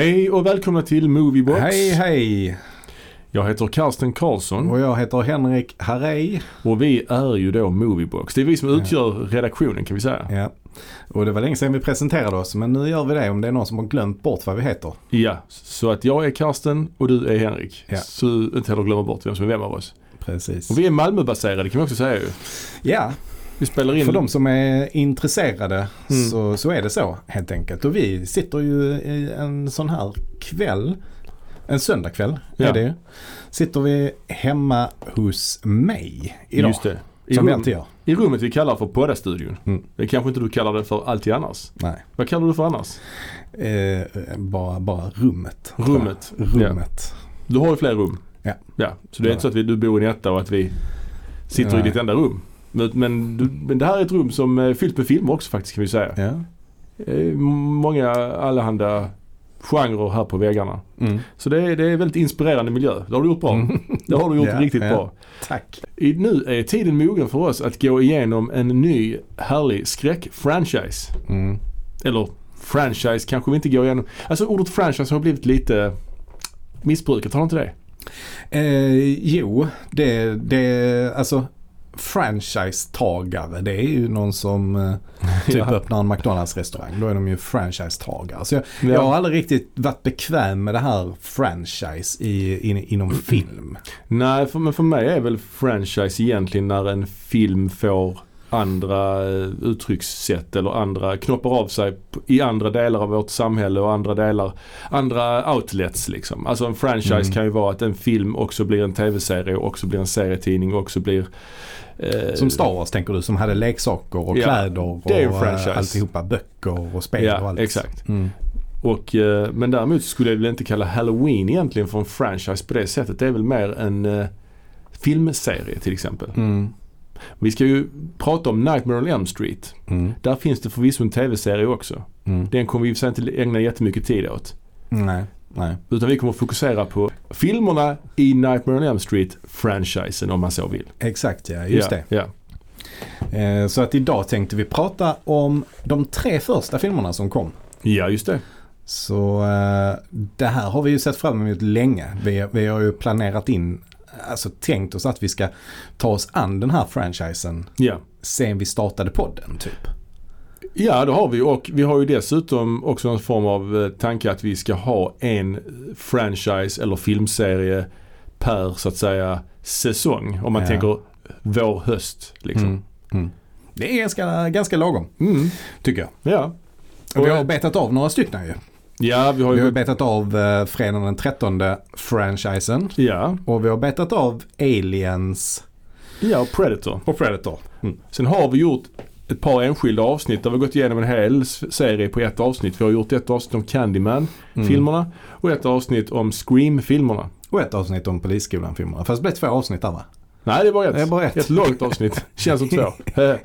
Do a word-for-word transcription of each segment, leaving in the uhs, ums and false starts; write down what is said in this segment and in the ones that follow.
Hej och välkomna till Moviebox. Hej, hej. Jag heter Karsten Karlsson. Och jag heter Henrik Harrey. Och vi är ju då Moviebox. Det är vi som utgör ja. redaktionen, kan vi säga. Ja. Och det var länge sedan vi presenterade oss, men nu gör vi det om det är någon som har glömt bort vad vi heter. Ja, så att jag är Karsten och du är Henrik. Ja. Så inte heller glömmer bort vem som är vem av oss. Precis. Och vi är Malmöbaserade, kan vi också säga ju. Ja. Vi spelar in... För de som är intresserade mm. så, så är det så helt enkelt. Och vi sitter ju i en sån här kväll, en söndagkväll ja. är det ju. Sitter vi hemma hos mig idag. Just det. I som rum, vi alltid gör. I rummet vi kallar för poddastudion. Mm. Det kanske inte du kallar det för alltid annars. Nej. Vad kallar du för annars? Eh, bara, bara rummet. Rummet. Rummet. Ja. Du har ju fler rum. Ja. Ja. Så det är ja. inte så att vi, du bor i en etta och att vi sitter Nej. i ditt enda rum. Men, men, men det här är ett rum som är fyllt med filmer också faktiskt, kan vi säga. Ja. Många allehanda genrer här på väggarna. Mm. Så det är, det är väldigt inspirerande miljö. Det har du gjort bra. Mm. Det har du gjort ja, riktigt ja. bra. Tack. I, nu är tiden mogen för oss att gå igenom en ny härlig skräck-franchise. Mm. Eller franchise kanske vi inte går igenom. Alltså ordet franchise har blivit lite missbrukat, har det inte det? Eh, jo, det, det alltså franchise-tagare, det är ju någon som eh, typ ja. öppnar en McDonalds-restaurang. Då är de ju franchise-tagare. Så jag, ja. jag har aldrig riktigt varit bekväm med det här franchise i, in, inom film. Nej, för, men för mig är väl franchise egentligen när en film får andra uttryckssätt eller andra knoppar av sig i andra delar av vårt samhälle och andra delar, andra outlets liksom. Alltså en franchise mm. kan ju vara att en film också blir en tv-serie och också blir en serietidning och också blir eh, som Star Wars tänker du, som hade leksaker och ja, kläder och alltihopa, böcker och spel ja, och allt. Exakt. Mm. Och, eh, men däremot skulle jag väl inte kalla Halloween egentligen för en franchise på det sättet. Det är väl mer en eh, filmserie till exempel. Mm. Vi ska ju prata om Nightmare on Elm Street. Mm. Där finns det förvisso en tv-serie också. Mm. Den kommer vi inte ägna jättemycket tid åt. Nej, nej. Utan vi kommer fokusera på filmerna i Nightmare on Elm Street-franchisen om man så vill. Exakt, ja. Just ja, det. Ja. Eh, så att idag tänkte vi prata om de tre första filmerna som kom. Ja, just det. Så eh, det här har vi ju sett fram emot länge. Vi, vi har ju planerat in, alltså tänkt oss att vi ska ta oss an den här franchisen ja. sen vi startade podden typ. Ja, det har vi, och vi har ju dessutom också en form av tanke att vi ska ha en franchise eller filmserie per så att säga säsong, om man ja. tänker vår höst liksom. Mm. Mm. Det är ganska, ganska lagom mm. tycker jag. Ja. Och vi har betat av några stycken ju. Ja, vi har ju vi har betat av uh, fredagen den trettonde franchisen. Ja. Och vi har betat av Aliens. Ja, och Predator. Och Predator. Mm. Sen har vi gjort ett par enskilda avsnitt där vi har gått igenom en hel serie på ett avsnitt. Vi har gjort ett avsnitt om Candyman-filmerna mm. och ett avsnitt om Scream-filmerna. Och ett avsnitt om Polisskolan-filmerna. Fast det blev två avsnitt där, va? Nej, det är bara ett. Det är bara ett. Ett långt avsnitt. Känns som två.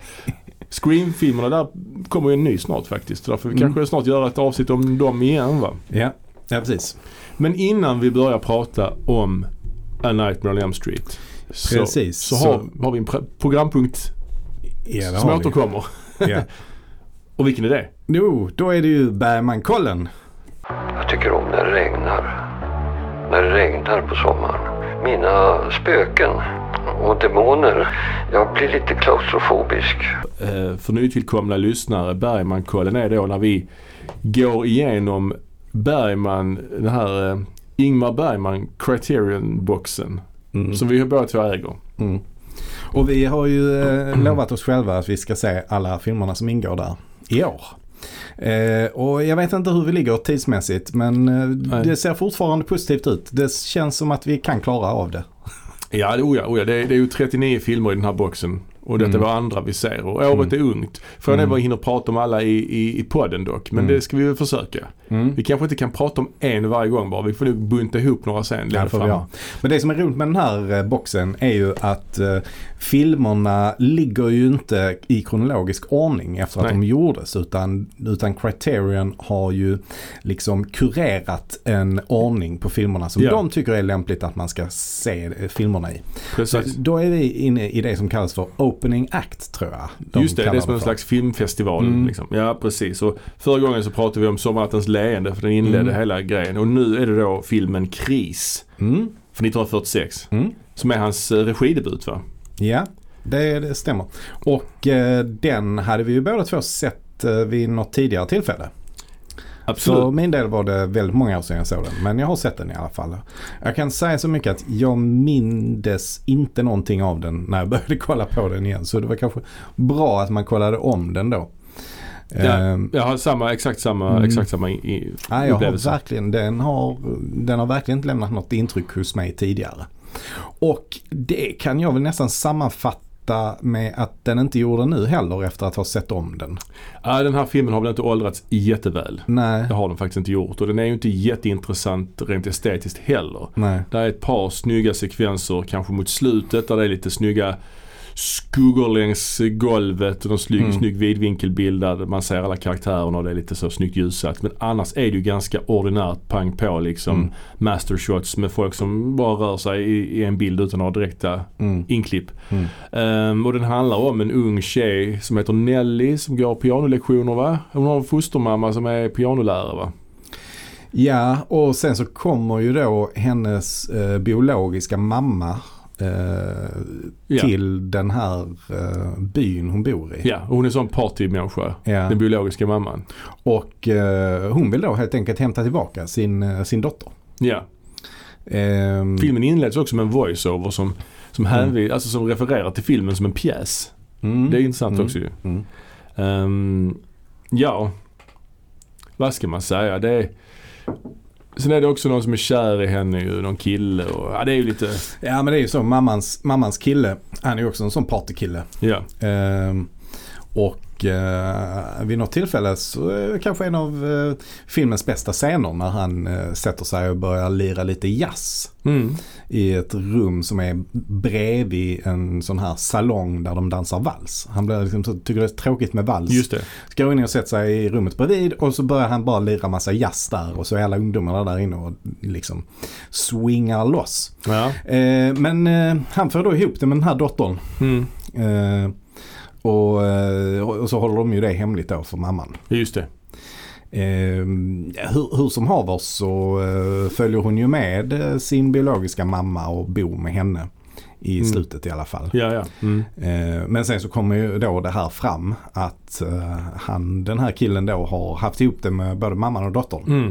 Scream-filmerna, där kommer ju en ny snart faktiskt. Därför vi mm. kanske snart göra ett avsnitt om dem igen, va? Ja, ja precis. Men innan vi börjar prata om A Nightmare on Elm Street så, precis, så, så. Har, har vi en pr- programpunkt ja, som återkommer. Ja. Och vilken är det? Jo, då är det ju Bergmankollen. Jag tycker om när det regnar. När det regnar på sommaren. Mina spöken och demoner. Jag blir lite klaustrofobisk. Eh, för nytillkomna lyssnare, Bergmankollen är då när vi går igenom Bergman, den här eh, Ingmar Bergman Criterion-boxen mm. som vi har båda två äger. Mm. Och vi har ju eh, lovat oss själva att vi ska se alla filmerna som ingår där i år. Eh, och jag vet inte hur vi ligger tidsmässigt, men eh, det ser fortfarande positivt ut. Det känns som att vi kan klara av det. Ja, oja, oja. Det, är, det är ju trettionio filmer i den här boxen. Och detta mm. var andra vi ser. Och året mm. är ungt. Frågan mm. är vad vi hinner prata om alla i, i, i podden dock. Men mm. det ska vi väl försöka. Mm. Vi kanske inte kan prata om en varje gång bara. Vi får nog bunta ihop några sen. Ja, får vi ha. Men det som är roligt med den här eh, boxen är ju att eh, filmerna ligger ju inte i kronologisk ordning efter att Nej. de gjordes. Utan, utan Criterion har ju liksom kurerat en ordning på filmerna som ja. de tycker är lämpligt att man ska se filmerna i. Precis. Så då är vi inne i det som kallas för open opening act tror jag. De Just det, det är som en för. slags filmfestival. Mm. Liksom. Ja, precis. Och förra gången så pratade vi om Sommarnattens leende för den inledde Mm. hela grejen. Och nu är det då filmen Kris Mm. från nittonhundrafyrtiosex Mm. som är hans eh, regidebut, va? Ja, det, det stämmer. Och eh, den hade vi ju båda två sett eh, vid något tidigare tillfälle. Absolut. För min del var det väldigt många år sedan jag såg den. Men jag har sett den i alla fall. Jag kan säga så mycket att jag mindes inte någonting av den när jag började kolla på den igen. Så det var kanske bra att man kollade om den då. Ja, Ehm, jag har samma, exakt samma, Mm. exakt samma i, i nej, jag har upplevelse. verkligen, den, har, den har verkligen inte lämnat något intryck hos mig tidigare. Och det kan jag väl nästan sammanfatta med att den inte gjorde nu heller efter att ha sett om den. Ja, den här filmen har väl inte åldrats jätteväl. Nej, Det har den faktiskt inte gjort. Och den är ju inte jätteintressant rent estetiskt heller. nej. Det är ett par snygga sekvenser kanske mot slutet där det är lite snygga skuggor längs golvet och någon snygg, Mm. snygg vidvinkelbild där man ser alla karaktärerna och det är lite så snyggt ljussatt. Men annars är det ju ganska ordinärt pang på liksom Mm. mastershots med folk som bara rör sig i, i en bild utan att ha direkta Mm. inklipp. Mm. Um, och den handlar om en ung tjej som heter Nelly som går pianolektioner, va? Hon har en fostermamma som är pianolärare, va? Ja, och sen så kommer ju då hennes eh, biologiska mamma eh, Ja. till den här eh, byn hon bor i. Ja, och hon är sån partymänniska, Ja. den biologiska mamman. Och eh, hon vill då helt enkelt hämta tillbaka sin, eh, sin dotter. Ja. Ehm, Filmen inleds också med en voiceover som, som, Mm. hänvi- alltså som refererar till filmen som en pjäs. mm, Det är intressant mm, också ju. mm. Um, ja, vad ska man säga? Det är, sen är det också någon som är kär i henne ju, någon kille. Och, ja, det är ju lite, Ja, men det är ju så. Mammans, mammans kille, han är ju också en sån partykille. ja. Ehm, och eh, vid något tillfälle så är det kanske en av eh, filmens bästa scener när han eh, sätter sig och börjar lira lite jazz Mm. i ett rum som är bredvid en sån här salong där de dansar vals. Han blir liksom, så, tycker det är tråkigt med vals. Just det. Ska gå in och sätta sig i rummet bredvid och så börjar han bara lira massa jazz där och så är alla ungdomarna där inne och liksom swingar loss. Ja. Eh, men eh, han får då ihop det med den här dottern. Mm. Eh, och, eh, och så håller de ju det hemligt då för mamman. Just det. Eh, hur, hur som haver så eh, följer hon ju med eh, sin biologiska mamma och bor med henne i Mm. slutet i alla fall. Ja, ja. Mm. Eh, men sen så kommer ju då det här fram att eh, han, den här killen då har haft ihop det med både mamman och dottern. Mm.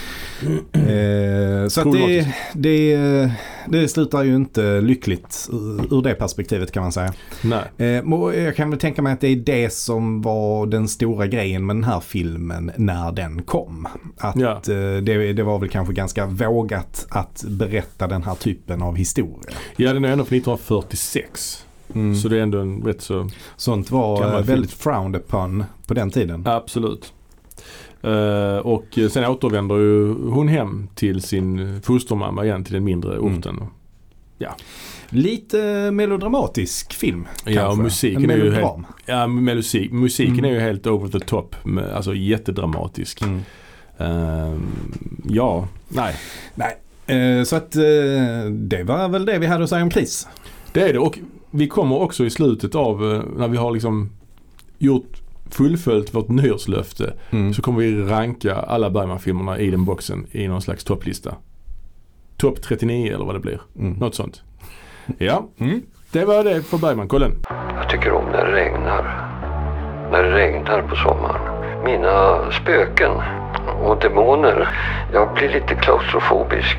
Eh, så att det, det, det slutar ju inte lyckligt ur, ur det perspektivet kan man säga. Nej. Eh, och jag kan väl tänka mig att det är det som var den stora grejen med den här filmen när den kom. Att Ja. eh, det, det var väl kanske ganska vågat att berätta den här typen av historia. Ja, den är ändå från nittonhundrafyrtiosex. Mm. Så det är ändå en rätt så... Sånt var Gammal eh, film. väldigt frowned upon på den tiden. Absolut. Uh, och sen återvänder ju hon hem till sin fostermamma igen till den mindre orten. Mm. Lite melodramatisk film. Ja, kanske. och musiken En är ju melodram. helt, ja, med musik, musiken Mm. är ju helt over the top. Med, alltså jättedramatisk. Mm. Uh, ja, nej. Nej, eh, så att eh, det var väl det vi hade att säga om Kris. Det är det. Och vi kommer också i slutet av eh, när vi har liksom gjort fullföljt vårt nyårslöfte Mm. så kommer vi ranka alla Bergman-filmerna i den boxen i någon slags topplista. Topp trettionio eller vad det blir. Mm. Något sånt. Ja, Mm. det var det för Bergman-kollen. Jag tycker om när det regnar. När det regnar på sommaren. Mina spöken och demoner. Jag blir lite klaustrofobisk.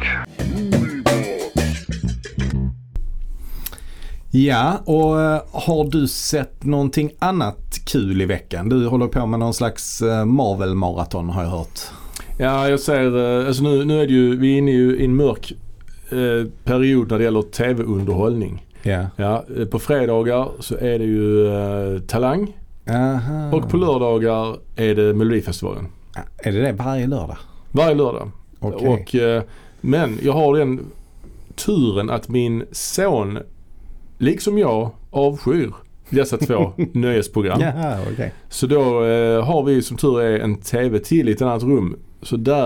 Ja, och eh, har du sett någonting annat kul i veckan? Du håller på med någon slags eh, Marvel-maraton har jag hört. Ja, jag säger, eh, alltså nu, nu är det ju, vi är inne i en mörk eh, period när det gäller tv-underhållning. Ja. Ja, eh, på fredagar så är det ju eh, Talang Aha. och på lördagar är det Melodifestivalen. Ja, är det det varje lördag? Varje lördag. Okej. Och, eh, men jag har den turen att min son, liksom jag, avskyr dessa två nöjesprogram. Jaha, okej. Så då eh, har vi som tur är en tv till i ett annat rum. Så där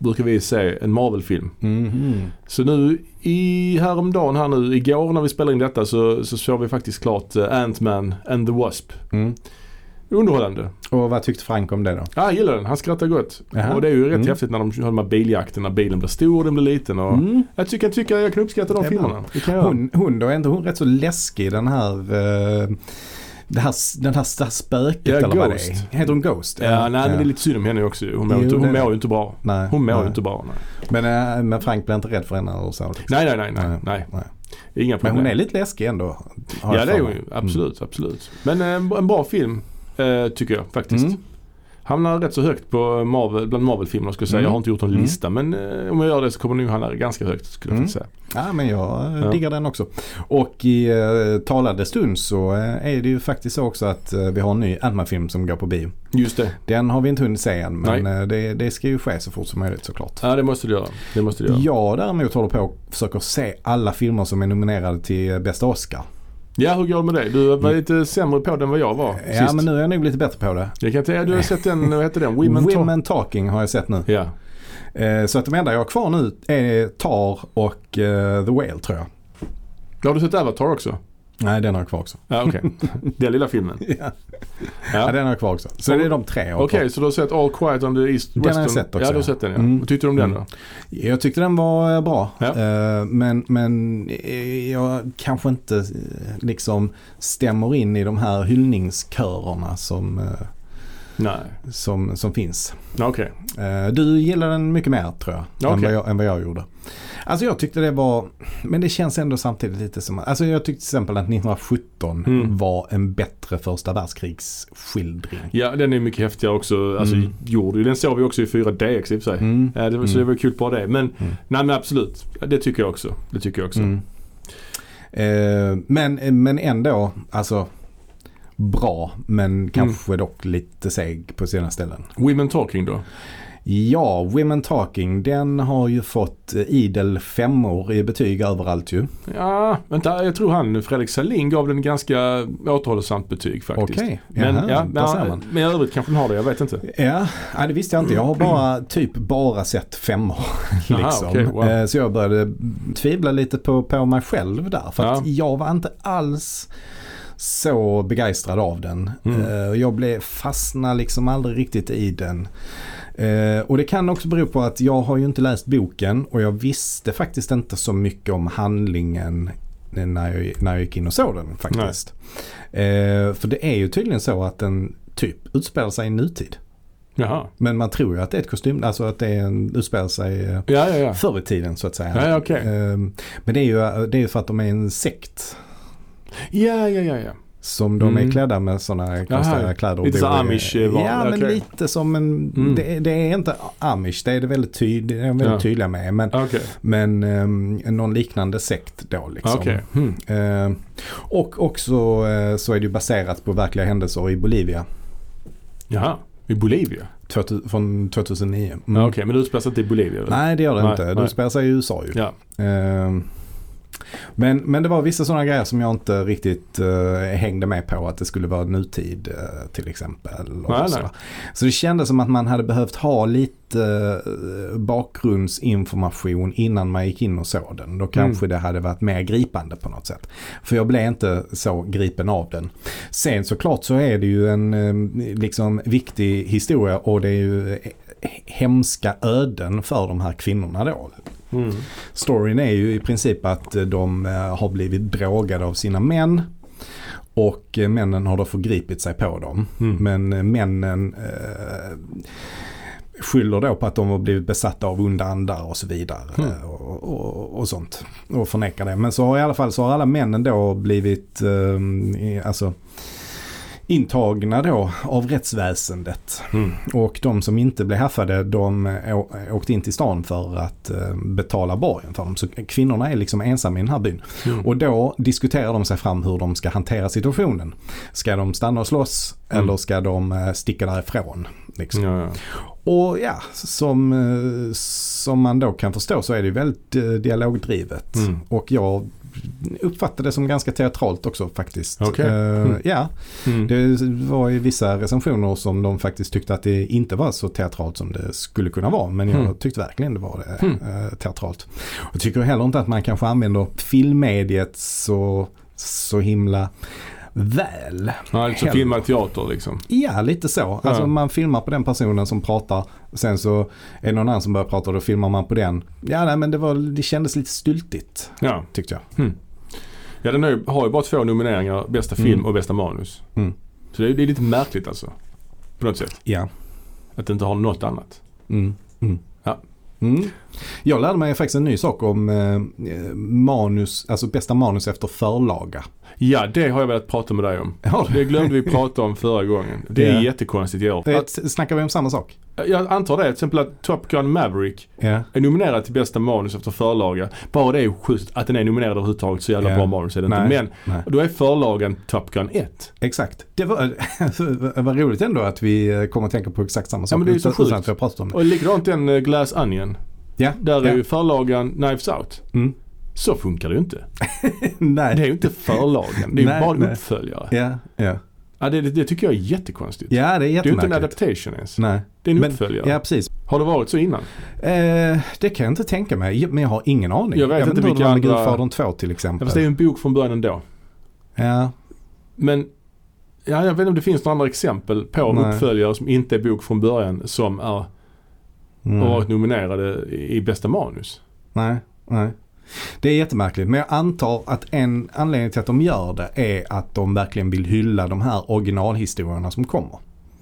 brukar vi se en Marvel-film. Mm-hmm. Så nu i häromdagen här nu, igår när vi spelar in detta så, så såg vi faktiskt klart uh, Ant-Man and the Wasp. Mm. Underhållande. Och vad tyckte Frank om det då? Ja, jag gillar den. Han skrattar gott. Jaha. Och det är ju rätt Mm. häftigt när de har de här biljakterna. Bilen blir stor och den blir liten. Och Mm. jag tycker, jag tycker jag kan uppskatta de Det är filmerna. bra. Det kan jag. Hon, hon då är inte hon rätt så läskig, den här... Uh, det här, den här sta- spöket Ja, eller vad det Ghost. är. Heter hon Ghost? Ja, nej, men det är lite synd om henne också. Hon mår, Jo, inte, hon det- mår ju inte bra. Nej, Hon mår nej. ju inte bra. Nej. Men, uh, men Frank blir inte rädd för henne eller så? Liksom. Nej, nej, nej, nej, Nej, nej. nej. Inga Men problem. hon är lite läskig ändå. har Ja, jag det är för hon mig. ju. Absolut, absolut. Men eh, en, en bra film eh, tycker jag faktiskt. Mm. Hamnar rätt så högt på Marvel, bland Marvel-filmer skulle jag säga. Mm. Jag har inte gjort någon Mm. lista men eh, om jag gör det så kommer nog hamna ganska högt skulle jag Mm. få säga. Ja, men jag eh, Ja. diggar den också. Och i uh, talade stund så uh, är det ju faktiskt så också att uh, vi har en ny Ant-Man-film som går på bio. Just det. Den har vi inte hunnit se än, men Nej. uh, det, det ska ju ske så fort som möjligt såklart. Ja, det måste du göra. Det måste du göra. Jag däremot håller på och försöker se alla filmer som är nominerade till bästa Oscar. Ja, hur går det med dig? Du var lite sämre på den än vad jag var Ja, sist. men nu är jag nog lite bättre på det. Jag kan säga, du har sett den, vad heter den? Women, Women Talking har jag sett nu. Ja. Uh, så att de enda jag har kvar nu är Tar och uh, The Whale tror jag. Har du sett Avatar också? Nej, den har jag kvar också. Ja, okej. Den lilla filmen. Ja. Ja, Ja. den har jag kvar också. Så det är de tre jag har Okej, kvar. så du har sett All Quiet on the East Den Western? har jag sett också, Ja, du har ja. sett den ja. Mm. Vad tyckte du om den Mm. då? Jag tyckte den var bra. Ja. Eh, men, men eh, jag kanske inte eh, liksom stämmer in i de här hyllningskörerna som, eh, Nej. som, som finns. Ja, okej. Eh, du gillar den mycket mer tror jag, än, Okej. vad jag än vad jag gjorde. Alltså jag tyckte det var, men det känns ändå samtidigt lite som, alltså jag tyckte till exempel att nittonhundrasjutton Mm. var en bättre första världskrigsskildring. Ja, den är mycket häftigare också. Alltså, Mm. gjord. Den såg vi också i fyra D X i och för sig. Mm. Ja, det var, Så Mm. det var kul på det. Men, Mm. nej men absolut. Ja, det tycker jag också. Det tycker jag också. Mm. Eh, men, men ändå, alltså bra, men kanske dock lite seg på sina ställen. Women Talking då? Ja, Women Talking, den har ju fått idel femmor i betyg överallt ju. Ja, vänta. Jag tror han, Fredrik Salin, gav den ganska återhållsamt betyg faktiskt. Okej, Men, jaha, ja, där ser ja, man. men i övrigt kanske den har det. Jag vet inte. Ja, nej, det visste jag inte. Jag har bara typ bara sett femmor. Aha, liksom. okej, wow. Eh, Så jag började tvivla lite på, på mig själv där. För att Ja. jag var inte alls så begeistrad av den. Mm. Eh, Jag blev fastna liksom aldrig riktigt i den. Eh, och det kan också bero på att jag har ju inte läst boken och jag visste faktiskt inte så mycket om handlingen när jag, när jag gick in och såg den faktiskt. Eh, för det är ju tydligen så att den typ utspelar sig i nutid. Jaha. Men man tror ju att det är ett kostym, alltså att det är en, utspelar sig eh, Ja, ja, ja. förr i tiden så att säga. Ja, ja, okej. Eh, Men det är ju det är ju för att de är en sekt. Ja, ja, ja, ja. Som de Mm. är klädda med sådana konstiga kläder. och Lite bor så i- Amish, eh, var- Ja, men okej. lite som en... Mm. Det, det är inte Amish, det är det väldigt, tyd, det är de väldigt Ja. tydliga med. Men, Okej. men um, någon liknande sekt då liksom. Okej. Hmm. Eh, och också eh, så är det ju baserat på verkliga händelser i Bolivia. Jaha. I Bolivia? tvåtusen, från tjugohundranio. Mm. Ja, okej, men det utspelar sig inte i Bolivia? Eller? Nej, det gör det Nej, inte. nej. Det spelar sig i U S A ju. Ja. Eh, men, men det var vissa sådana grejer som jag inte riktigt uh, hängde med på, att det skulle vara nutid uh, till exempel. Och Nej, så. nej. så det kändes som att man hade behövt ha lite uh, bakgrundsinformation innan man gick in och såg den. Då kanske Mm. det hade varit mer gripande på något sätt. För jag blev inte så gripen av den. Sen såklart så är det ju en uh, liksom viktig historia och det är ju hemska öden för de här kvinnorna då. Mm. Storyn är ju i princip att de eh, har blivit drogade av sina män och eh, männen har då förgripit sig på dem. Mm. Men eh, männen eh, skyller då på att de har blivit besatta av onda andar och så vidare Mm. eh, och, och, och sånt och förnekar det. Men så har i alla fall så har alla männen då blivit eh, i, alltså intagna då av rättsväsendet. Mm. Och de som inte blev haffade, de å- åkte in till stan för att eh, betala borgen för dem. Så kvinnorna är liksom ensamma i den här byn. Mm. Och då diskuterar de sig fram hur de ska hantera situationen. Ska de stanna och slåss Mm. eller ska de eh, sticka därifrån? Liksom. Ja, ja. Och ja, som, eh, som man då kan förstå så är det väldigt eh, dialogdrivet. Mm. Och jag uppfattade det som ganska teatralt också faktiskt. Okay. Uh, mm. Ja, mm. det var ju vissa recensioner som de faktiskt tyckte att det inte var så teatralt som det skulle kunna vara. Men jag mm. tyckte verkligen det var det, mm. uh, teatralt. Jag tycker heller inte att man kanske använder filmmediet så, så himla väl. Ja, alltså filmar teater liksom. Ja, lite så. Ja. Alltså man filmar på den personen som pratar. Sen så är det någon annan som börjar prata och då filmar man på den. Ja, nej, men det, var, det kändes lite styltigt. Ja. Tyckte jag. Mm. Ja, den är, har ju bara två nomineringar. Bästa film mm. och bästa manus. Mm. Så det är, det är lite märkligt alltså. På något sätt. Ja. Att det inte har något annat. Mm. Mm. Ja. Mm. Jag lärde mig faktiskt en ny sak om eh, manus, alltså bästa manus efter förlaga. Ja, det har jag velat prata med dig om. Ja. Det glömde vi prata om förra gången. Det är ja. jättekonstigt i år. Att, snackar vi om samma sak? Jag antar det. Till exempel att Top Gun Maverick ja. är nominerad till bästa manus efter förlaga. Bara det är ju just att den är nominerad överhuvudtaget så jävla ja. bra manus är det Nej. inte. Men Nej. då är förlagen Top Gun ett. Exakt. Det var, det var roligt ändå att vi kommer att tänka på exakt samma sak. Ja, men det är så sjukt. Att vi har pratat om det. Och likadant den uh, Glass Onion. Ja. Där ja. är ju förlagen Knives Out. Mm. Så funkar det ju inte. Nej. Det är ju inte förlagen. Det är ju bara en uppföljare. Ja, ja. Ja, det, det tycker jag är jättekonstigt. Ja, det är jättemärkligt. Det är ju inte en adaptation ens. Nej. Det är en men, uppföljare. Ja, precis. Har det varit så innan? Eh, det kan jag inte tänka mig. Men jag har ingen aning. Jag vet, jag vet inte vilka andra... Gudfadern två till exempel. Ja, fast det är ju en bok från början ändå. Ja. Men ja, jag vet inte om det finns några andra exempel på Nej. uppföljare som inte är bok från början som är mm. har varit nominerade i bästa manus. Nej, nej. Det är jättemärkligt, men jag antar att en anledning till att de gör det är att de verkligen vill hylla de här originalhistorierna som kommer.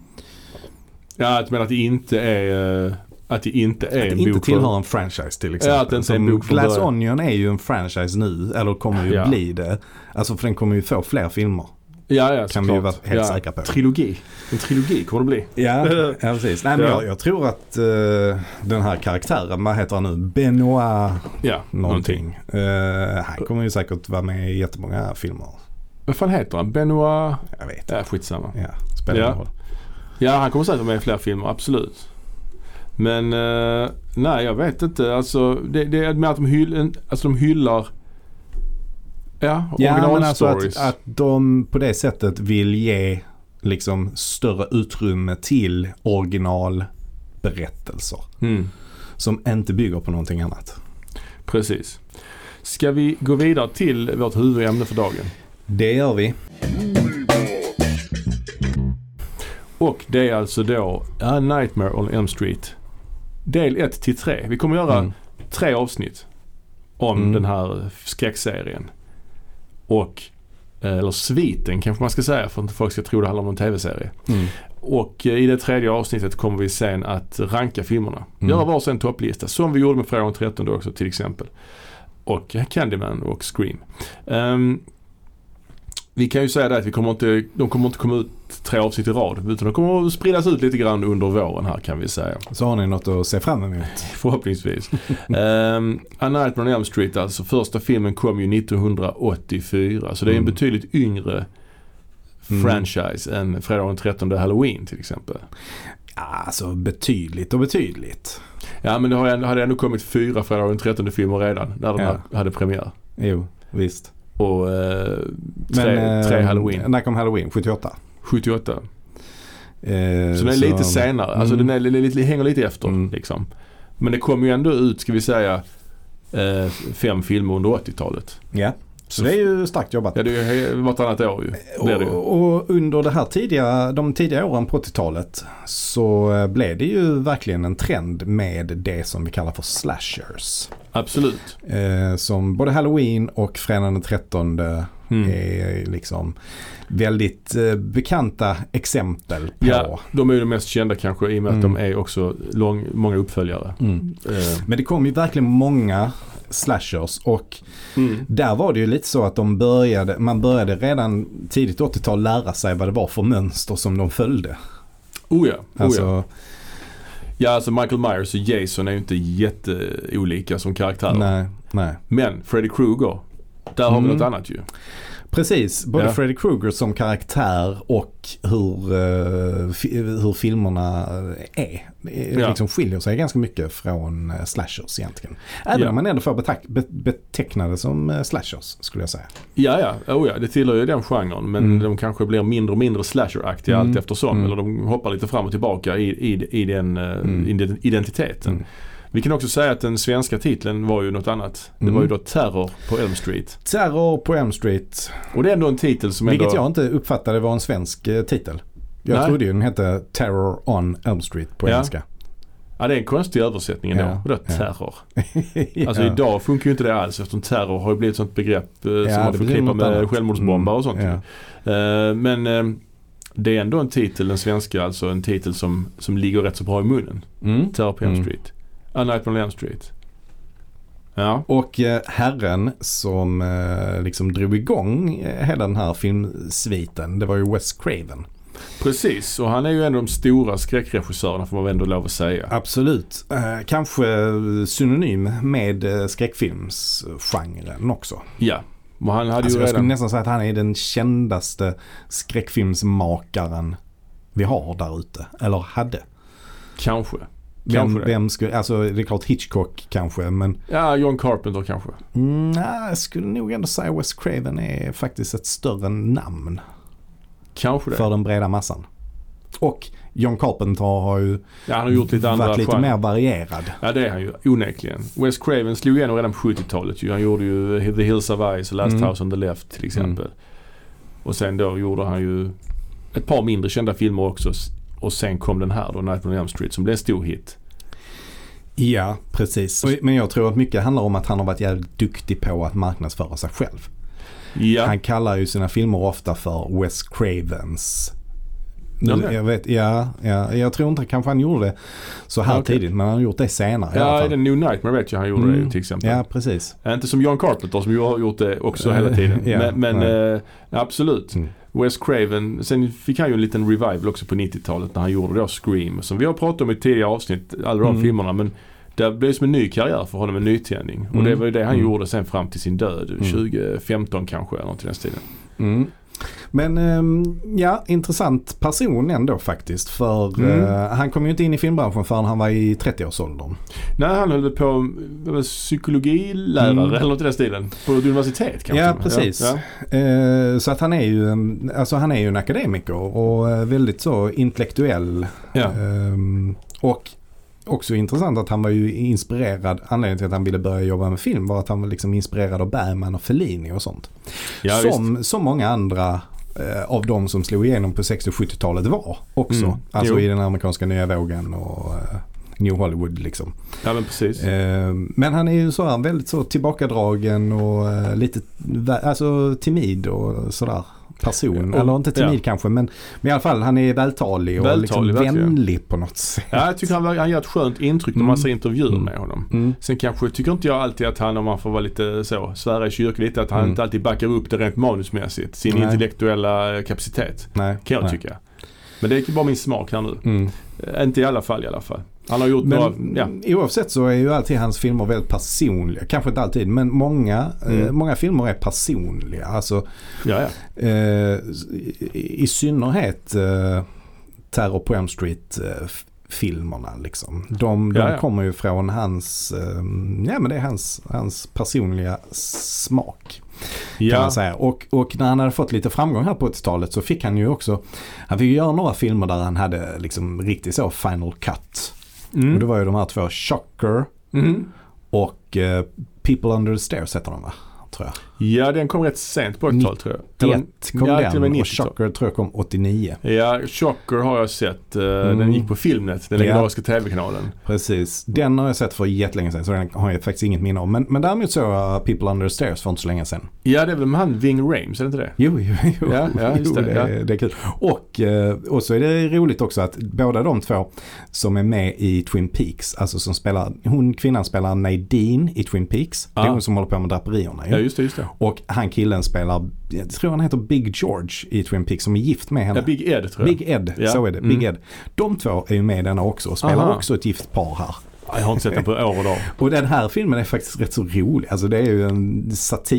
Ja, att men att det inte är att det inte är att det en inte bok tillhör för... en franchise till exempel. Ja, att den är en bok Glass Onion är ju en franchise nu, eller kommer ju ja. bli det. Alltså för den kommer ju få fler filmer. Ja, ja, kan vi ju vara helt ja. säkra på. Trilogi. En trilogi kommer det bli. Ja, ja precis. Nej, men ja. jag, jag tror att uh, den här karaktären, vad heter han nu? Benoit ja, någonting. Uh, han kommer ju säkert vara med i jättemånga filmer. Vad fan heter han? Benoit? Jag vet inte. Ja, skitsamma. Ja, spelar ja. roll. Ja, han kommer säkert vara med i fler filmer, absolut. Men uh, nej, jag vet inte. Alltså, det, det är mer att de, hyll, alltså, de hyllar Ja, ja men alltså att, att de på det sättet vill ge liksom större utrymme till originalberättelser mm. som inte bygger på någonting annat. Precis. Ska vi gå vidare till vårt huvudämne för dagen? Det gör vi. Och det är alltså då A Nightmare on Elm Street del ett till tre. Vi kommer göra mm. tre avsnitt om mm. den här skräckserien. Och, eller sviten kanske man ska säga för att inte folk ska tro det handlar om en tv-serie. Mm. Och i det tredje avsnittet kommer vi sen att ranka filmerna. Mm. Göra varsin topplista som vi gjorde med Fredag den trettonde också till exempel. Och Candyman och Scream. Um, vi kan ju säga det att vi kommer inte, de kommer inte komma ut tre avsnitt i rad utan de kommer att spridas ut lite grann under våren här kan vi säga. Så har ni något att se fram emot? Förhoppningsvis. um, A Nightmare on Elm Street, alltså första filmen kom ju nittonhundraåttiofyra så det är en betydligt yngre mm. franchise än Fredag den trettonde Halloween till exempel. Ja, alltså betydligt och betydligt. Ja, men det har ändå, hade ändå kommit fyra Fredag den trettonde filmer redan när de ja. hade premiär. Jo, visst. Och eh, tre, men, tre Halloween. När kom Halloween? sjuttioåtta? sjuttioåtta. Eh, så den är så, lite senare. Alltså mm. den är, lite, hänger lite efter mm. liksom. Men det kom ju ändå ut, ska vi säga, eh, fem filmer under åttiotalet. Ja. Så det är ju starkt jobbat. Ja, det är ju vartannat år ju. Blir det ju. Och, och under det här tidiga, de tidiga åren på åttiotalet så blev det ju verkligen en trend med det som vi kallar för slashers. Absolut. Eh, som både Halloween och Fredag den trettonde mm. är liksom väldigt eh, bekanta exempel på. Ja, de är ju de mest kända kanske i och med mm. att de är också lång, många uppföljare. Mm. Eh. Men det kom ju verkligen många slashers och mm. där var det ju lite så att de började, man började redan tidigt åttiotal lära sig vad det var för mönster som de följde. Oh ja, oh alltså, ja. Ja, alltså Michael Myers och Jason är ju inte jätteolika som karaktärer. Nej, nej. Men Freddy Krueger Där har vi Mm. något annat ju. Precis, både Ja. Freddy Krueger som karaktär och hur, uh, fi- hur filmerna är. Det Ja. liksom skiljer sig ganska mycket från uh, slashers egentligen. Även Ja. om man ändå får betak- be- beteckna det som uh, slashers skulle jag säga. Ja, ja. Oh, ja. Det tillhör ju den genren. Men Mm. de kanske blir mindre och mindre slasher-aktiga Mm. allt eftersom. Mm. Eller de hoppar lite fram och tillbaka i, i, i den uh, Mm. ident- identiteten. Mm. Vi kan också säga att den svenska titeln var ju något annat. Det Mm. var ju då Terror på Elm Street. Terror på Elm Street, Och det är ändå en titel som vilket ändå... jag inte uppfattade var en svensk uh, titel. Jag Nej. trodde ju den hette Terror on Elm Street på Ja. engelska. Ja, det är en konstig översättning ändå. Ja, Vadå ja. terror? Ja. Alltså idag funkar ju inte det alls eftersom terror har ju blivit ett sånt begrepp eh, Ja, som man det förknippar blir något med annat. självmordsbombare och Mm, sånt. Eh, men eh, det är ändå en titel, den svenska, alltså en titel som, som ligger rätt så bra i munnen. Mm. Terror på Elm Mm. Street. A Nightmare on Elm Street. Ja. Och eh, herren som eh, liksom drog igång eh, hela den här filmsviten, det var ju Wes Craven. Precis, och han är ju en av de stora skräckregissörerna får man väl ändå lov att säga. Absolut. Eh, kanske synonym med eh, skräckfilmsgenren också. Ja, och han hade Alltså ju jag skulle redan... nästan säga att han är den kändaste skräckfilmsmakaren vi har där ute. Eller hade. Kanske. Vem, Kanske det. vem skulle, alltså det är klart Hitchcock kanske, men Ja, John Carpenter kanske. mm, nej, jag skulle nog ändå säga Wes Craven är faktiskt ett större namn Kanske det. för den breda massan. Och John Carpenter har ju Ja, han har gjort lite andra varit lite genrer. mer varierad. Ja, det är han ju onekligen. Wes Craven slog igenom redan på sjuttiotalet ju. Han gjorde ju The Hills of Ice och Last Mm. House on the Left till exempel. Och sen då gjorde han ju ett par mindre kända filmer också. Och sen kom den här då, Nightmare on Elm Street, som blev en stor hit. Ja, precis. Och- Men jag tror att mycket handlar om att han har varit jävligt duktig på att marknadsföra sig själv. Ja, Han kallar ju sina filmer ofta för Wes Cravens. Ja, men. jag vet, ja, ja, jag tror inte kanske han gjorde det så här Ja, okej. tidigt, men han har gjort det senare i alla ja i fall. den New Nightmare vet jag han gjorde det ju Mm. till exempel. Ja, precis. Inte som John Carpenter som ju har gjort det också Eh, hela tiden. ja, men men nej. eh, absolut. Mm. Wes Craven, sen fick han ju en liten revival också på nittiotalet när han gjorde då Scream. Som vi har pratat om i tidigare avsnitt, alla de Mm. filmerna. Men det blev som en ny karriär för honom, en nytändning. Och Mm. det var ju det han Mm. gjorde sen fram till sin död. Mm. tjugo-femton kanske eller något i den stilen. Mm. Men ehm, ja, intressant person ändå faktiskt. För Mm. eh, han kom ju inte in i filmbranschen förrän han var i trettioårsåldern. Nej, han höll på med psykologilärare Mm. eller något i den stilen. På ett universitet kanske. Ja, precis. Ja, Eh, så att han är ju en, alltså han är ju en akademiker och eh, väldigt så intellektuell. ja. Ehm, och också intressant att han var ju inspirerad, anledningen till att han ville börja jobba med film var att han var liksom inspirerad av Bergman och Fellini och sånt. ja som så många andra eh, av de som slog igenom på sextio- och sjuttiotalet var också. Mm. Alltså Jo. i den amerikanska nya vågen och eh, New Hollywood liksom. ja, men precis. Eh, men han är ju så här väldigt så tillbakadragen och eh, lite vä- alltså timid och sådär person. Och- Eller inte timid ja. kanske men, men i alla fall han är vältalig och Vältalig, liksom verkligen. vänlig på något sätt. Ja, jag tycker han, han gör ett skönt intryck när man Mm. ser intervjuer Mm. med honom. Mm. Sen kanske tycker inte jag alltid att han, om man får vara lite så, svära i kyrkan lite, att han Mm. inte alltid backar upp det rent manusmässigt. Sin Nej. intellektuella kapacitet. Nej, Kan jag nej. tycka. Men det är bara min smak här nu. Mm. Eh, Inte i alla fall i alla fall. Han har gjort några, Men ja. oavsett så är ju alltid hans filmer väldigt personliga. Kanske inte alltid, men många, Mm. eh, många filmer är personliga. Alltså, Ja, ja. eh, i, i synnerhet eh, Terror på Elm Street eh, f- filmerna liksom. De, de Ja, ja. kommer ju från hans, eh, ja men det är hans, hans personliga smak. Kan Ja, man säga. Och, och när han hade fått lite framgång här på åttiotalet så fick han ju också, han fick ju göra några filmer där han hade liksom riktigt så final cut. mm. Och det var ju de här två, Shocker Mm. och eh, People Under the Stairs heter de va? Tror jag. Ja, den kom rätt sent på åttiotalet tror jag. Eller- nittioett kom ja, till och den med och nittiotal. Shocker tror jag kom åttionio. Ja, Shocker har jag sett. Eh, Mm. Den gick på Filmnet, den Ja. legendariska tv-kanalen. Precis. Den har jag sett för jättelänge sedan så den har jag faktiskt inget minne om. Men, men däremot så uh, People Under the Stairs för inte så länge sedan. Ja, det är väl med han Ving Rhames, är det inte det? Jo, jo, jo. Ja, ja, just jo det, det, ja. är, det är kul. Och, eh, och så är det roligt också att båda de två som är med i Twin Peaks, alltså som spelar, hon kvinnan spelar Nadine i Twin Peaks. Det är Ah. hon som håller på med draperierna. ju. Ja, just det, just det. Och han killen spelar, jag tror han heter Big George i Twin Peaks som är gift med henne. Ja, Big Ed tror jag. Big Ed, Ja. så är det. Mm. Big Ed. De två är ju med i denna också och spelar Aha. också ett gift par här. Jag har inte sett den på år och dag. Och den här filmen är faktiskt rätt så rolig. Alltså det är ju en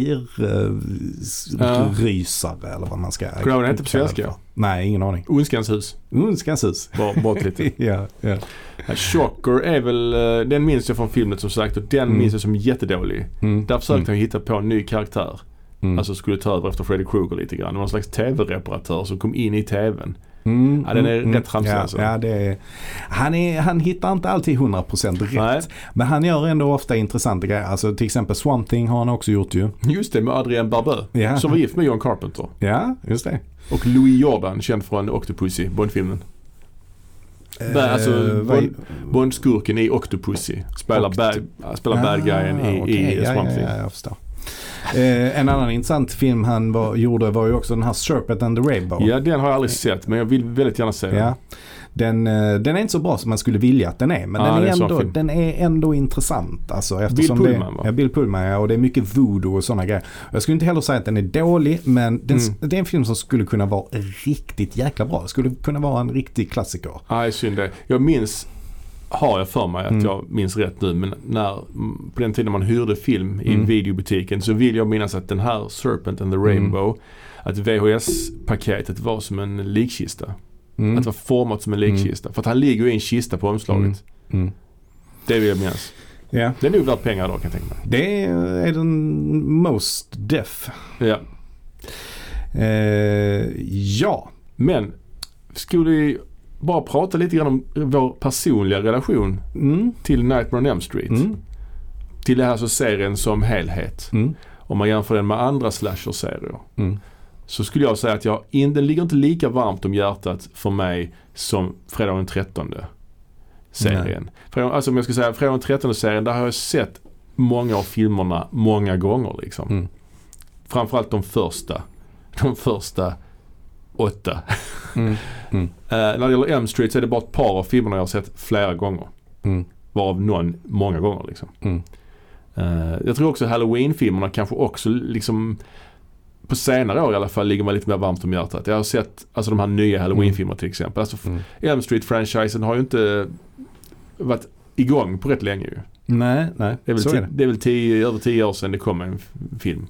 satirrysare uh, eller vad man ska kalla det. Inte på svenska? Nej, ingen aning. Ondskans hus. Ondskans hus. Bara bort lite. ja, ja. Shocker är väl, den minns jag från filmen som sagt, och den mm. minns jag som jättedålig. Mm. Där försökte mm. han hitta på en ny karaktär. Mm. Alltså skulle ta över efter Freddy Krueger lite grann. Det var en slags tv-reparatör som kom in i tvn. Mm, ja, den är mm, rätt tramsig ja, alltså. Ja, det är, han, är, han hittar inte alltid hundra procent rätt. Nej. Men han gör ändå ofta intressanta grejer. Alltså till exempel Swamp Thing har han också gjort ju. Just det, med Adrienne Barbeau. Ja. Som var gift med John Carpenter. Ja, just det. Och Louis Jordan, känd från Octopussy, Bond-filmen. Uh, alltså Bond, Bond-skurken i Octopussy. Spelar, Oct- bad, spelar ja, bad guyen i, okay. i Swamp Thing. Ja, ja, jag förstår. Eh, en annan intressant film han var, gjorde var ju också den här Serpent and the Rainbow. Ja, den har jag aldrig sett, men jag vill väldigt gärna se den. Ja. Den, den är inte så bra som man skulle vilja att den är, men ah, den, är är ändå, den är ändå intressant. Alltså, Bill Pullman det, va? Ja, Bill Pullman, ja, och det är mycket voodoo och sådana grejer. Jag skulle inte heller säga att den är dålig, men den, mm. det är en film som skulle kunna vara riktigt jäkla bra. Det skulle kunna vara en riktig klassiker. Nej, synd det. Jag minns... har jag för mig att mm. jag minns rätt nu, men när, på den tiden man hyrde film i mm. videobutiken så vill jag minnas att den här Serpent and the Rainbow, mm. att V H S-paketet var som en likkista. Mm. Att det var format som en likkista. Mm. För att han ligger ju i en kista på omslaget. Mm. Mm. Det vill jag minnas. Yeah. Det är nog värt pengar då, kan jag tänka mig. Det är den most deaf. Ja. Eh, ja. Men skulle vi bara prata lite grann om vår personliga relation mm. till Nightmare on Elm Street. Mm. Till det här så serien som helhet. Mm. Om man jämför den med andra slasher-serier. Mm. Så skulle jag säga att jag, den ligger inte lika varmt om hjärtat för mig som Fredag den trettonde serien. Fredag, alltså om jag ska säga Fredag den trettonde serien, där har jag sett många av filmerna många gånger liksom. Mm. Framförallt de första. De första åtta. Mm. Mm. uh, när det gäller Elm Street så är det bara ett par av filmerna jag har sett flera gånger. Mm. Varav någon många gånger liksom. Mm. Uh, jag tror också Halloween-filmerna kanske också liksom på senare år i alla fall ligger man lite mer varmt om hjärtat. Jag har sett alltså de här nya Halloween-filmerna till exempel. Alltså mm. Elm Street-franchisen har ju inte varit igång på rätt länge ju. Nej, nej. Det är väl, så t- är det. Det är väl tio, över tio år sedan det kom en f- film.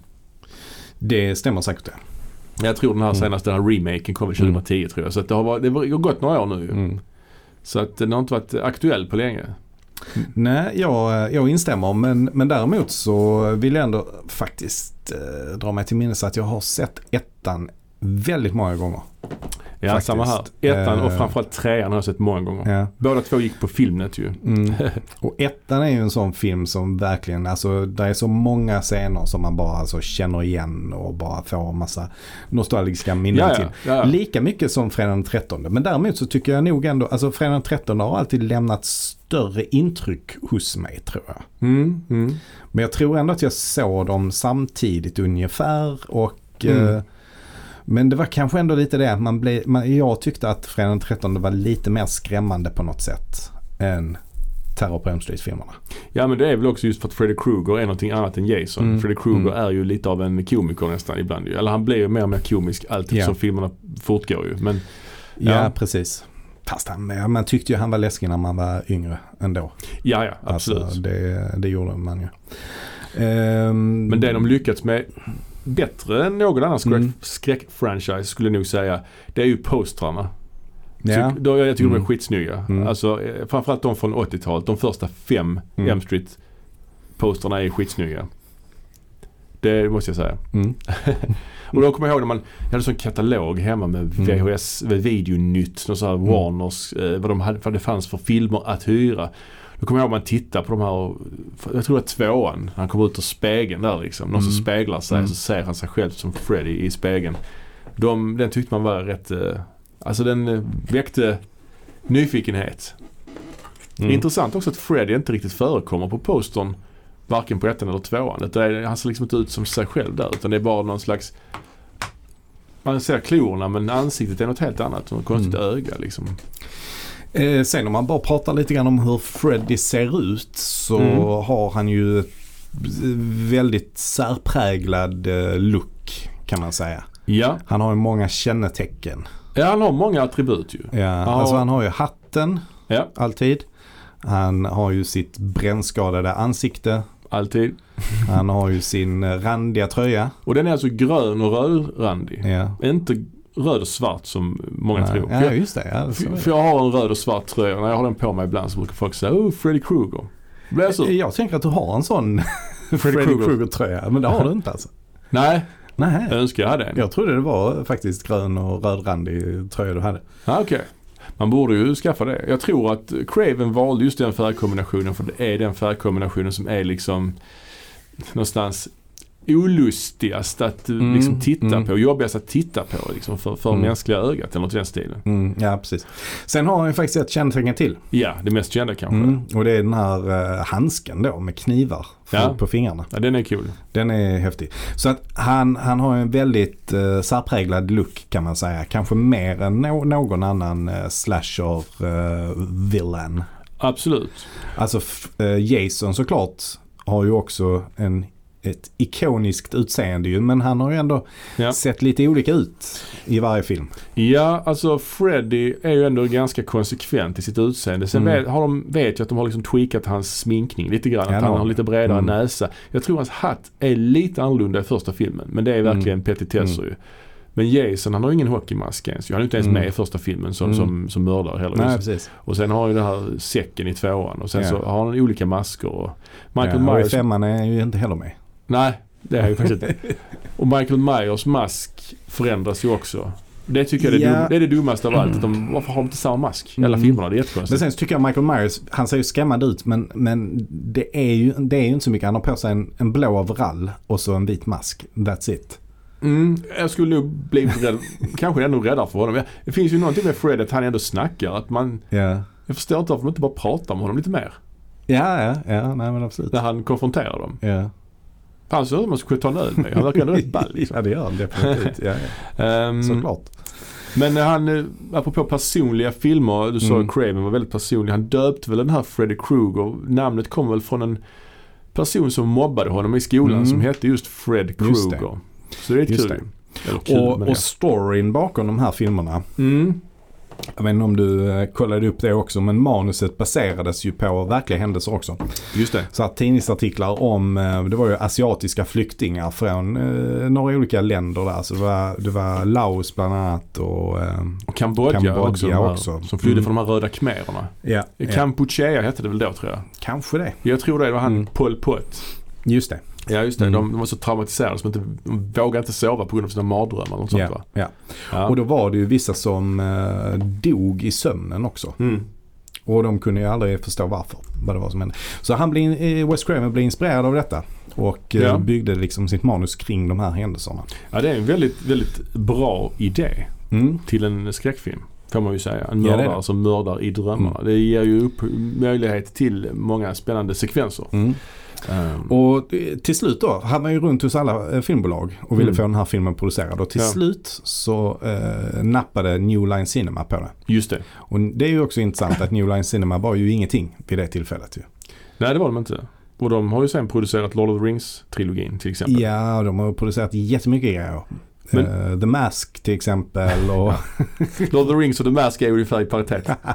Det stämmer säkert det. Jag tror den här senaste den här remaken kom tjugohundratio mm. tror jag. Så att det har varit, det har gått några år nu. Mm. Så att den har inte varit aktuell på länge. Mm. Nej, jag, jag instämmer. Men, men däremot så vill jag ändå faktiskt eh, dra mig till minnes att jag har sett ettan väldigt många gånger. Ja, faktiskt. Samma här. Ettan och framförallt trean har jag sett många gånger. Ja. Båda två gick på Filmnet ju. Mm. Och ettan är ju en sån film som verkligen, alltså det är så många scener som man bara alltså, känner igen och bara får en massa nostalgiska minnen ja, ja. till. Ja, ja. Lika mycket som Fredag den trettonde. Men däremot så tycker jag nog ändå, alltså Fredag den trettonde har alltid lämnat större intryck hos mig, tror jag. Mm. Mm. Men jag tror ändå att jag såg dem samtidigt ungefär och mm. eh, men det var kanske ändå lite det att man blev, man, jag tyckte att Fredag den trettonde var lite mer skrämmande på något sätt än Terror på Elm Street-filmerna. Ja, men det är väl också just för att Freddy Krueger är någonting annat än Jason. Mm. Freddy Krueger mm. är ju lite av en komiker nästan ibland. Eller han blir ju mer och mer komisk alltid yeah. som filmerna fortgår ju. Men, ja. ja, precis. Fast han, man tyckte ju han var läskig när man var yngre ändå. Ja, ja, absolut. Alltså, det, det gjorde man ju. Um, men det de lyckats med bättre än någon annan skräck, mm. skräckfranchise skulle jag nog säga, det är ju postrarna. Ja. Så, då, jag tycker mm. de är skitsnygga. Mm. Alltså, framförallt de från åttiotalet. De första fem mm. Elm Street-postrarna är skitsnygga. Det måste jag säga. Mm. Och då kommer jag ihåg när man jag hade en sån katalog hemma med V H S, med Videonytt, någon sån här mm. Warners, eh, vad, de hade, vad det fanns för filmer att hyra. Då kommer jag ihåg att man tittar på de här, jag tror att tvåan, han kommer ut ur spegeln där liksom. Någon mm. som speglar sig mm. så ser han sig själv som Freddy i spegeln. De, den tyckte man var rätt, eh, alltså den väckte nyfikenhet. Mm. Intressant också att Freddy inte riktigt förekommer på postern, varken på ettan eller tvåan. Det, han ser liksom inte ut som sig själv där, utan det är bara någon slags, man ser klorna men ansiktet är något helt annat, något konstigt mm. öga liksom. Eh, sen om man bara pratar lite grann om hur Freddy ser ut så mm. har han ju väldigt särpräglad eh, look kan man säga. Ja. Han har ju många kännetecken. Ja, han har många attribut ju. Ja, han alltså har... han har ju hatten ja. alltid. Han har ju sitt brännskadade ansikte. Alltid. Han har ju sin randiga tröja. Och den är alltså grön och rödrandig. Ja. Inte röd och svart som många Nej. tror. Ja, just det. Ja, det för, för jag har en röd och svart tröja. När jag har den på mig ibland så brukar folk säga oh, Freddy Krueger. Jag, jag tänker att du har en sån Freddy Krueger-tröja. Men det har du inte alltså. Nej. Nej. Jag önskar jag hade en. Jag trodde det var faktiskt grön och rödrandig tröja du hade. Ah, okej. Okay. Man borde ju skaffa det. Jag tror att Craven valde just den färgkombinationen för det är den färgkombinationen som är liksom någonstans olustigast att mm, liksom titta mm. på, jobbigast att titta på liksom för, för mm. mänskliga ögat eller något i den stilen. Mm, ja, precis. Sen har han ju faktiskt ett kännetecken till. Ja, det mest kända kanske. Mm, och det är den här uh, handsken då med knivar ja. på fingrarna. Ja, den är kul. Den är häftig. Så att han, han har en väldigt uh, särpräglad look kan man säga. Kanske mer än no- någon annan uh, slasher uh, villain. Absolut. Alltså f- uh, Jason såklart har ju också en ett ikoniskt utseende ju, men han har ju ändå ja. sett lite olika ut i varje film. Ja, alltså Freddy är ju ändå ganska konsekvent i sitt utseende. Sen mm. vet, har de, vet jag att de har liksom tweakat hans sminkning lite grann. Ja, att han har lite bredare mm. näsa. Jag tror hans hatt är lite annorlunda i första filmen, men det är verkligen mm. petitesser ju. Men Jason, han har ingen hockeymask ens. Han är inte ens mm. med i första filmen som, mm. som, som mördare heller. Nej, precis. Och sen har han ju den här säcken i tvåan. Och sen ja. så har han olika masker. Och Michael ja, Myers... Och i femman är ju inte heller med. Nej, det är ju faktiskt inte. Och Michael Myers mask förändras ju också. Det tycker jag är, ja. det, dum, det är det dummaste av allt. De, varför har de inte samma mask i alla mm. filmerna? Det är jättekonstigt. Men sen så tycker jag Michael Myers, han ser ju skrämmande ut, men, men det, är ju, det är ju inte så mycket. Han har på sig en, en blå overall och så en vit mask. That's it. Mm, jag skulle nog bli rädd, kanske ändå räddare för honom. Det finns ju någonting med Fred att han ändå snackar. Att man, yeah. Jag förstår inte varför man inte bara pratar med honom lite mer. Ja, ja, ja, nej men absolut. När han konfronterar dem. Ja. Yeah. Han så att man skulle ta en öl med. Han verkar ändå rätt ball. Liksom. Ja, det gör han definitivt. Ja, ja. Um, Såklart. Men han, apropå personliga filmer, du sa mm. att Craven var väldigt personlig. Han döpte väl den här Freddy Krueger. Namnet kom väl från en person som mobbade honom i skolan mm. som hette just Fred Krueger. Just det. Så det är just kul. Det. kul och, och storyn bakom de här filmerna. Mm. Jag vet inte om du eh, kollade upp det också, men manuset baserades ju på verkliga händelser också. Just det. Så att tidningsartiklar om, eh, det var ju asiatiska flyktingar från eh, några olika länder där. Så det var, det var Laos bland annat och, eh, och Kambodja, Kambodja också, här, också. Som flydde mm. från de här röda khmererna. Ja, Kampuchea ja. hette det väl då tror jag. Kanske det. Jag tror det var han mm. Pol Pot. Just det. Ja just det, mm. de, de var så traumatiserade som inte, de vågade inte sova på grund av sina mardrömmar och sånt ja, va? Ja. ja, och då var det ju vissa som eh, dog i sömnen också. Mm. Och de kunde ju aldrig förstå varför, vad det var som hände. Så han blev, Wes Craven blev inspirerad av detta och ja. byggde liksom sitt manus kring de här händelserna. Ja, det är en väldigt, väldigt bra idé mm. till en skräckfilm. Kan man ju säga. En mördare ja, som mördar i drömmarna. Mm. Det ger ju upp möjlighet till många spännande sekvenser. Mm. Um. Och till slut då, han var ju runt hos alla eh, filmbolag och ville mm. få den här filmen producerad. Och till ja. slut så eh, nappade New Line Cinema på det. Just det. Och det är ju också intressant att New Line Cinema var ju ingenting vid det tillfället ju. Nej, det var de inte. Och de har ju sen producerat Lord of the Rings-trilogin till exempel. Ja, de har producerat jättemycket grejer. Men, uh, The Mask till exempel och Lord of the Rings och The Mask är ju ungefär i paritet. Ja,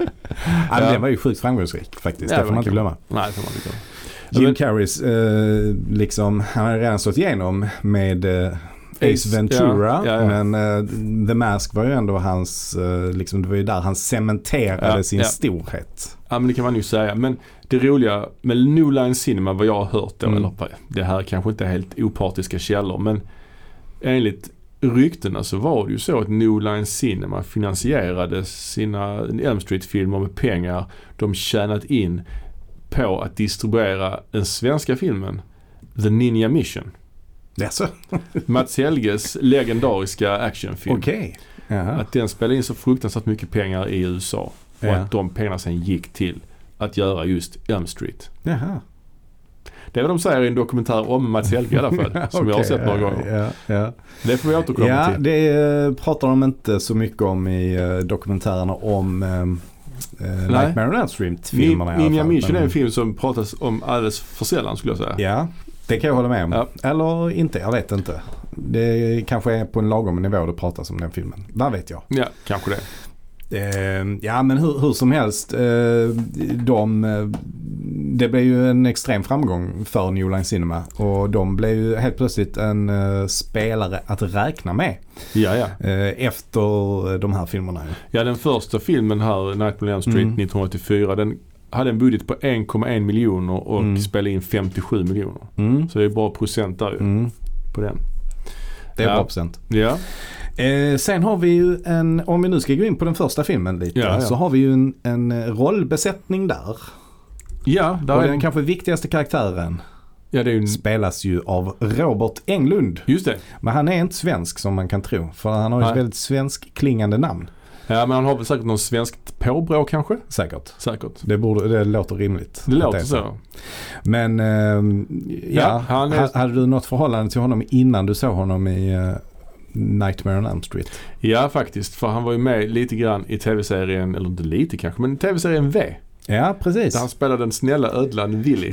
men den var ju sjukt framgångsrik faktiskt. Ja, det får man inte glömma. Nej, det får man inte glömma. Jim men, Carreys eh, liksom, han har redan stått igenom med eh, Ace Ventura, ja, ja, ja. men eh, The Mask var ju ändå hans, eh, liksom, det var ju där han cementerade ja, sin ja. storhet. Ja, men det kan man ju säga. Men det roliga med New Line Cinema, vad jag har hört då, mm. eller det här kanske inte är helt opartiska källor, men enligt ryktena så var det ju så att New Line Cinema finansierade sina Elm Street-filmer med pengar de tjänat in på att distribuera den svenska filmen The Ninja Mission. Yes. Mats Helges legendariska actionfilm. Okay. Uh-huh. Att den spelade in så fruktansvärt mycket pengar i U S A. Och uh-huh. att de pengarna sen gick till att göra just Elm Street. Uh-huh. Det är vad de säger i en dokumentär om Mats Helge i alla fall. Som okay, jag har sett några gånger. Ja, ja. Det får vi återkomma ja, till. Det pratar de inte så mycket om i uh, dokumentärerna om um, uh, Nightmare on Elm Street-filmerna. Ninja Mission men... är en film som pratas om alldeles för sällan skulle jag säga. Ja, det kan jag hålla med om. Ja. Eller inte, jag vet inte. Det kanske är på en lagom nivå det pratas om den filmen. Vad vet jag? Ja, kanske det. Eh, ja men hur, hur som helst, eh, de, det blev ju en extrem framgång för New Line Cinema och de blev ju helt plötsligt en uh, spelare att räkna med. Ja, ja. Eh, efter de här filmerna. Ja, den första filmen här, Nightmare on Elm Street mm. nittonhundraåttiofyra, den hade en budget på en komma en miljoner och mm. spelade in femtiosju miljoner. Mm. Så det är bra procent där ju mm. på den. Det är ja. bra procent. Ja. Eh, sen har vi ju en, om vi nu ska gå in på den första filmen lite, ja, ja. så har vi ju en, en rollbesättning där. Ja, där och är den en... kanske viktigaste karaktären ja, det är en... spelas ju av Robert Englund. Just det. Men han är inte svensk som man kan tro, för han har ju ett väldigt svensk klingande namn. Ja, men han har väl säkert någon svenskt påbrå kanske? Säkert. Säkert. Det, borde, det låter rimligt. Det låter det så. så. Men äh, ja, ja han är... hade du något förhållande till honom innan du såg honom i uh, Nightmare on Elm Street? Ja, faktiskt. För han var ju med lite grann i tv-serien, eller inte lite kanske, men i tv-serien V. Ja, precis. Där han spelade den snälla ödlan Willy.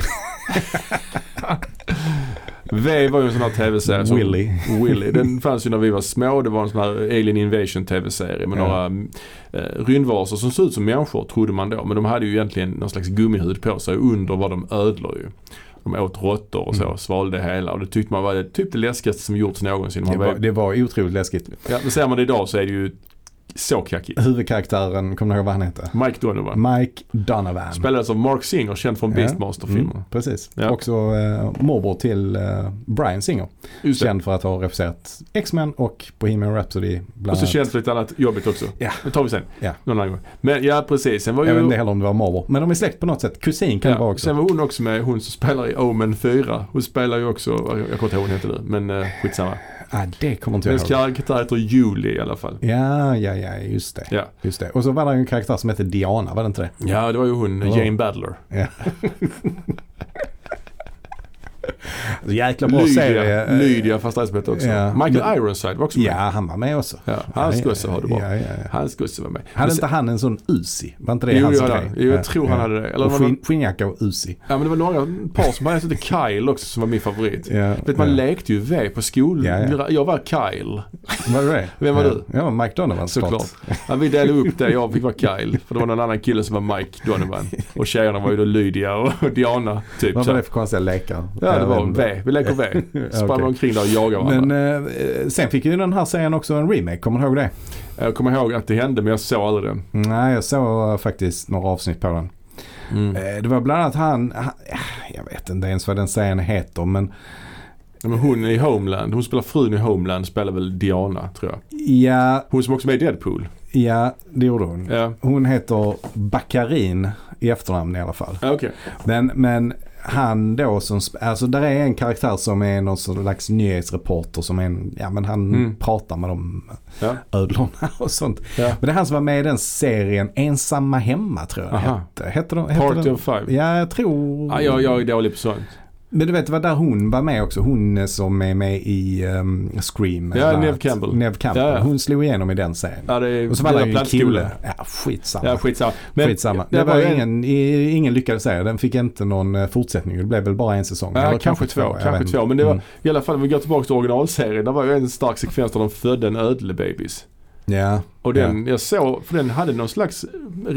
V var ju en sån här tv-serie som Willy. Willy. Den fanns ju när vi var små. Det var en sån här Alien Invasion tv-serie med ja. några eh, rymdvarelser som såg ut som människor, trodde man då. Men de hade ju egentligen någon slags gummihud på sig. Under var de ödlor ju. De åt råttor och så, mm. svalde hela. Och det tyckte man var det, typ det läskigaste som gjorts någonsin. Det var, det var otroligt läskigt. Ja, men ser man det idag så är det ju så kackigt. Huvudkaraktären, kommer du ihåg vad han heter? Mike Donovan. Mike Donovan. Spelades av Mark Singer, känd från Beastmaster-filmerna. Mm, precis. Ja. Också uh, morbror till uh, Bryan Singer. Känd för att ha regisserat X-Men och Bohemian Rhapsody. Och så känd för lite annat jobbigt också. Ja. Det tar vi sen. Ja. Någon annan gång. Men ja, precis. Sen var ju... Jag vet inte heller om det var morbror. Men de är släkt på något sätt. Kusin kan ja. det vara också. Sen var hon också med. Hon som spelar i Omen fyra. Hon spelar ju också, jag kommer inte ihåg vad hon heter nu. Men uh, skitsamma. Ah, det kommer inte jag ihåg. Hennes karaktär heter Julie i alla fall. Ja, ja, ja, just det. Ja. Just det. Och så var det en karaktär som hette Diana, var det inte det? Ja, det var ju hon, oh. Jane Badler. Ja. Jäkla bra Lydia, serie. Lydia fast det spelet också. Ja. Michael Men, Ironside var också med. Ja, han var med också. Ja, hans ja, gosse har det bra. Ja, ja, ja. Hans gosse var med. Hade men inte han en sån Uzi? Var inte det jo, hans jo, grej? Jo, jag ja, tror ja. han hade det. Eller och skinn, skinnjacka och Uzi. Ja, men det var några par som var en som hette Kyle också som var min favorit. Ja, vet, man ja. lekte ju V på skolan. Ja, ja. Jag var Kyle. Var det? Vem var ja. du? Jag var Mike Donovan. Såklart. Ja, vi delade upp det. Jag fick vara Kyle. För det var någon annan kille som var Mike Donovan. Och tjejerna var ju då Lydia och Diana. Typ. Vad var det för konstiga lekar? Ja, det var V. Vi leker V. Sprang okay. omkring där och jagade varandra. Men eh, sen fick ju den här serien också en remake. Kommer du ihåg det? Jag kommer ihåg att det hände, men jag såg aldrig den. Nej, jag såg faktiskt några avsnitt på den. Mm. Eh, det var bland annat han, han... Jag vet inte ens vad den serien heter, men... Ja, men hon i Homeland. Hon spelar frun i Homeland. Spelar väl Diana, tror jag. Ja. Hon som också med i Deadpool. Ja, det gjorde hon. Ja. Hon heter Baccarin i efternamn i alla fall. Ja, okay. Men, men han då som... Alltså där är en karaktär som är någon slags nyhetsreporter som är en... Ja, men han mm. pratar med de ja. ödlorna och sånt. Ja. Men det är han som var med i den serien Ensamma hemma, tror jag. Aha. Hette, hette de, hette Party de? of Five. Ja, jag tror... Ja, jag, jag är dålig på sånt. Men du vet, vad där hon var med också. Hon som är med i um, Scream. Ja, Neve Campbell. Neve Campbell. Ja, ja. Hon slog igenom i den serien. Ja, det är och så var det ju en kille. Ja, skitsamma. Ja, skitsamma. Men, skitsamma. Det, det var, var ingen, en... ingen lyckad serie. Den fick inte någon fortsättning. Det blev väl bara en säsong. Ja, Eller kanske, kanske två. Kanske två. Men det var mm. i alla fall, om vi går tillbaka till originalserien. Det var ju en stark sekvens där de födde en ödlebebis. Ja. Och den, ja. jag såg, för den hade någon slags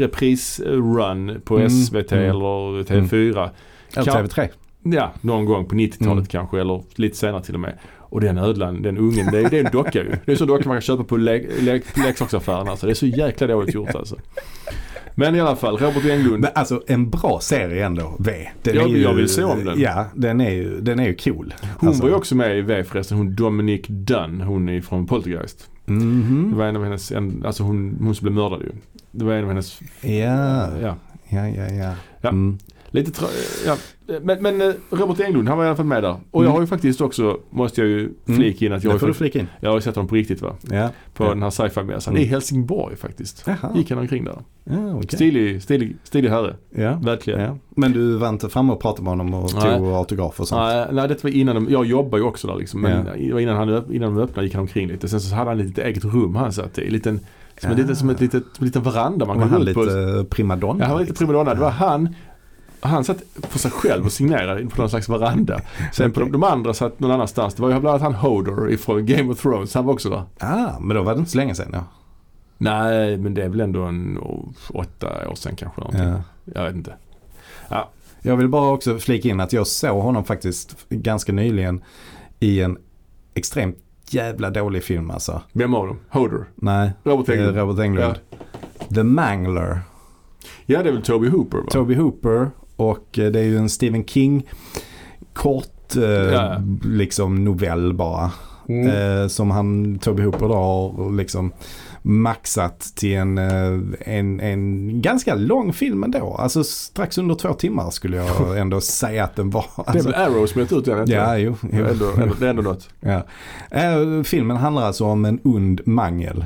repris-run på mm. S V T mm. eller T V fyra. Eller T V tre. Ja, någon gång på nittiotalet mm. kanske, eller lite senare till och med. Och den ödlan, den ungen, det är, det är en docka ju. Det är så docka man kan köpa på le- le- leksaksaffären. Alltså. Det är så jäkla dåligt gjort alltså. Men i alla fall, Robert Englund. Men alltså en bra serie ändå, V. Den jag, är ju, jag vill se om den. Ja, den är ju, den är ju cool. Hon alltså. var ju också med i V förresten, hon Dominic Dunn, hon är från Poltergeist. Mm-hmm. Det var en av hennes, en, alltså hon, hon som blev mördad ju. Det var en av hennes... Ja, ja, ja, ja. ja. ja. Mm. Lite tra- ja. Men, men Robert Englund, han var i alla fall med där. Och mm. jag har ju faktiskt också, måste jag ju flika in att jag, det får har, du flika in. jag har sett honom på riktigt va? Ja. På ja. den här sci-fi-mässan. Mm. I Helsingborg faktiskt. Jaha. Gick han omkring där. Ja, okay. Stilig, stilig, stilig herre. Ja. Verkligen. Ja. Men du var inte framme och pratade med honom och tog nej. autograf och sånt? Nej, nej, det var innan de, jag jobbar ju också där liksom. Men ja. det var innan, han, innan de öppnade gick han omkring lite. Sen så hade han lite eget rum han satt i. Liten, som, ja. en liten, som ett litet, som en liten veranda man kan gå ut på. Var han lite primadonna? Ja, han var lite primadonna. Det var han... Han satt för sig själv och signerade på någon slags veranda. Sen okay. på de, de andra satt någon annanstans. Det var ju bland annat han Hodor ifrån Game of Thrones. Han var också där. Ah, men då var det inte så länge sedan. Ja. Nej, men det är väl ändå en oh, åtta år sedan kanske. Ja. Jag vet inte. Ja. Jag vill bara också flika in att jag såg honom faktiskt ganska nyligen i en extremt jävla dålig film alltså. Vem av dem? Hodor? Nej, Robert Englund. Robert Englund. Ja. The Mangler. Ja, det är väl Toby Hooper, va? Toby Hooper, och det är ju en Stephen King kort eh, Ja. liksom novell bara. Mm. Eh, som han, Toby Hooper då, har liksom maxat till en, eh, en, en ganska lång film ändå. Alltså strax under två timmar skulle jag ändå säga att den var. Alltså, det är väl Arrow som heter ut den, inte? ja, jo. jo. Ändå, ändå, det är ändå något. Ja. Eh, filmen handlar alltså om en ond mangel.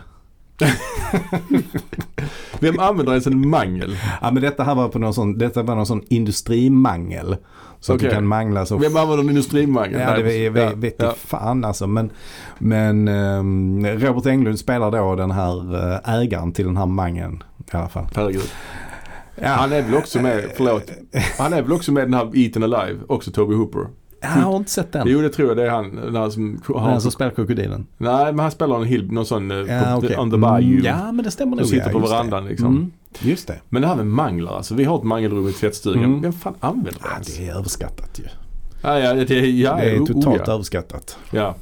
Vem använder ens en mangel? Ja, men detta här var på någon sån, detta var någon sån industrimangel. Så Okej. att du kan mangla så. Vem använder en industrimangel? Ja, det vet, vet, vet ja. jag fan alltså. Men, men um, Robert Englund spelar då den här uh, ägaren till den här mangeln i alla fall. Herregud. Ja. Han är väl också med, förlåt. Han är väl också med den här Eaten Alive, också Toby Hooper. Jag har inte sett den. Jo, det tror jag. Det är han. Den här som, han, Den som spelar krokodilen. nej, men han spelar en hill, någon sån uh, Ja, på, okay. on the bayou. Mm, ja, men det stämmer nog. Som sitter ja, på just verandan det. liksom. Mm, just det. Men det här med manglar, alltså. Vi har ett mangelrum i tvättstugan. Mm. Vem fan använder det Ja, ens? det är överskattat ju. Ja, ja, det, ja, Det är oh, totalt ja. överskattat. Ja.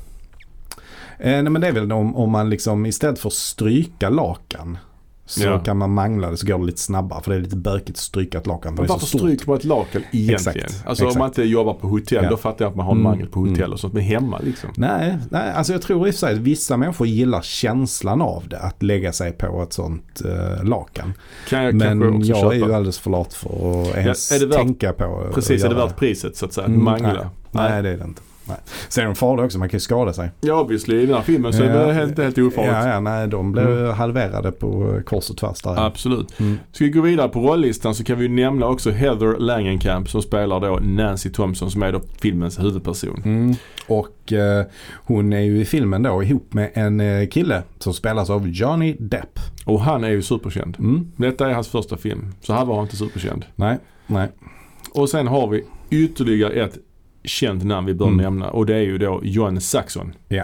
Eh, nej, men det är väl om, om man liksom istället för stryka lakan så Ja. kan man mangla det, så går det lite snabbare, för det är lite bökigt strykat lakan. För Men det är varför så stort. stryker man ett lakan egentligen? Exakt, Alltså exakt. om man inte jobbar på hotell, Ja. då fattar jag att man har en Mm, mangel på hotell mm. och sånt. Men hemma liksom. Nej, nej, alltså jag tror i och för sig att vissa människor gillar känslan av det, att lägga sig på ett sånt eh, lakan. Kan jag Men kanske också jag köpa. är ju alldeles för lat för att ens Ja, är det värt- tänka på att Precis, är det göra värt priset så att säga? Mm, Mangla? nej. Nej, det är det inte. Nej. Sen är de farliga också, man kan ju skada sig. Ja, obviously. I den här filmen så är det Ja. helt, helt ofarligt. Ja, ja, nej, de blev Mm. halverade på kors och tvärs där. Absolut. Mm. Ska vi gå vidare på rolllistan så kan vi nämna också Heather Langenkamp som spelar då Nancy Thompson som är då filmens huvudperson. Mm. Och eh, hon är ju i filmen då ihop med en eh, kille som spelas av Johnny Depp. Och han är ju superkänd. Mm. Detta är hans första film. Så här var han inte superkänd. Nej, nej. Och sen har vi ytterligare ett känt namn vi bör Mm. nämna. Och det är ju då John Saxon. Ja.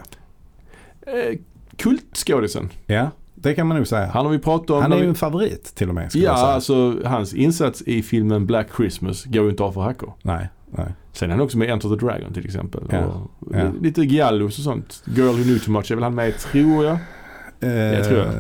Eh, kultskådisen. Ja, det kan man nog säga. Han har vi pratat om. Han är när ju vi... en favorit till och med, skulle Ja, jag säga. alltså hans insats i filmen Black Christmas går ju inte av för hackor. Nej, nej. Sen är han också med Enter the Dragon till exempel. Ja, Och ja. Lite Giallos och sånt. Girl Who Knew Too Much är väl han med, tror jag. Eh, tror jag.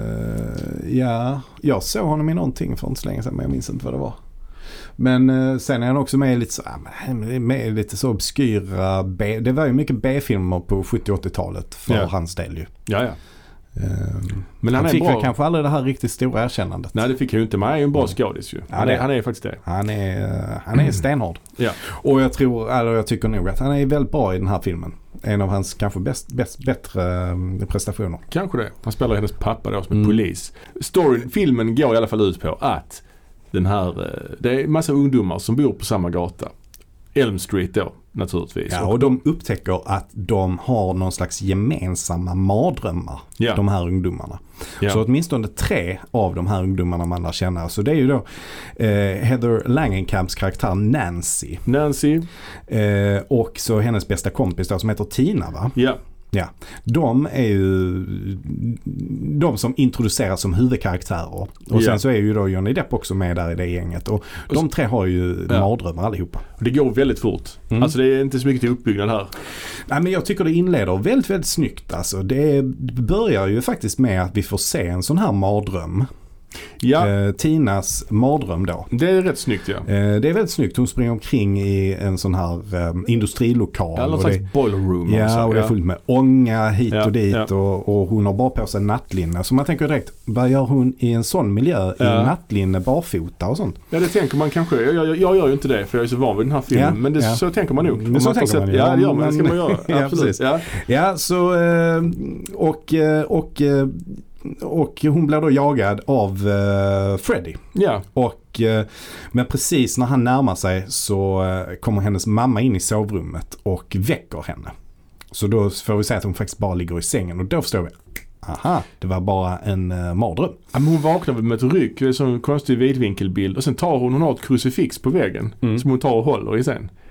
Ja, jag såg honom i någonting för inte så länge sedan, men jag minns inte vad det var. Men eh, sen är han också med i lite så, ah, med i lite så obskyra B, det var ju mycket B-filmer på sjuttio- och åttiotalet för Ja. hans del ju. Ja, ja. Eh, Men han, han är fick bra. väl kanske aldrig det här riktigt stora erkännandet. Nej, det fick jag ju inte. Men han är ju en bra skådis ju. Ja, Han det är, är- han är faktiskt det. Han är, han är stenhård. Ja. Och jag tror, eller jag tycker nog att han är väldigt bra i den här filmen. En av hans kanske bäst, bäst, bättre eh, prestationer. Kanske det. Han spelar hennes pappa då som är Mm. polis. Storyn, filmen går i alla fall ut på att den här, eh, det är en massa ungdomar som bor på samma gata. Elm Street då, naturligtvis. Ja, och de upptäcker att de har någon slags gemensamma mardrömmar, Ja. de här ungdomarna. Ja. Så åtminstone tre av de här ungdomarna man lär känna. Så det är ju då eh, Heather Langenkamps karaktär Nancy. Nancy, Eh, och så hennes bästa kompis då, som heter Tina, va? ja. Ja, de är ju de som introduceras som huvudkaraktärer. Och Ja. sen så är ju då Johnny Depp också med där i det gänget. Och de tre har ju Ja. mardrömmar allihopa. Det går väldigt fort. Mm. Alltså det är inte så mycket till uppbyggnad här. Nej, men jag tycker det inleder väldigt, väldigt snyggt. Alltså, det börjar ju faktiskt med att vi får se en sån här mardröm. Ja, Eh, Tinas mardröm då. det är rätt snyggt ja. Eh, det är väldigt snyggt. Hon springer omkring i en sån här eh, industrilokal. Eller någon och slags det, boiler room. ja, också. och det är fullt med ånga hit Ja, och dit. ja. Och, och hon har bara på sig nattlinne. Så man tänker direkt, vad gör hon i en sån miljö Ja. i nattlinne, barfota och sånt? Ja, det tänker man kanske. Jag, jag, jag gör ju inte det för jag är så van vid den här filmen. Ja, men det, ja. så tänker man nog. Men Om så får tänker sett- man ju. Ja, det gör man. Ja, Det ska men- man göra. Ja, Absolut. precis. Ja. Ja, så eh, och, eh, och, eh, och hon blir då jagad av eh, Freddy. Ja. Och, eh, men precis när han närmar sig så eh, kommer hennes mamma in i sovrummet och väcker henne. Så då får vi säga att hon faktiskt bara ligger i sängen och då förstår vi, aha, det var bara en uh, mardröm. Ja, men hon vaknar väl med ett ryck. Det är så en konstig vidvinkelbild. Och sen tar hon, hon har ett krucifix på väggen. Mm. Som hon tar och håller i sen.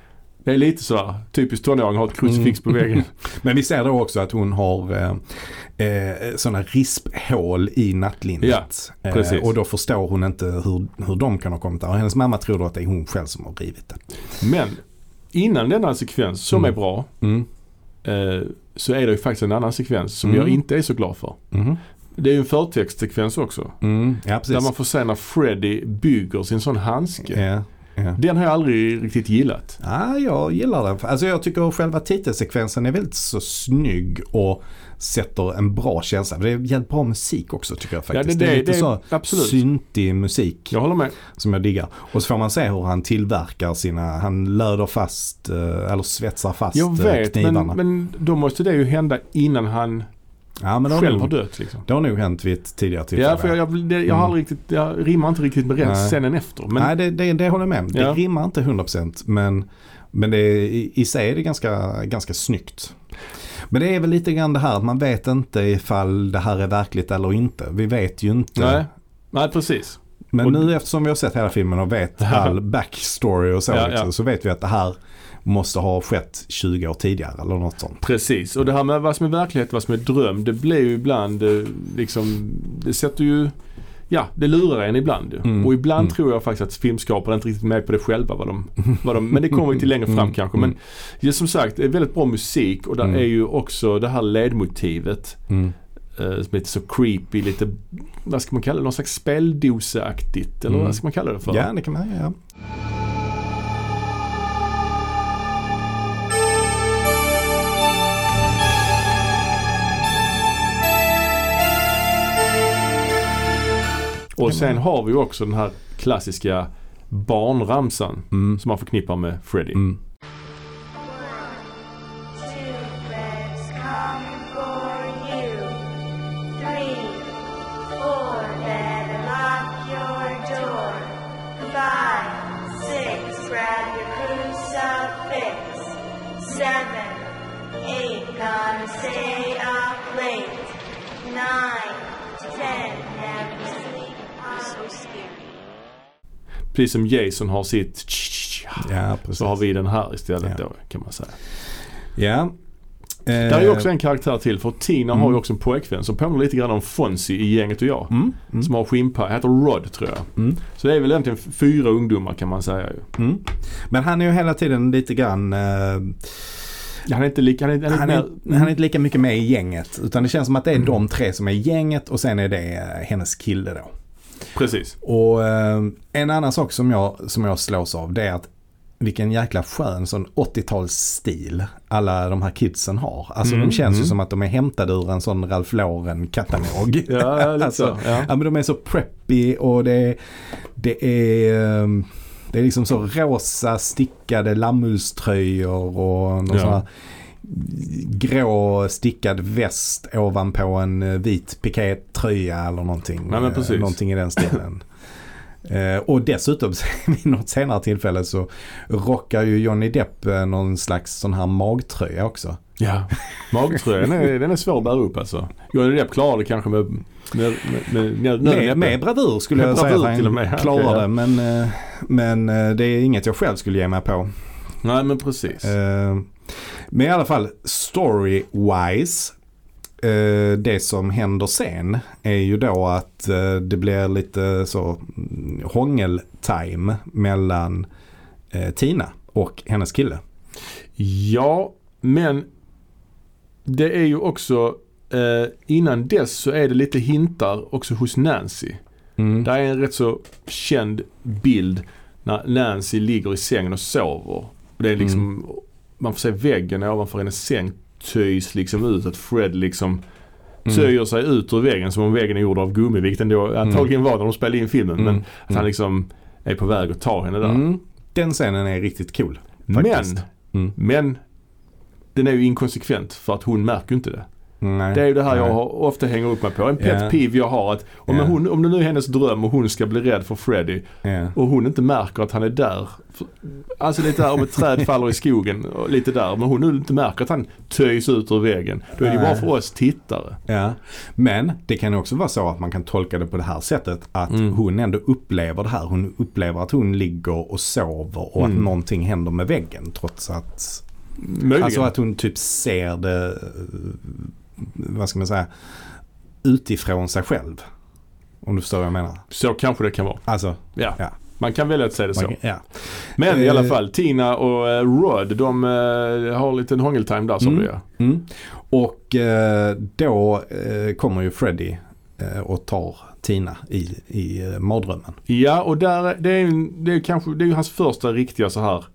Det är lite så här, typiskt tonåring har ett krucifix på väggen. Men vi ser då också att hon har eh, eh, sådana risphål i nattlinnet. Ja, precis. Eh, och då förstår hon inte hur, hur de kan ha kommit där. Och hennes mamma tror då att det är hon själv som har rivit det. Men innan denna sekvens som Mm. är bra Mm. eh, så är det ju faktiskt en annan sekvens som Mm. jag inte är så glad för. Mm. Det är ju en förtextsekvens också. Mm. Ja, precis. Där man får se när Freddy bygger sin sån handske. Ja, ja. Den har jag aldrig riktigt gillat. Ja, jag gillar den. Alltså jag tycker själva titelsekvensen är väldigt så snygg och sätter en bra känsla. Det är jävligt bra musik också tycker jag faktiskt. Ja, det, det, det, är lite det, så absolut. syntig musik Jag håller med. som jag diggar. Och så får man se hur han tillverkar sina, han löder fast eh, eller svetsar fast Jag vet, knivarna. men, men då måste det ju hända innan han ja, men det har själv nog, har dött. Liksom. Det har nog hänt vid ett tidigare tillfälle. Ja, för jag, jag, det, jag har aldrig riktigt, jag rimmar inte riktigt med den Nej. scenen efter. Men, Nej, det, det, det håller jag med om. Det Ja. rimmar inte hundra procent men, men det är, i, i sig är det ganska, ganska snyggt. Men det är väl lite grann det här att man vet inte ifall det här är verkligt eller inte. Vi vet ju inte. nej, nej, precis. Men och, nu eftersom vi har sett hela filmen och vet all backstory och så, Ja, liksom, ja. så vet vi att det här måste ha skett tjugo år tidigare eller något sånt. Precis, och det här med vad som är verklighet, vad som är dröm, det blir ju ibland eh, liksom, det sätter ju, ja, det lurar en ibland. Mm. Och ibland Mm. tror jag faktiskt att filmskapare inte riktigt med på det själva, vad de, vad de, men det kommer vi till längre fram Mm. kanske. Men Mm. ja, som sagt, det är väldigt bra musik och där Mm. är ju också det här ledmotivet Mm. eh, som är lite så creepy, lite, vad ska man kalla det, någon slags speldoseaktigt, eller Mm. vad ska man kalla det för? Ja, det kan man ja. Och sen har vi ju också den här klassiska barnramsan Mm. som man förknippar med Freddy. Mm. Two Fred's coming for you. Three, four, better lock your door. Five, six, grab your crucifix. Seven, eight, gonna stay up late. Nine, ten, never sleep. I'm so scared. Precis som Jason har sitt Ja, precis. så har vi den här istället Ja. då, kan man säga. Ja. Där är ju också en karaktär till, för Tina Mm. har ju också en pojkvän som påminner lite grann om Fonzie i Gänget och jag. Mm. Mm. Som har skinnpaj, heter Rod tror jag. Mm. Så det är väl egentligen fyra ungdomar kan man säga ju. Mm. Men han är ju hela tiden lite grann eh, Han är inte lika, han är, han är, han, mer, är, han är inte lika mycket med i gänget utan det känns som att det är Mm. de tre som är gänget och sen är det eh, hennes kille då. precis. Och eh, en annan sak som jag, som jag slås av det är att vilken jäkla skön sån åttiotalsstil alla de här kidsen har. Alltså Mm, de känns ju mm. som att de är hämtade ur en sån Ralph Lauren-katalog. Ja, ja, lite alltså, så. Ja. ja, men de är så preppy och det, det är eh, det är liksom så rosa stickade lammullströjor och någon Ja. sån här grå stickad väst ovanpå en eh, vit pikétröja eller någonting. Nej, men eh, precis. någonting i den stilen. Eh, och dessutom vid något senare tillfälle så rockar ju Johnny Depp eh, någon slags sån här magtröja också. Ja, magtröjan är, den är svår att bära upp alltså. Johnny Depp klarar det kanske med med, med, med, Med, med bravur skulle Med jag säga bravur att till och han med, klarar okej, ja. det. Men, eh, men eh, det är inget jag själv skulle ge mig på. Nej, men precis. Eh, men i alla fall story-wise eh, det som händer sen är ju då att eh, det blir lite så mm, hångel-time mellan eh, Tina och hennes kille. Ja, men det är ju också eh, innan dess så är det lite hintar också hos Nancy. Mm. Det är en rätt så känd bild när Nancy ligger i sängen och sover. Det är liksom, Mm. man får se väggen ovanför hennes säng töjs liksom ut, att Fred liksom Mm. töjer sig ut ur väggen som om väggen är gjord av gummi, vilket ändå antagligen var när de spelade in filmen. Mm. Men att han liksom är på väg att ta henne där. Mm. Den scenen är riktigt cool. Men, faktiskt. Mm. men den är ju inkonsekvent för att hon märker inte det. Nej. Det är ju det här Nej. jag har, ofta hänger upp mig på. En pet Ja. peeve jag har att om, Ja. hon, om det nu är hennes dröm och hon ska bli rädd för Freddy Ja. och hon inte märker att han är där. Alltså lite där om ett träd faller i skogen och lite där. Men hon nu inte märker att han töjs ut ur väggen. Då är det Nej. bara för oss tittare. Ja, men det kan också vara så att man kan tolka det på det här sättet att Mm. hon ändå upplever det här. Hon upplever att hon ligger och sover och Mm. att någonting händer med väggen trots att Möjligen. alltså att hon typ ser det eh, vad ska man säga utifrån sig själv. Om du förstår vad jag menar. Så kanske det kan vara. Alltså, Ja. Ja. Man kan välja att säga det så. man, ja. Men i Eh. alla fall, Tina och eh, Rod, de eh, har en liten hångeltime där som Mm. det är. Mm. Och eh, då eh, kommer ju Freddy eh, och tar Tina i, i eh, mardrömmen. Ja, och där, det är ju det är kanske det är ju hans första riktiga så här.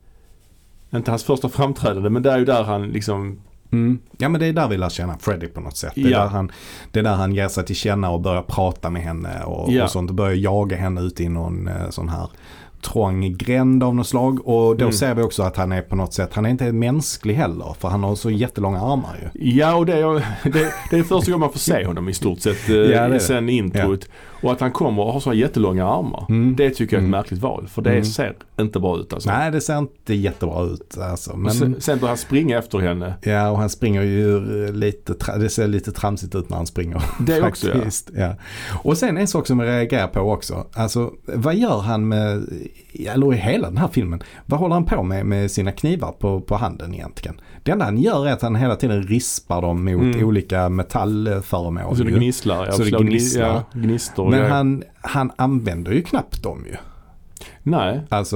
Inte hans första framträdande, men det är ju där han liksom. Mm. Ja, men det är där vi lär känna Freddy på något sätt. Det är, Ja. där, han, det är där han ger sig till känna och börjar prata med henne och, Ja. och sånt. Och börjar jaga henne ut i någon eh, sån här trång gränd av något slag. Och då Mm. ser vi också att han är på något sätt, han är inte mänsklig heller. För han har så jättelånga armar ju. Ja, och det är, det, det är första gången man får se honom i stort sett eh, Ja, det är det. sen introt. Och att han kommer och har så jättelånga armar. Mm. Det tycker jag är ett Mm. märkligt val. För det Mm. ser inte bra ut alltså. Nej, det ser inte jättebra ut. Alltså. Och Men, sen, sen börjar han springa efter henne. ja, och han springer ju lite, tra- det ser lite tramsigt ut när han springer. Det också, ja. Faktiskt, ja. Och sen en sak som jag reagerar på också. Alltså, vad gör han med, eller i hela den här filmen, vad håller han på med med sina knivar på, på handen egentligen? Det enda han gör är att han hela tiden rispar dem mot Mm. olika metallföremål. Så det ju. gnisslar. Ja, Så det slår gni- gnisslar. Ja, gnistor. Men ja. han, han använder ju knappt dem ju. Nej. Alltså,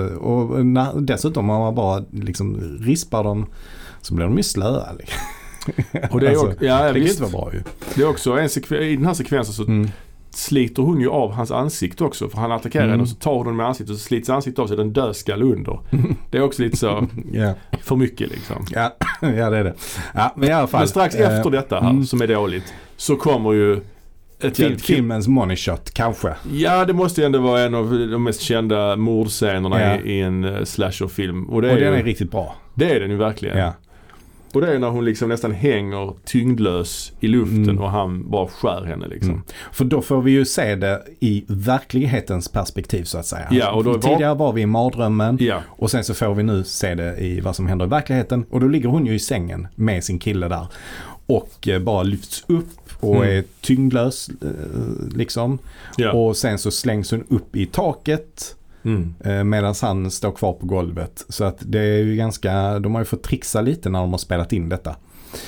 och när, dessutom om man bara liksom rispar dem så blir de ju slöa. Liksom. Och det är, Alltså, också, ja, det kan visst, inte vara bra ju. det är också en sekven- i den här sekvensen så Mm. sliter hon ju av hans ansikte också. För han attackerar Mm. henne och så tar hon med ansiktet och så slits ansiktet av sig. Den dödskall under. Det är också lite så Ja. för mycket liksom. Ja, ja, det är det. Ja, men i alla fall. Men strax eh, efter detta här mm. som är dåligt så kommer ju ett Film, jävligt kul. filmens money shot, kanske. Ja, det måste ju ändå vara en av de mest kända mordscenerna Ja. i, i en uh, slasherfilm. Och det är, Och den ju, är riktigt bra. det är den ju verkligen. Ja. Och det är när hon liksom nästan hänger tyngdlös i luften Mm. och han bara skär henne liksom. Mm. För då får vi ju se det i verklighetens perspektiv så att säga. Ja, och då var- Tidigare var vi i mardrömmen Ja. och sen så får vi nu se det i vad som händer i verkligheten. Och då ligger hon ju i sängen med sin kille där. Och eh, bara lyfts upp och Mm. är tyngdlös eh, liksom. Ja. Och sen så slängs hon upp i taket. Mm. Eh, medan han står kvar på golvet. Så att det är ju ganska, de har ju fått trixa lite när de har spelat in detta.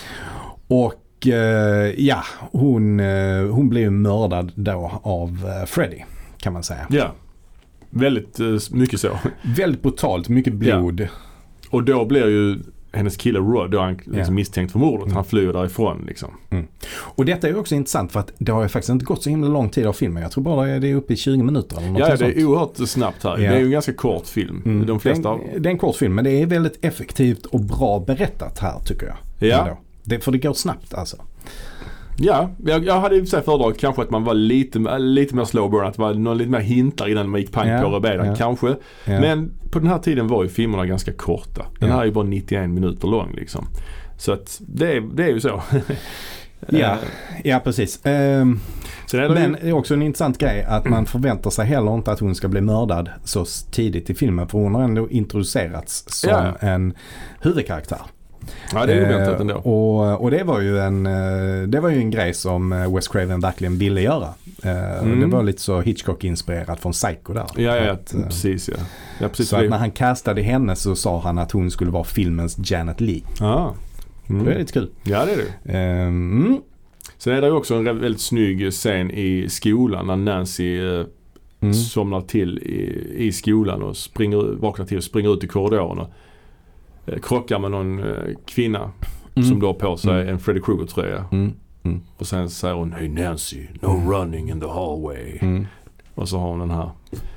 Och eh, ja, hon, eh, hon blir ju mördad då av eh, Freddy kan man säga. Ja. Väldigt uh, mycket så. Väldigt brutalt, mycket blod. Och då blir ju hennes kille Rod, då är han liksom Ja. misstänkt för mordet. Mm. Han flyr därifrån liksom. Och detta är ju också intressant för att det har ju faktiskt inte gått så himla lång tid av filmen. Jag tror bara det är uppe i tjugo minuter eller något Ja, det sånt. är oerhört snabbt här. Ja. Det är ju en ganska kort film. Mm. De flesta... det, är, det är en kort film men det är väldigt effektivt och bra berättat här tycker jag. Ja. Ändå. Det, för det går snabbt alltså. Ja, jag, jag hade i och för sig föredragit kanske att man var lite, lite mer slow burn. Att det var någon lite mer hintar innan man gick pang Ja, på rödbetan. ja. Kanske. Ja. Men på den här tiden var ju filmerna ganska korta. Den Ja. här är ju bara nittioen minuter lång liksom. Så att det, är- det är ju så. Ja, Eh, ja precis. Ehm, Sen är det men ju, det är också en intressant grej att man förväntar sig heller inte att hon ska bli mördad så tidigt i filmen. För hon har ändå introducerats som Ja. en huvudkaraktär. ja, det är ju Eh, oväntat ändå. och, och det var ju en eh, det var ju en grej som eh, Wes Craven verkligen ville göra. Eh, Mm. Det var lite så Hitchcock-inspirerat från Psycho där. Ja, ja, Att, eh, precis ja. ja precis, så att det- när han castade henne så sa han att hon skulle vara filmens Janet Leigh. Ja. Mm. Det är lite kul. Ja, det är det. Mm. Sen är det ju också en re- väldigt snygg scen i skolan när Nancy eh, Mm. somnar till i, i skolan och springer, vaknar till och springer ut i korridoren och eh, krockar med någon eh, kvinna Mm. som då har på sig Mm. en Freddy Krueger-tröja. Mm. Och sen säger hon "Hey Nancy, no running in the hallway." Mm. Och så har hon den här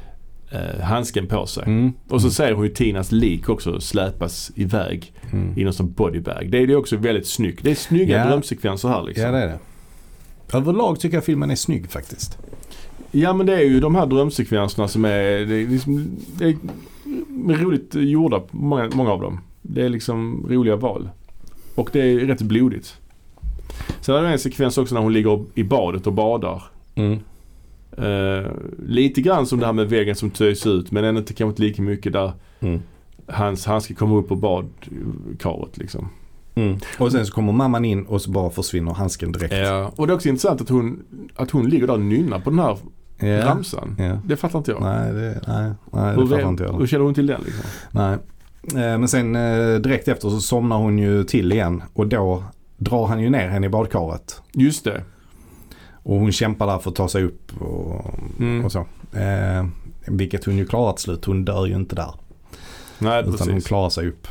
eh, handsken på sig. Mm. Och så ser hon ju Tinas lik också släpas iväg Mm. i någon sån bodybag. Det är det också väldigt snyggt. Det är snygga Ja. drömsekvenser här liksom. Ja, det är det. Överlag tycker jag filmen är snygg faktiskt. Ja, men det är ju de här drömsekvenserna som är, det är, liksom, det är roligt gjorda, många, många av dem. Det är liksom roliga val. Och det är rätt blodigt. Sen är det en sekvens också när hon ligger i badet och badar. Mm. Uh, lite grann som det här med väggen som töjs ut, men ändå inte kanske inte lika mycket där Mm. hans, han ska komma upp på badkaret liksom. Mm. Och sen så kommer mamman in och så bara försvinner handsken direkt. Ja, och det är också intressant att hon, att hon ligger där och nynnar på den här Ja. ramsan. Ja. Det fattar inte jag. Nej, det, nej, nej, det hur, fattar inte jag. hur känner hon till den liksom? Nej. Eh, Men sen eh, direkt efter så somnar hon ju till igen och då drar han ju ner henne i badkaret. Just det. Och hon kämpar där för att ta sig upp och, Mm. och så. Eh, vilket hon ju klarar till slut. Hon dör ju inte där. Nej, Utan precis. hon klarar sig upp.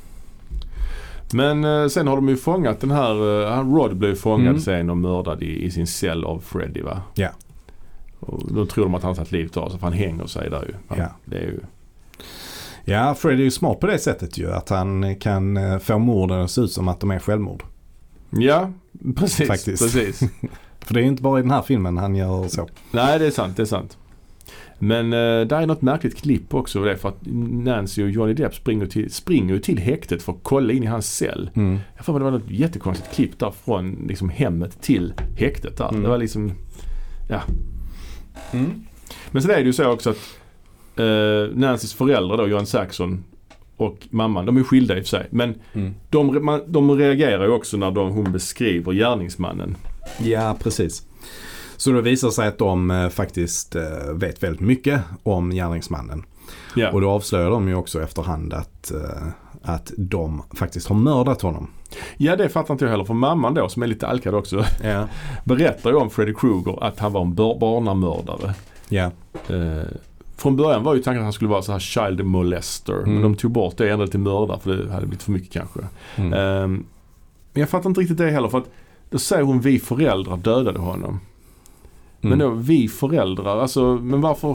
Men eh, sen har de ju fångat den här, eh, han Rod blev fångad Mm. sen och mördad i, i sin cell av Freddy, va? Ja. Och då tror de att han har tagit livet av sig, för han hänger sig där ju. Han, Ja. Det är ju... Ja, Freddy är ju smart på det sättet ju. Att han kan eh, få morden att se ut som att de är självmord. Ja, precis. Faktiskt. precis. För det är ju inte bara i den här filmen han gör så. Nej, det är sant, det är sant. Men eh, där är något märkligt klipp också, det är för att Nancy och Johnny Depp springer till, springer till häktet för att kolla in i hans cell. Mm. Jag får det var något jättekonstigt klipp där från liksom hemmet till häktet där. Mm. Det var liksom, ja. Mm. Men sen är det ju så också att eh, Nancys föräldrar då, John Saxon och mamman, de är skilda i och för sig. Men Mm. de, man, de reagerar ju också när de, hon beskriver gärningsmannen. Ja, precis. Så då visar sig att de eh, faktiskt eh, vet väldigt mycket om gärningsmannen. Ja. Och då avslöjar de ju också efterhand att, eh, att de faktiskt har mördat honom. ja, det fattar inte jag heller. För mamman då, som är lite alkad också, Ja. berättar ju om Freddy Krueger att han var en bar- barnamördare. Ja. Eh, från början var ju tanken att han skulle vara så här child molester. Mm. Men de tog bort det och ändrade till mördare för det hade blivit för mycket kanske. Mm. Eh, men jag fattar inte riktigt det heller, för att då säger hon vi föräldrar dödade honom. Men Mm. då, vi föräldrar, alltså, men varför?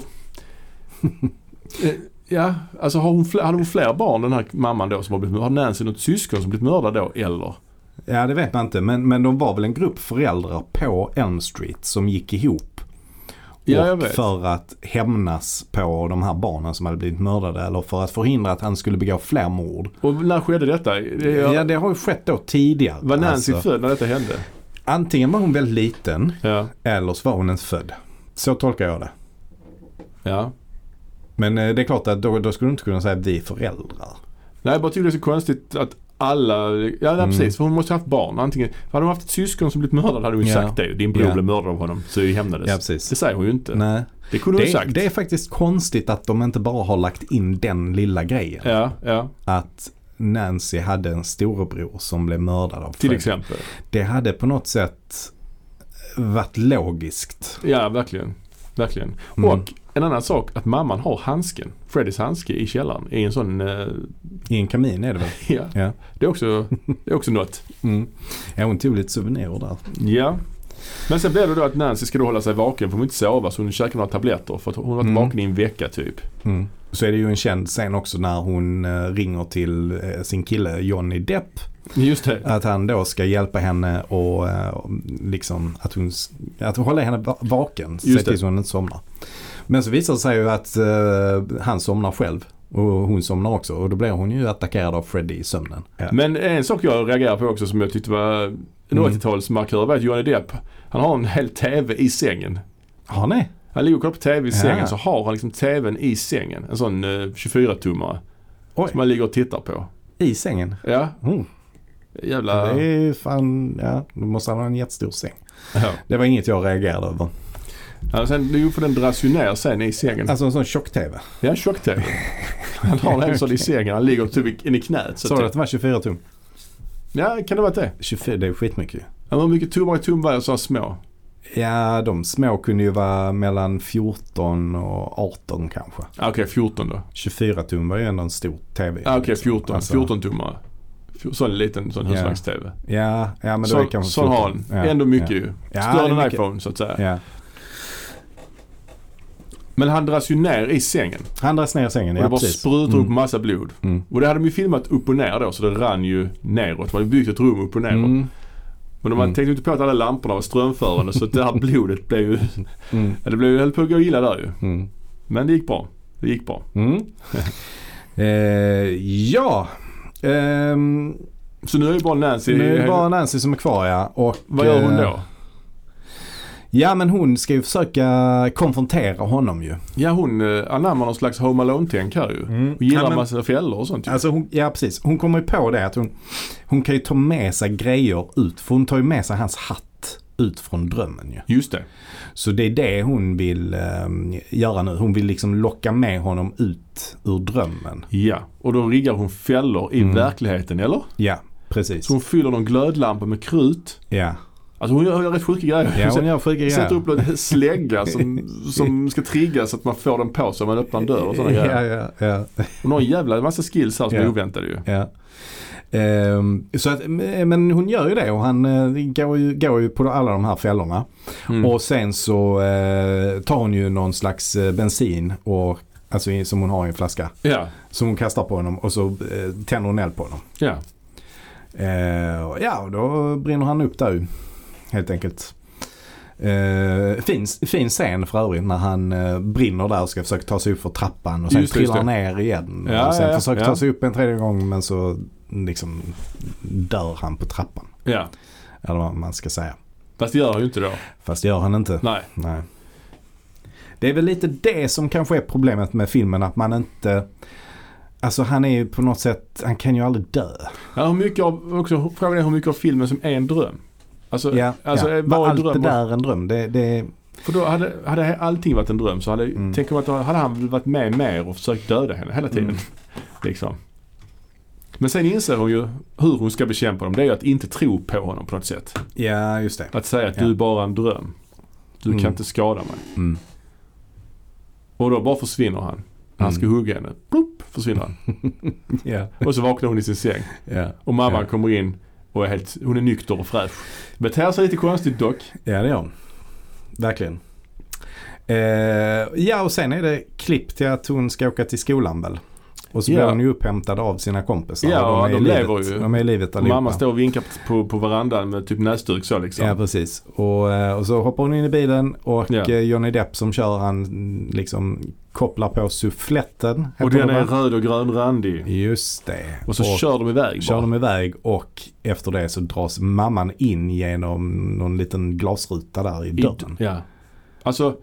eh, ja, alltså har hon, fler, hade hon fler barn, den här mamman då som har blivit mördad? Har Nancy något syskon som blivit mördad då, eller? Ja, det vet man inte. Men, men de var väl en grupp föräldrar på Elm Street som gick ihop. Ja, jag och vet. för att hämnas på de här barnen som hade blivit mördade. Eller för att förhindra att han skulle begå fler mord. Och när skedde detta? Det, Ja, det har ju skett då tidigare. var Nancy Alltså, född när detta hände? antingen var hon väldigt liten Ja. eller så var hon inte född. Så tolkar jag det. Ja. Men eh, det är klart att då, då skulle du inte kunna säga vi föräldrar. Nej, jag bara tycker det är så konstigt att alla, ja nej, Mm. precis, för hon måste ha haft barn. Antingen, hade hon haft ett syskon som blivit mördad hade hon ju Ja. sagt det. Din bror Ja. blev mördad av honom, så ju hämnades. Ja, precis. Det säger hon ju inte. Nej. Det kunde hon Det, sagt. det är faktiskt konstigt att de inte bara har lagt in den lilla grejen. Ja, ja. Att Nancy hade en storebror som blev mördad av Till Freddy. exempel. Det hade på något sätt varit logiskt. Ja, verkligen. Verkligen. Mm. Och en annan sak, att mamman har handsken. Freddys handske i källaren. I en sån, eh, I en kamin är det väl? ja. Ja. Det är också, det är också något. Mm. Ja, hon tog lite souvenirer där. Ja. Men sen blir det då att Nancy ska då hålla sig vaken för hon inte sova, så hon käkar några tabletter för att hon har varit Mm. vaken i en vecka typ. Mm. Så är det ju en känd scen också när hon eh, ringer till eh, sin kille Johnny Depp. Just det. Att han då ska hjälpa henne och eh, liksom att hon att hålla henne va- vaken. Se Just det. till så hon inte somnar. Men så visar det sig ju att eh, han somnar själv. Och hon somnar också. Och då blir hon ju attackerad av Freddy i sömnen. Ja. Men en sak jag reagerar på också som jag tyckte var en Mm. åttiotalsmarkör var att Johnny Depp, han har en hel tv i sängen. Har ni? Han ligger och kollar på tv i Ja. sängen, så har han liksom tvn i sängen. En sån uh, tjugofyra-tummare Oj. som han ligger och tittar på. I sängen? Ja, Mm. jävla... Det är fan, ja, då måste han ha en jättestor säng. Ja. Det var inget jag reagerade över. Ja, sen, jo, för den dras ju ner sen i sängen. Alltså en sån tjock-tv. Ja, tjock-tv. Han har en sån i sängen, han ligger typ in i knät. Så Sa du typ. att det var tjugofyra tum? Ja, kan det vara det? tjugofyra, det är skitmycket ju. Ja, hur mycket tummar i tum var så små? Ja, de små kunde ju vara mellan fjorton och arton kanske. Ah, Okej, okay, fjorton då. tjugofyra tum var ju ändå en stor tv. Ah, Okej, okay, fjorton. Alltså- fjorton tummar. Fj- Sån liten sån Ja. husvagns-tv. Ja, ja men då är Sån, det kanske sån har fjorton. han. Ja, Ändå mycket ja. ju. Ja, Större det är än mycket. iPhone så att säga. Ja. Men han dras ju ner i sängen. Han dras ner i sängen, Och ja det bara precis. sprutar upp Mm. massa blod. Mm. Och det hade de ju filmat upp och ner då, så det rann ju neråt. Man hade byggt ett rum upp och neråt. Mm. Men de hade Mm. tänkt inte på att alla lamporna var strömförande, så att det här blodet blev ju... Mm. Ja, det blev ju höll på att gå illa där ju. Mm. Men det gick bra. Det gick bra. Mm. eh, ja, ehm, Så nu är det bara Nancy. Nu är det bara Nancy som är kvar, ja. Och, vad gör hon då? Ja, men hon ska ju försöka konfrontera honom ju. Ja, hon eh, anammar någon slags Home Alone-tänk här ju. Mm. Och gillar ja, men, massa fällor och sånt ju. Alltså hon, ja, precis. Hon kommer ju på det att hon, hon kan ju ta med sig grejer ut. För hon tar ju med sig hans hatt ut från drömmen ju. Just det. Så det är det hon vill eh, göra nu. Hon vill liksom locka med honom ut ur drömmen. Ja, och då riggar hon fällor i Mm. verkligheten, eller? Ja, precis. Så hon fyller någon glödlampa med krut. Ja. Alltså hon gör, gör rätt sjuka grejer. Ja, hon gör sjuka Hon sätter grejer. upp en slägga som, som ska triggas så att man får den på sig om man öppnar en dörr och sådana Ja, grejer. ja, ja. Hon har en jävla massa skills här som Ja. är oväntade ju. Ja. Ehm, så att, men hon gör ju det och han eh, går, ju, går ju på alla de här fällorna. Mm. Och sen så eh, tar hon ju någon slags eh, bensin och, alltså, i- som hon har i en flaska. Ja, Som hon kastar på honom och så eh, tänder hon eld på honom. ja. Eh, och ja, och då brinner han upp där ju. Helt enkelt. Eh, fin, fin scen för övrigt när han eh, brinner där och ska försöka ta sig upp för trappan och sen Just det, just trillar det. han ner igen. Ja, och sen ja, ja. försöker Ja. ta sig upp en tredje gång men så liksom dör han på trappan. Ja. Eller vad man ska säga. Fast det gör han ju inte då. Fast det gör han inte. Nej. Nej. Det är väl lite det som kanske är problemet med filmen, att man inte... Alltså han är ju på något sätt, han kan ju aldrig dö. Ja, hur mycket av, också, frågan är hur mycket av filmen som är en dröm. Alltså, Ja, alltså ja. var en Allt dröm. det där är en dröm. Det, det, För då hade, hade allting varit en dröm så hade, Mm. tänk om att då hade han varit med mer och försökt döda henne hela tiden. Mm. Liksom. Men sen inser hon ju hur hon ska bekämpa dem. Det är ju att inte tro på honom på något sätt. ja, just det. Att säga att Ja. du är bara en dröm. Du Mm. kan inte skada mig. Mm. Och då bara försvinner han. När han ska Mm. hugga henne. Plupp, försvinner han. Ja, Och så vaknar hon i sin säng. ja. Och mamman Ja. kommer in och är helt, hon är nykter och fräsch. Beter sig lite konstigt dock. Ja, det gör hon. Verkligen. Eh, ja, och sen är det klipp till att hon ska åka till skolan väl. Och så Ja. blir hon ju upphämtad av sina kompisar. Ja, och de i lever livet. ju. De är i livet Och allihopa. mamma står och vinkar på, på verandan med typ näsduk så liksom. Ja, precis. Och, eh, och så hoppar hon in i bilen och Ja. eh, Johnny Depp som kör, han mm, liksom kopplar på suffletten. Och heter den det, är va? röd och grönrandig. Just det. Och så kör de iväg kör bara. de iväg och efter det så dras mamman in genom någon liten glasruta där i dörren. Ja. Alltså,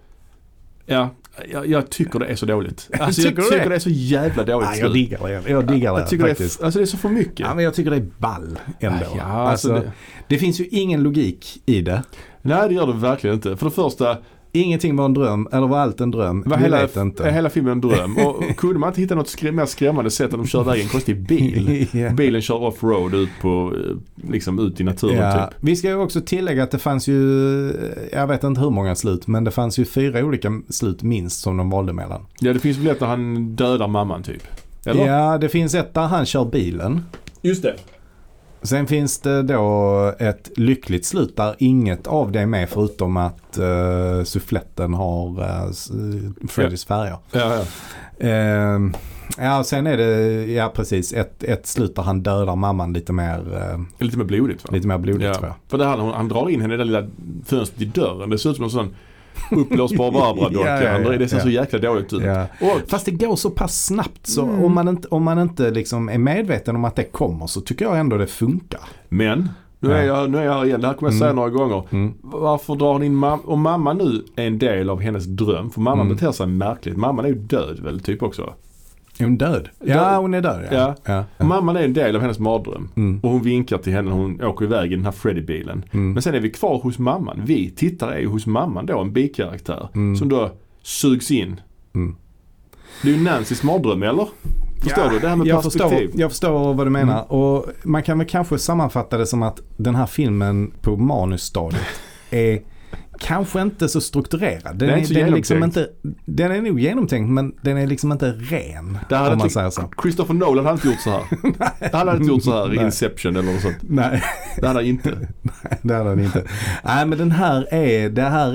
ja, jag, jag tycker det är så dåligt. Alltså, jag Tycker du tycker det? det är så jävla dåligt Ja, jag slut. diggar det. Jag diggar det Jag tycker det faktiskt. är, alltså det är så för mycket. Ja, men jag tycker det är ball ändå. Ja, alltså, alltså det... det, finns ju ingen logik i det. nej, det gör det verkligen inte. För det första, Ingenting var en dröm, eller var allt en dröm? var Vi hela, vet inte. är hela filmen en dröm. Och kunde man inte hitta något skräm, mer skrämmande sätt att de kör iväg i en konstig bil. Ja. Bilen kör off-road ut på, eh, liksom ut i naturen Ja, typ. vi ska ju också tillägga att det fanns ju, jag vet inte hur många slut, men det fanns ju fyra olika slut minst som de valde mellan. Ja, det finns väl ett när han dödar mamman typ. Eller? Ja, det finns ett där han kör bilen. Just det. Sen finns det då ett lyckligt slut där inget av det är med förutom att uh, suffletten har uh, Freddys färger. Ja, ja. Uh, ja, sen är det, ja precis, ett, ett slut där han dödar mamman lite mer, uh, Lite mer blodigt va? lite mer blodigt Ja. tror jag. För det här, han, han drar in henne i det lilla fönstret i dörren. Det ser ut som en sån uppblåsbar Barbara-docka. Ja, ja, Han drar in, det ser ja. så jäkla dåligt ut. Ja. Och, Fast det går så pass snabbt så Mm. om man inte, om man inte liksom är medveten om att det kommer så tycker jag ändå det funkar. men, nu är, jag, nu är jag här igen. Det här kommer jag säga Mm. några gånger. Mm. Varför drar han in mamma? Om mamma nu är en del av hennes dröm. För mamma Mm. beter sig märkligt. Mamman är ju död väl typ också. Är hon död? Ja, Död. hon är död. Ja. Ja. Ja. Ja. Mamman är en del av hennes mardröm. Mm. Och hon vinkar till henne när hon åker iväg i den här Freddy-bilen. Mm. Men sen är vi kvar hos mamman. Vi tittare är ju hos mamman då, en bikaraktär. Mm. Som då sugs in. Mm. Det är ju Nancys mardröm, eller? Förstår Ja, du? Det här med jag perspektiv. förstår, jag förstår vad du menar. Mm. Och man kan väl kanske sammanfatta det som att den här filmen på manusstadiet är kanske inte så strukturerad. Den Den är är, inte så den är liksom genomtänkt. inte, den är nog genomtänkt men den är liksom inte ren. Det hade om man inte- säger så. Christopher Nolan hade inte gjort så här. Han hade inte gjort så här i Nej. Inception eller något sånt. Nej, Det hade han inte. det hade den inte. Nej, men den här är, det här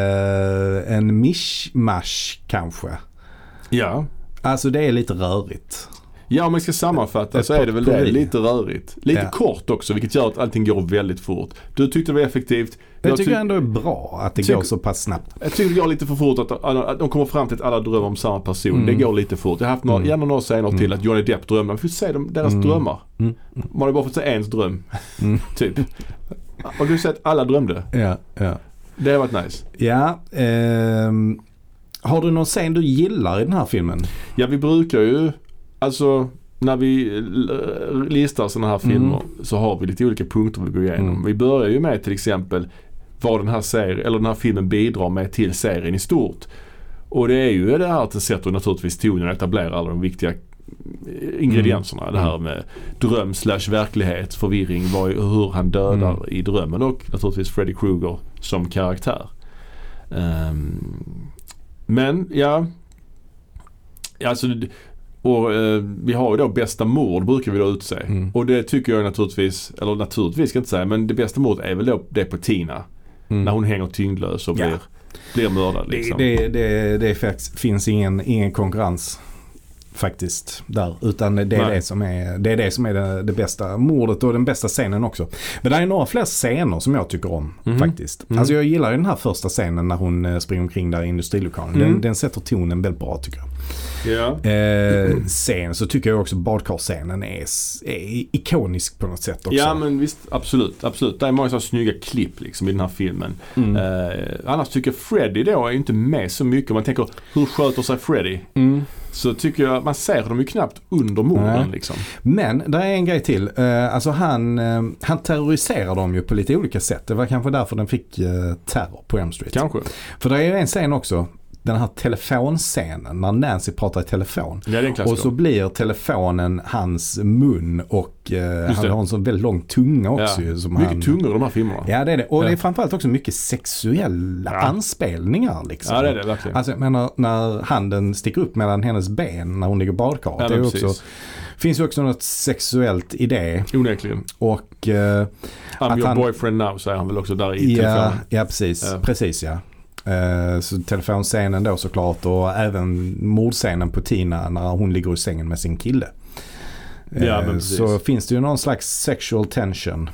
är uh, en mishmash kanske. Ja. Alltså det är lite rörigt. Ja, om man ska sammanfatta Ett så är det väl det potpourri. lite rörigt. Lite Ja. kort också, vilket gör att allting går väldigt fort. Du tyckte det var effektivt. Jag, Jag tycker ty- ändå är bra att det Tycker- går så pass snabbt. Jag tycker det går lite för fort att, att de kommer fram till att alla drömmer om samma person. Mm. Det går lite fort. Jag har haft några, Mm. gärna några scener till Mm. att Johnny Depp drömmer. Man får se dem, deras Mm. drömmar. Mm. Man har bara fått se ens dröm. Mm. Typ. Och du säger att alla drömde. Ja, ja. Det har varit nice. Ja, ehm, har du någon scen du gillar i den här filmen? Ja, vi brukar ju, alltså när vi l- listar sådana här filmer så har vi lite olika punkter vi går igenom. Mm. Vi börjar ju med till exempel vad den här serien, eller den här filmen bidrar med till serien i stort. Och det är ju det här att det sätter naturligtvis tonen och etablerar alla de viktiga ingredienserna. Mm. Det här med dröm slash verklighet, förvirring, vad, hur han dödar Mm. i drömmen och naturligtvis Freddy Krueger som karaktär. Um, men ja, alltså och eh, vi har ju då bästa mord brukar vi då utse. Mm. Och det tycker jag naturligtvis, eller naturligtvis ska jag inte säga, men det bästa mord är väl då det på Tina. Mm. När hon hänger tyngdlös och Ja. blir, blir mördad liksom. Det, det, det, det faktiskt, finns ingen, ingen konkurrens faktiskt där. Utan det är Nej. det som är, det, är, det, som är det, det bästa mordet och den bästa scenen också. Men det är några fler scener som jag tycker om Mhm. faktiskt. Mm. Alltså jag gillar ju den här första scenen när hon eh, springer omkring där i industrilokalen. Mm. Den, den sätter tonen väldigt bra tycker jag. Ja. Eh, sen så tycker jag också badkarscenen är, är ikonisk på något sätt också. Ja men visst, absolut, absolut. Det är många så snygga klipp liksom i den här filmen. Mm. Eh, annars tycker jag Freddy då är ju inte med så mycket. Om man tänker, hur sköter sig Freddy? Mm. Så tycker jag, man ser dem ju knappt under morden Nej. liksom. Men där är en grej till. Eh, alltså han, eh, han terroriserar dem ju på lite olika sätt. Det var kanske därför den fick eh, terror på Elm Street. Kanske. För det är ju en scen också. Den här telefonscenen när Nancy pratar i telefon. Ja, det är en klassiker. Och så blir telefonen hans mun och eh, han det. har en så väldigt lång tunga också. Ja. Ju, som Mycket han, tungor i de här filmerna. Ja det är det. Och Ja. det är framförallt också mycket sexuella Ja. anspelningar liksom. Ja, det är det verkligen. Alltså jag menar när handen sticker upp mellan hennes ben när hon ligger i badkaret. Ja, det är men ju precis. också, finns ju också något sexuellt i det. Onekligen. Och eh, I'm Att your han- boyfriend now säger han väl också där i ja, telefonen. ja, precis. Ja. Precis ja. Eh, så telefonscenen då såklart och även mordscenen på Tina när hon ligger i sängen med sin kille. Eh, Ja, men precis. så finns det ju någon slags sexual tension.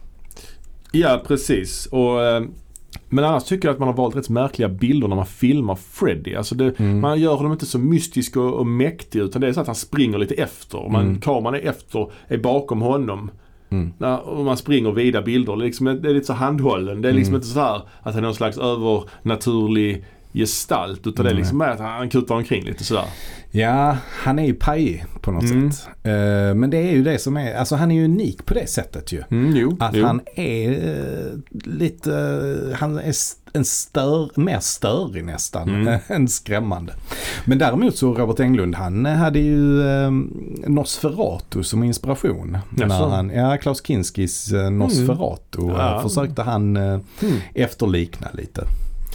Ja, precis. Och, eh, men annars tycker jag att man har valt rätt märkliga bilder när man filmar Freddy. Alltså det, Mm. man gör dem inte så mystisk och, och mäktig utan det är så att han springer lite efter. Man, Mm. Kameran är efter, är bakom honom. Mm. När, och man springer vida bilder. Det är, liksom, det är lite så handhållen. Det är liksom Mm. inte så här att han är någon slags övernaturlig gestalt utan det är Mm. liksom mer att han kutar omkring lite sådär. Ja, han är ju pajig på något Mm. sätt. Eh, men det är ju det som är, alltså han är ju unik på det sättet ju. Mm, jo, Att jo. han är eh, lite, eh, han är st- en stör, mer störig nästan Mm. än skrämmande. Men däremot så Robert Englund, han hade ju eh, Nosferatu som inspiration. Jaså? När han, ja, Klaus Kinskis eh, Nosferatu Mm. eh, Ja. försökte han eh, Mm. efterlikna lite.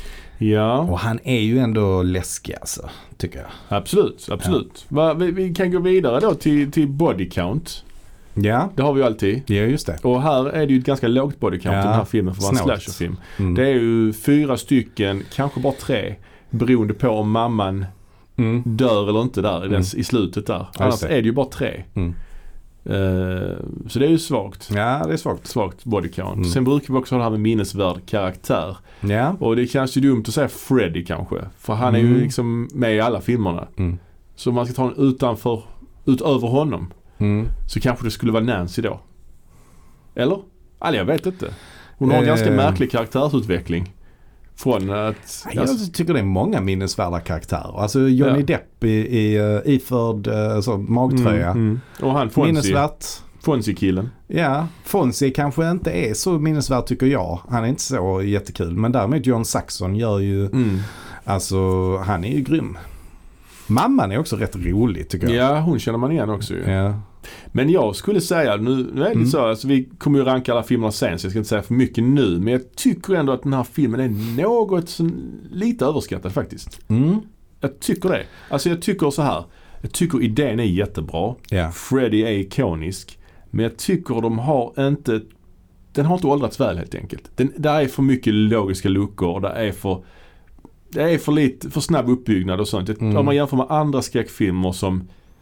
Ja. Och han är ju ändå läskig alltså, tycker jag. Absolut, absolut. Va, vi, vi kan gå vidare då till, till body count. Ja, Det har vi ju alltid. det är just det. Och här är det ju ett ganska lågt body count Ja, i den här filmen för att vara en snålt. slasherfilm. Mm. Det är ju fyra stycken, kanske bara tre, beroende på om mamman Mm. dör eller inte där i, den, Mm. i slutet där. just Annars det. är det ju bara tre. Mm. Eh, så det är ju svagt. Ja, det är svagt. Svagt body count. Mm. Sen brukar vi också ha det här med minnesvärd karaktär. Ja. Och det känns ju dumt att säga Freddy kanske. För han är ju Mm. liksom med i alla filmerna. Mm. Så om man ska ta en utanför, utöver honom. Mm. Så kanske det skulle vara Nancy då. Eller? Eller jag vet inte. Hon har en Eh. ganska märklig karaktärsutveckling. Från att... Ja, Jag tycker det är många minnesvärda karaktärer. Alltså Johnny Ja. Depp i, i uh, iförd uh, så, magtröja. Mm, mm. Och han Fonzie. Minnesvärt. Fonzie-killen. Ja, Fonzie kanske inte är så minnesvärd tycker jag. Han är inte så jättekul. Men därmed John Saxon gör ju, Mm. alltså han är ju grym. Mamman är också rätt rolig tycker jag. Ja, hon känner man igen också ju. Ja. Men jag skulle säga, nu, nu är det Mm. så, alltså vi kommer ju ranka alla filmerna sen så jag ska inte säga för mycket nu. Men jag tycker ändå att den här filmen är något så, lite överskattad faktiskt. Mm. Jag tycker det. Alltså jag tycker så här. Jag tycker idén är jättebra. Ja. Freddy är ikonisk. Men jag tycker de har inte... Den har inte åldrats väl helt enkelt. Den, där är för mycket logiska luckor. Det är för... Det är för lite, för snabb uppbyggnad och sånt. Mm. Om man jämför med andra skräckfilmer som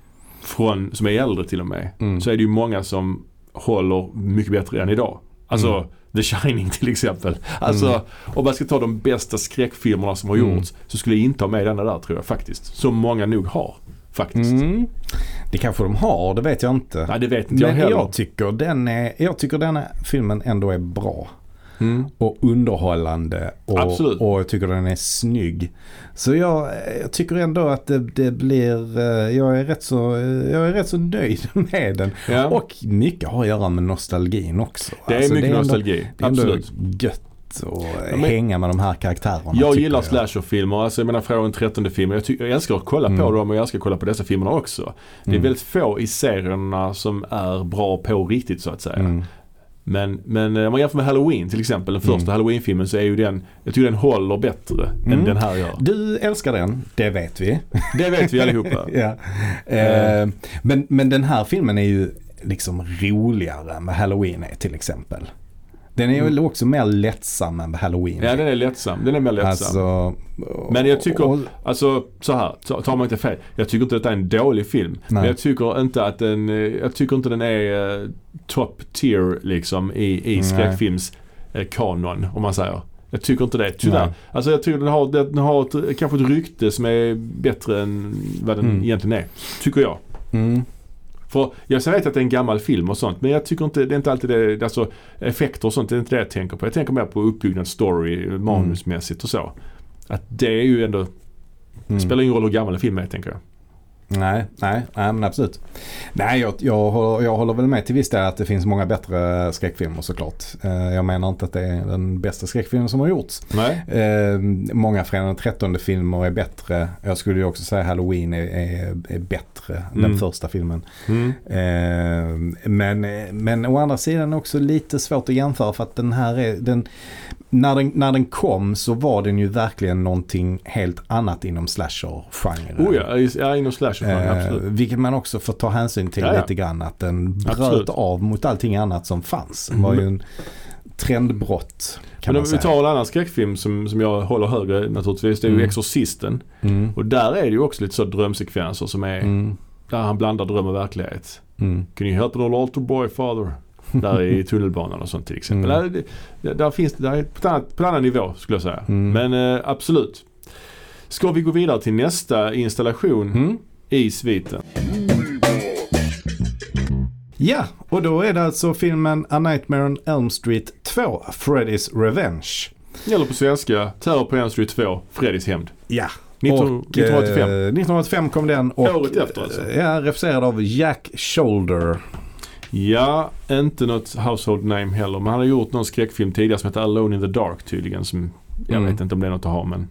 från, som är äldre till och med, Mm. så är det ju många som håller mycket bättre än idag. Alltså Mm. The Shining till exempel. Alltså, Mm. om man ska ta de bästa skräckfilmerna som har Mm. gjorts, så skulle jag inte ha med denna där, tror jag faktiskt. Som många nog har, faktiskt. Mm. Det kanske de har, det vet jag inte. Nej, det vet inte jag Men heller. jag tycker, den är, jag tycker denna filmen ändå är bra. Mm. Och underhållande. Och, Absolut. och jag tycker den är snygg. Så jag, jag tycker ändå att det, det blir, eh, jag är, rätt så, jag är rätt så nöjd med den. Ja. Och mycket har att göra med nostalgin också. Det är Alltså, mycket ändå, nostalgi. Det är ändå Absolut. gött att men- hänga med de här karaktärerna. Jag tycker gillar slasherfilmer, alltså jag menar från den trettonde filmen. Jag, ty- jag älskar att kolla Mm. på dem och jag älskar att kolla på dessa filmerna också. Det är Mm. väldigt få i serierna som är bra på riktigt, så att säga. Mm. Men, men om man jämför med Halloween till exempel, den första Mm. Halloween-filmen, så är ju den, jag tycker den håller bättre än Mm. den här gör. Du älskar den, det vet vi. Det vet vi allihopa. ja. eh, men, men den här filmen är ju liksom roligare än vad Halloween är till exempel. Den är ju Mm. också mer lättsam än vad Halloween Ja, är. den är lättsam. Den är mer lättsam. Alltså, Men jag tycker- och- Alltså så här, ta- tar man inte fel. Jag tycker inte att det är en dålig film. Nej. Men jag tycker inte att den, eh, jag tycker inte den är eh, top tier liksom i, i Nej. skräckfilms eh, kanon, om man säger. Jag tycker inte det, tyvärr. Nej. Alltså jag tycker den har, den har ett, kanske ett rykte som är bättre än vad den Mm. egentligen är. Tycker jag. Mm. För jag vet att det är en gammal film och sånt, men jag tycker inte, det är inte alltid det, alltså effekter och sånt, det är inte det jag tänker på. Jag tänker mer på uppbyggnad, story, manusmässigt och så. Att det är ju ändå, Mm. spelar ingen roll hur gammal en film är, tänker jag. Nej, nej, nej, men absolut. Nej, jag, jag, håller, jag håller väl med till viss del att det finns många bättre skräckfilmer såklart. Eh, jag menar inte att det är den bästa skräckfilmen som har gjorts. Nej. Eh, många fredag den trettonde filmer är bättre. Jag skulle ju också säga Halloween är, är, är bättre än Mm. den första filmen. Mm. Eh, men, men å andra sidan också lite svårt att jämföra för att den här är, den, när, den, när den kom så var den ju verkligen någonting helt annat inom slasher-genren. Oh ja, i- ja inom slasher, Eh, absolut. vilket man också får ta hänsyn till Ja, ja. lite grann, att den bröt Absolut. av mot allting annat som fanns. Det var ju en trendbrott kan Men man om vi säga. tar en annan skräckfilm som, som jag håller högre naturligtvis, det är ju Mm. Exorcisten. Mm. Och där är det ju också lite så drömsekvenser som är, Mm. där han blandar dröm och verklighet. Mm. Can you help an old altar boy father? Där i tunnelbanan och sånt till exempel. Mm. Där, där, där finns det, där är på, ett annat, på en annan nivå skulle jag säga. Mm. Men eh, absolut. Ska vi gå vidare till nästa installation Mm. i sviten? Ja, och då är det alltså filmen A Nightmare on Elm Street två, Freddy's Revenge. Eller på svenska, Terror på Elm Street två, Freddys hämnd. Ja. nitton- och, nittonhundraåttiofem. eh, nittonhundraåttiofem kom den. Och, Året efter alltså. eh, Ja, regisserad av Jack Shoulder. Ja, inte något household name heller. Men han har gjort någon skräckfilm tidigare som heter Alone in the Dark tydligen. Som, jag Mm. vet inte om det är något att ha, men...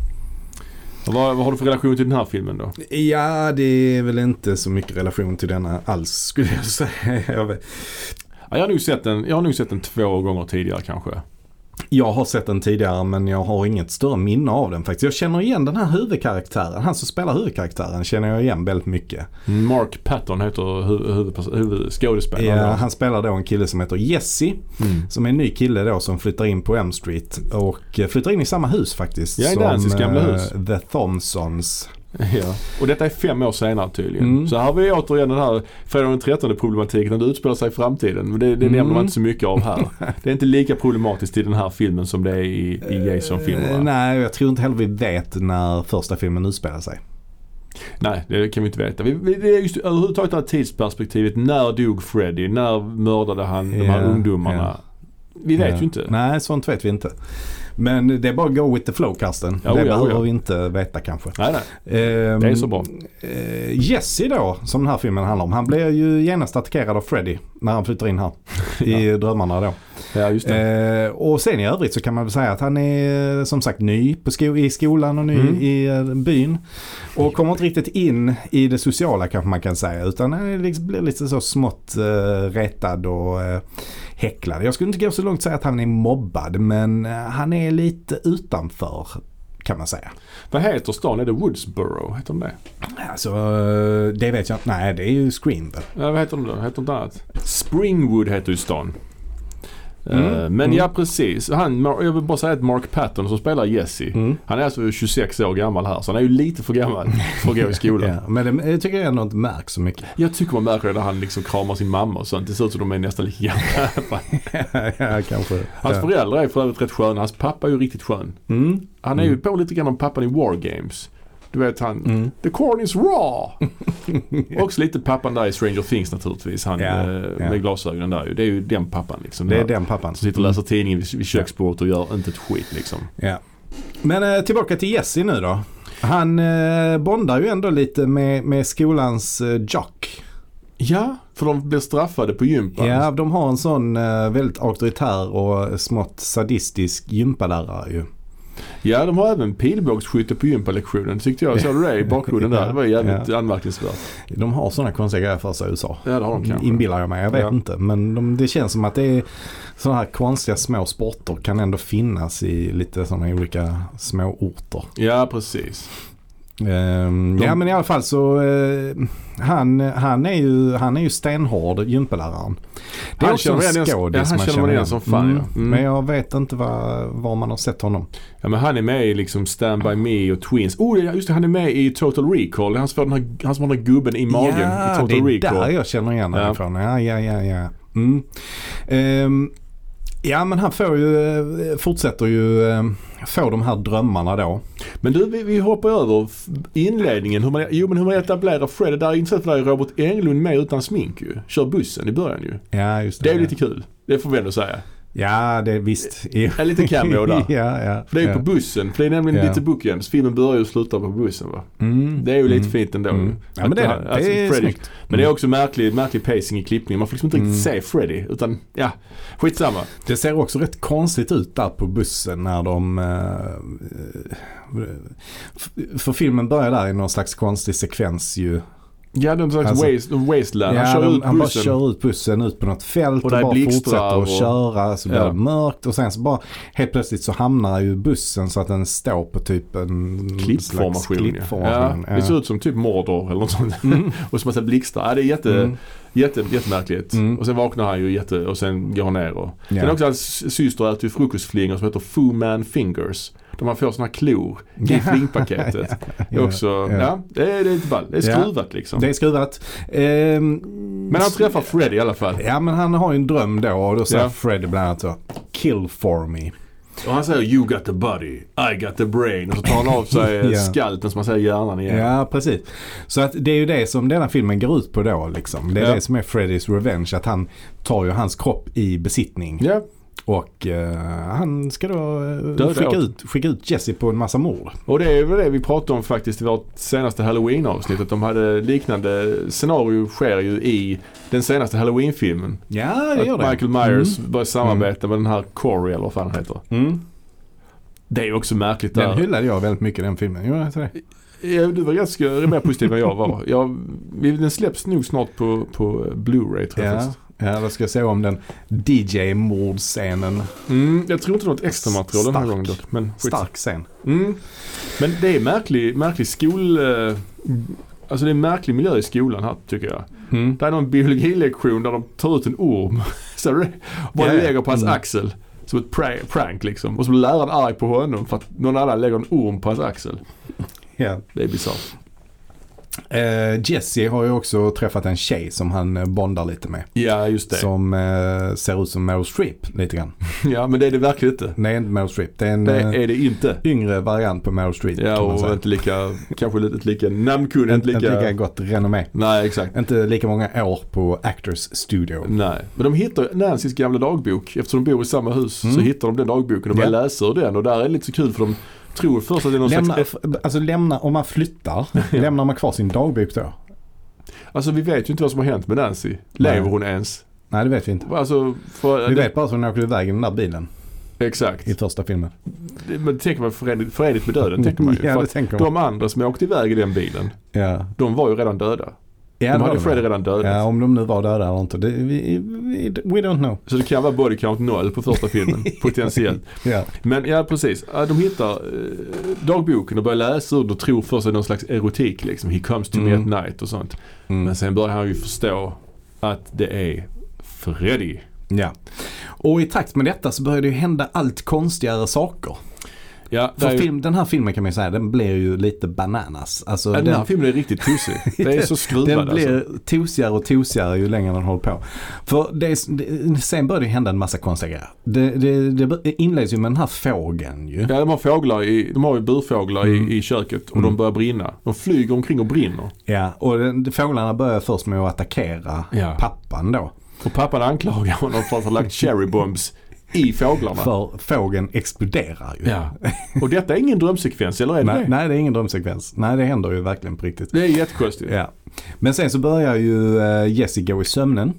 Och Vad, vad har du för relation till den här filmen då? Ja, det är väl inte så mycket relation till denna alls skulle jag säga. Jag, vet. Ja, jag, har nog sett den, jag har nog sett den två gånger tidigare kanske. jag har sett den tidigare men jag har inget större minne av den faktiskt. Jag känner igen den här huvudkaraktären. Han som spelar huvudkaraktären känner jag igen väldigt mycket. Mark Patton heter hu- huvud, huvudskådespelaren. Ja, då. han spelar då en kille som heter Jesse. Mm. Som är en ny kille då som flyttar in på Elm Street och flyttar in i samma hus faktiskt. Ja, i som Nancys gamla eh, hus. The Thompsons. Ja. Och detta är fem år senare tydligen. Mm. Så här har vi återigen den här fredag den trettonde problematiken när det utspelar sig i framtiden. Men det, det Mm. nämner man inte så mycket av här. Det är inte lika problematiskt i den här filmen som det är i, i Jason-filmerna. Eh, nej, jag tror inte heller vi vet när första filmen utspelar sig. Nej, det kan vi inte veta. Vi, vi, det är just överhuvudtaget det här tidsperspektivet. När dog Freddy? När mördade han de här Ja, ungdomarna? Vi vet Ja. ju inte. Nej, sånt vet vi inte. Men det är bara go with the flow, Karsten. Ja, det ja, behöver ja. vi inte veta kanske. Nej, nej. Ehm, Det är så bra. eh, Jesse då, som den här filmen handlar om, han blir ju genast attackerad av Freddy när han flyttar in här i drömmarna då. Ja, just det. Eh, och sen i övrigt så kan man väl säga att han är som sagt ny på sko- i skolan och ny Mm. i eh, byn. Och kommer inte riktigt in i det sociala kanske man kan säga, utan han är liksom, blir lite så smått eh, retad och eh, häcklad. Jag skulle inte gå så långt att säga att han är mobbad, men eh, han är lite utanför kan man säga. Vad heter stan? Är det Woodsboro? Heter de det? Alltså, eh, det vet jag inte. Nej, det är ju Scream väl? Ja, vad heter de då? Heter de något annat? Springwood heter ju stan. Mm. Uh, men mm. ja, precis. Han, jag vill bara säga att Mark Patton som spelar Jesse, mm. han är alltså tjugosex år gammal här, så han är ju lite för gammal för att gå i skolan. Ja, men det, jag tycker ändå inte märks så mycket. Jag tycker man märker det när han liksom kramar sin mamma och sånt. Det ser ut som de är nästan lika gamla. ja, ja, kanske. Hans ja. föräldrar är för övrigt rätt sköna. Hans pappa är ju riktigt skön. Mm. Han är mm. ju på lite grann om pappan i War Games. Du vet han, mm. the corn is raw. Också lite pappan där i Stranger Things naturligtvis. Han ja, eh, ja. med glasögonen där. Det är ju den pappan liksom. Det är där, den pappan. som sitter och läser tidningen vid, vid köksbordet och gör inte ett skit liksom. Ja. Men eh, tillbaka till Jesse nu då. Han eh, bondar ju ändå lite med, med skolans eh, jock. Ja, för de blir straffade på gympan. Ja, de har en sån eh, väldigt auktoritär och smått sadistisk gympalärare ju. Ja, de har även pilbågsskytte på gympalektionen, tyckte jag. Så du det i bakgrunden där? Det var jävligt ja. anmärkningsvärt. De har sådana konstiga grejer för sig i U S A. Ja, det har de kanske. Inbillar jag mig, jag vet ja. inte. Men de, det känns som att det är sådana här konstiga små sporter kan ändå finnas i lite sådana olika små orter. Ja, precis. Um, de... Ja, men i alla fall så uh, han, han, är ju, han är ju stenhård gympeläraren. Det är han också en skådis ja, man känner känner igen som fan. Mm, Ja. Mm. Men jag vet inte var, var man har sett honom. Ja, men han är med i liksom Stand By Me och Twins. Oh, just det, han är med i Total Recall. Han som har den här, han som har den här gubben i magen ja, i Total Recall. Ja, det är där jag känner igen honom ja. ifrån. Ja, ja, ja, ja. Mm. Um, ja, men han får ju, fortsätter ju få de här drömmarna då. Men du, vi, vi hoppar över inledningen. Hur man, jo, men hur man etablerar Fred. Där är inte så att där är Robert Englund med utan smink ju. Kör bussen i början ju. Ja, just det. Det är ja. lite kul. Det får vi ändå säga. Ja, det är visst. En liten cameo där. ja, ja, för det är ju ja. på bussen. För det är nämligen ja. lite bookends. Filmen börjar ju och slutar på bussen, va? Mm. Det är ju lite mm. fint ändå. Mm. Ja, men det är det. Alltså, det är Freddy. snyggt. Men det är också märklig, märklig pacing i klippningen. Man får liksom inte Mm. riktigt se Freddy. Utan, ja, skitsamma. Det ser också rätt konstigt ut där på bussen när de... Uh, för filmen börjar där i någon slags konstig sekvens ju. Ja, de slags alltså, waste, wasteland. Ja, Han kör de, ut han bara bussen. kör ut bussen ut på något fält och, och, och bara fortsätter och, att köra. Så blir ja. det mörkt och sen så bara helt plötsligt så hamnar ju bussen så att den står på typ en klippformation. klippformation. Ja. Ja. Det ser ut som typ Mordor eller något sånt. Mm. Och så massa blixtar. Ja, det är jätte, mm. jätte, jättemärkligt. Mm. Och sen vaknar han ju jätte och sen går han ner. Och. Ja. Sen också hans syster äter ju frukostflingor som heter Fu Man Fingers. Där man får såna klor i flingpaketet. ja, också, ja. Ja, det är, det är inte ball. Det är skruvat ja. liksom. Det är skruvat. Ehm, men han träffar Freddy i alla fall. Ja, men han har ju en dröm då och då säger ja. Freddy bland annat så, kill for me. Och han säger you got the body, I got the brain. Och så tar han av sig ja. skalten som man säger hjärnan igen. Ja, precis. Så att det är ju det som denna filmen går ut på då liksom. Det är ja. det som är Freddys revenge. Att han tar ju hans kropp i besittning. Ja. Och uh, han ska då uh, skicka, ut, skicka ut Jesse på en massa mord. Och det är väl det vi pratade om faktiskt i vårt senaste Halloween-avsnitt. Att de hade liknande scenario sker ju i den senaste Halloween-filmen. Ja, det gör att det. Michael Myers mm. börjar samarbeta mm. med den här Corey eller vad fan han heter. Mm. Det är ju också märkligt där. Den hyllade jag väldigt mycket, den filmen. Jo, det. Ja, du var ganska mer positiv än jag var. Jag, den släpps nog snart på, på Blu-ray tror jag ja. faktiskt. Ja, då ska jag se om den D J-mordscenen. Mm, jag tror inte något extra material stark, den här gången dock. Men stark scen. Mm. Men det är märklig, märklig skol... Alltså det är en märklig miljö i skolan här tycker jag. Mm. Det är någon biologilektion där de tar ut en orm. Så det bara yeah. lägger på hans mm. axel. Som ett prank, prank liksom. Och så blir läraren arg på honom för att någon annan lägger en orm på hans axel. Yeah. Det är bizarrt. Uh, Jesse har ju också träffat en tjej som han uh, bondar lite med. Ja, just det. Som uh, ser ut som Meryl Streep lite grann. Ja, men det är det verkligen inte. Det är inte Meryl Streep. Det är en det är det inte. yngre variant på Meryl Streep. Ja, och inte lika, kanske lite lika namnkunnig. Inte lika, lika gott renommé. Nej, exakt. Inte lika många år på Actors Studio. Nej, men de hittar Nancys gamla dagbok. Eftersom de bor i samma hus mm. så hittar de den dagboken och börjar yeah. läsa ur den. Och där är det lite så kul för de tror först att det är någon lämna, slags... Alltså lämna, om man flyttar, lämnar man kvar sin dagbok då? Alltså vi vet ju inte vad som har hänt med Nancy. Lever Nej. hon ens? Nej, det vet vi inte. Alltså, för, vi det... vet bara att hon åker iväg i den där bilen. Exakt. I första filmen. Det, men tänker man förenligt, förenligt med döden, tänker man ju. Ja, för det tänker man. De andra som åkte iväg i den bilen, ja. de var ju redan döda. Ja, de hade Freddy redan dödat. Ja, om de nu var döda eller inte. Det, vi, vi, we don't know. Så det kan vara body count noll på första filmen, potentiellt. Ja. Men ja, precis. De hittar eh, dagboken och börjar läsa och då tror för sig någon slags erotik liksom. He comes to mm. me at night och sånt. Mm. Men sen börjar han ju förstå att det är Freddy. Ja. Och i takt med detta så börjar det ju hända allt konstigare saker. Ja, För ju... film, den här filmen kan man ju säga, den blir ju lite bananas. Alltså, ja, den, den här filmen är riktigt tosig. Det är så skruvad. Den blir alltså. tosigare och tosigare ju längre den håller på. För det, det, sen börjar det hända en massa konstiga grejer. Det, det, det inleds ju med den här fågeln ju. Ja, de har fåglar i, de har ju burfåglar mm. i, i köket och mm. de börjar brinna. De flyger omkring och brinner. Ja, och den, fåglarna börjar först med att attackera ja. pappan då. Och pappan anklagar honom för att ha lagt cherry bombs i fåglarna. För fågeln exploderar ju. Ja. Och detta är ingen drömsekvens, eller är det? Nej, nej, det är ingen drömsekvens. Nej, det händer ju verkligen på riktigt. Det är jättekonstigt. Ja. Men sen så börjar ju uh, Jesse gå i sömnen.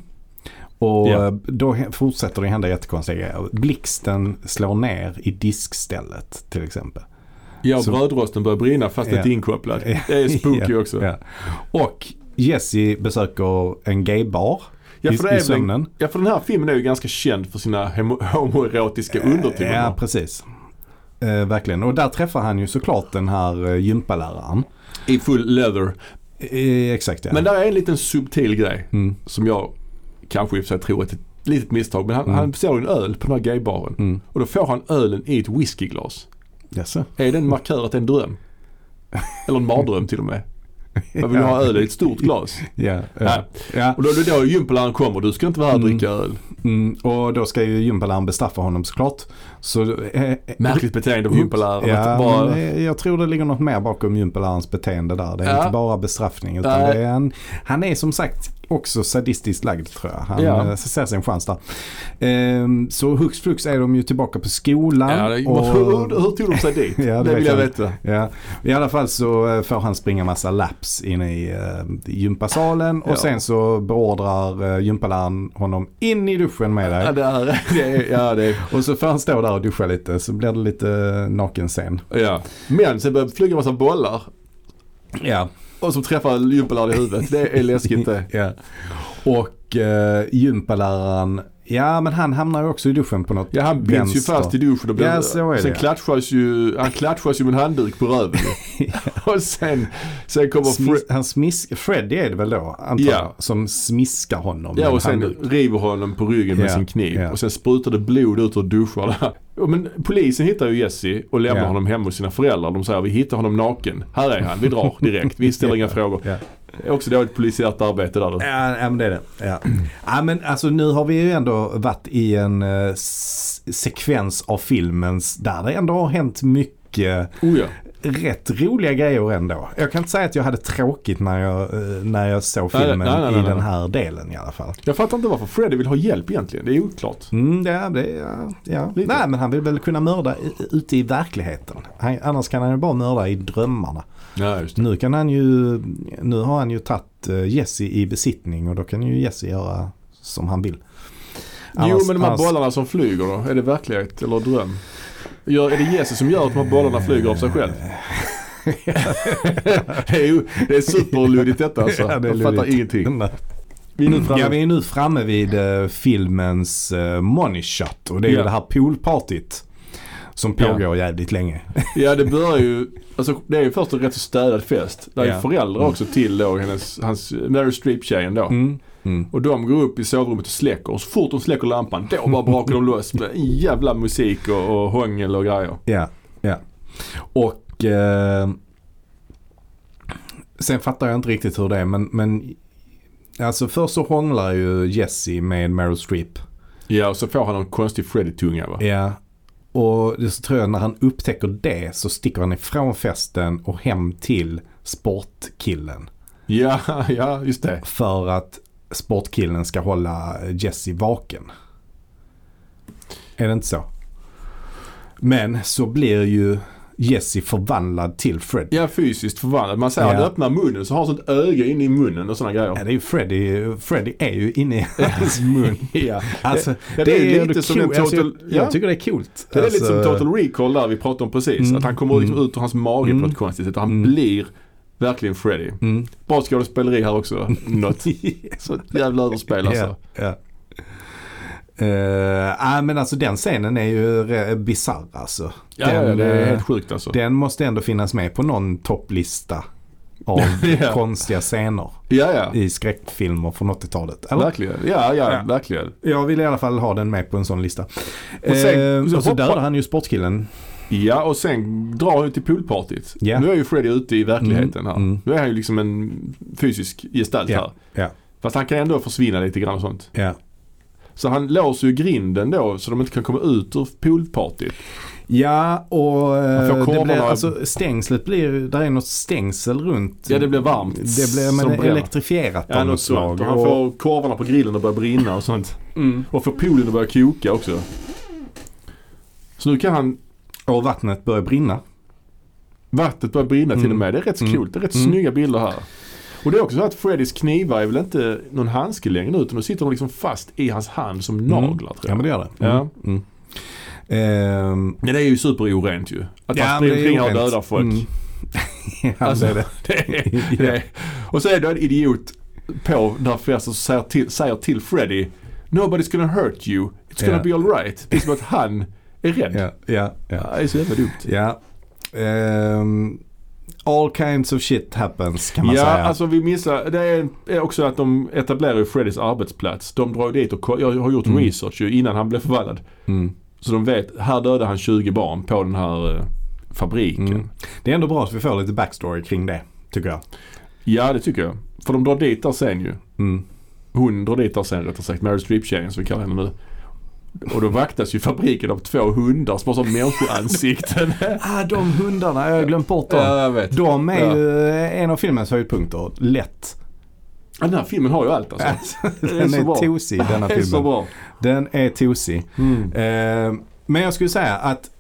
Och ja. då fortsätter det hända jättekonstiga grejer. Blixten slår ner i diskstället till exempel. Ja, och så, brödrosten börjar brinna fast ja. det är inkopplat. Det är spooky ja, också. Ja. Och Jesse besöker en gaybar. Ja för, I, i i sömnen. ja, för den här filmen är ju ganska känd för sina homoerotiska undertoner. Ja, precis. Eh, verkligen. Och där träffar han ju såklart den här eh, gympaläraren. I full leather. Eh, exakt, ja. Men där är en liten subtil grej mm. som jag kanske i och för sig tror är ett litet misstag. Men han, mm. han ser en öl på den här gaybaren. Mm. Och då får han ölen i ett whiskyglas. Yes. Är det en markör att det är en dröm? Eller en mardröm till och med? Man vill ha öl i ett stort glas. Ja, ja. ja. Och då är det gympaläraren kommer. Du ska inte vara här och dricka öl. Mm, och då ska ju gympaläraren bestraffa honom såklart. Så, eh, Märkligt beteende av gympaläraren. Ja, bara... det, jag tror det ligger något mer bakom gympalärarens beteende där. Det är ja. inte bara bestraffning utan det är en, han är som sagt också sadistiskt lagd tror jag. Han ja. ser sig en chans där. Ehm, så hux flux är de ju tillbaka på skolan. Ja, det, och, hur, hur tog de sig dit? ja, det, det vill jag veta. Ja. I alla fall så får han springa massa laps inne i uh, gympasalen och ja. sen så beordrar uh, gympaläraren honom in i duschen med dig. Ja, det är, det är, ja, det är. Och så får han stå där och duscha lite så blir det lite naken scen. Ja. Men sen börjar flyga en massa bollar. Ja. Och som träffar gympaläraren i huvudet. Det är läskigt det. Ja. Och uh, gympaläraren, ja men han hamnar ju också i duschen på något. Ja, han binds ju fast i duschen och blir, ja, så är det. Sen klatschas ju, han klatschas ju med en handduk på röven. ja. Och sen, sen kommer Smis, Fred. Han smisk, Freddy är det väl då, antar ja. jag, som smiskar honom. Ja, och sen handduk. river honom på ryggen med ja. sin kniv. Ja. Och sen sprutar det blod ut ur duscharna. Men polisen hittar ju Jesse och lämnar ja. honom hemma hos sina föräldrar. De säger vi hittar honom naken. Här är han, vi drar direkt. Vi ställer ja. inga frågor. Ja. Det är också då ett polisiärt arbete där då. Ja, ja men det är det. Ja. ja men alltså nu har vi ju ändå varit i en uh, sekvens av filmens där det ändå har hänt mycket oh ja. rätt roliga grejer ändå. Jag kan inte säga att jag hade tråkigt när jag, uh, när jag såg filmen nej, nej, nej, nej, i nej. den här delen i alla fall. Jag fattar inte varför Freddy vill ha hjälp egentligen. Det är oklart. Mm, det, det, ja, ja. Nej, men han vill väl kunna mörda ute i verkligheten. Han, annars kan han ju bara mörda i drömmarna. Ja, just det. Nu kan han ju nu har han ju tagit Jesse i besittning och då kan ju Jesse göra som han vill. Annars, jo, men de här annars... bollarna som flyger då, är det verklighet eller dröm? Gör, är det Jesse som gör att de här bollarna flyger av sig själv? det är ju det är superluddigt detta alltså. Ja, det är jag fattar ingenting. Vi är, nu framme. Ja, vi är nu framme vid uh, filmens uh, money shot och det är ja. ju det här poolpartyt. Som pågår ja. jävligt länge. Ja, det börjar ju alltså, det är ju först en rätt så städad fest. Där ja. är föräldrar också till då hennes, hans Meryl Streep-tjejen då. Mm. Mm. Och de går upp i sovrummet och släcker. Och så fort de släcker lampan, då bara brakar de loss med jävla musik och, och hångel och grejer. Ja, ja. Och eh, sen fattar jag inte riktigt hur det är. Men, men alltså först så hånglar ju Jesse med Meryl Streep. Ja, och så får han en konstig Freddy-tunga va? Ja. Och det så tror jag när han upptäcker det så sticker han ifrån festen och hem till sportkillen. Ja, ja, just det. För att sportkillen ska hålla Jesse vaken. Är det inte så? Men så blir ju Jesse förvandlad till Freddy. Ja, fysiskt förvandlad. Man säger ja. att han öppnar munnen så har han sånt öga inne i munnen och såna grejer. Ja, det är ju Freddy. Freddy är ju inne i hans mun. ja. Alltså, ja, det, det är, är lite som en total... Alltså, jag, ja. jag tycker det är coolt. Det är alltså... lite som Total Recall där vi pratade om precis. Mm. Att han kommer liksom ut ur hans mage mm. på något konstigt sätt. Och han mm. blir verkligen Freddy. Mm. Bra skådespeleri här också. Något. Så jävla överspel alltså. Ja, ja. Uh, äh, men alltså den scenen är ju re- bizarr alltså. Ja, den, ja, det är helt sjukt alltså. Den måste ändå finnas med på någon topplista av Ja. konstiga scener Ja, ja. i skräckfilmer från åttiotalet. Eller? Verkligen. Ja, ja, Ja. verkligen. Jag vill i alla fall ha den med på en sån lista. Och sen- eh, och så och så hoppar- dödar han ju sportkillen. Ja, och sen drar han till poolpartyt. Ja. Nu är ju Freddy ute i verkligheten här. Mm, mm. Nu är han ju liksom en fysisk gestalt Ja. här. Ja. Fast han kan ändå försvinna lite grann och sånt. Ja. Så han låser ju grinden då så de inte kan komma ut ur poolpartyt. Ja, och eh, får det korvarna- blir, alltså, stängslet blir, där är något stängsel runt. Ja, det blir varmt. Det blir som men bränner. elektrifierat Ja, av något något sånt. slag. Och han Och- får korvarna på grillen att börja brinna och sånt. Mm. Och får poolen att börja koka också. Så nu kan han, Och vattnet börjar brinna. vattnet börjar brinna till Mm. och med. Det är rätt Mm. coolt. Det är rätt Mm. snygga bilder här. Och det är också så att Freddys knivar är väl inte någon handske längre utan nu sitter de liksom fast i hans hand som naglar tror Ja, jag. men det gör det. Ja. Mm. Ehm, Men det är ju superorent ju. Att Ja, man men springer det är omkring och orent. dödar folk. Mm. ja, Alltså, det är det. det är, det är. Och så är det en idiot på där Fester som säger till, säger till Freddy Nobody's gonna hurt you. It's gonna Ja. be alright. Det är som att han är rädd. Ja, ja, ja. Ja, det är så jävla dumt. ja. Ehm, all kinds of shit happens kan man Ja, säga. alltså vi missar. Det är, är också att de etablerar ju Freddys arbetsplats. De drar dit och ko- jag har gjort Mm. research ju innan han blev förvandlad. Mm. Så de vet, här dödade han tjugo barn på den här eh, fabriken. Mm. Det är ändå bra att vi får lite backstory kring det, tycker jag. Ja, det tycker jag. För de drar dit där sen ju. Mm. Hon drar dit där sen rättare sagt. Meryl Streep-tjejen som vi kallar henne nu. Och då vaktas ju fabriken av två hundar som har sån människoansikten. Ah, de hundarna, jag har glömt bort dem. Ja, jag vet. De är Ja. ju en av filmens höjdpunkter. Lätt. Ja, den här filmen har ju allt alltså. Den är så är bra. tosig, denna Det är så filmen. bra. Den är tosig. Mm. Eh, men jag skulle säga att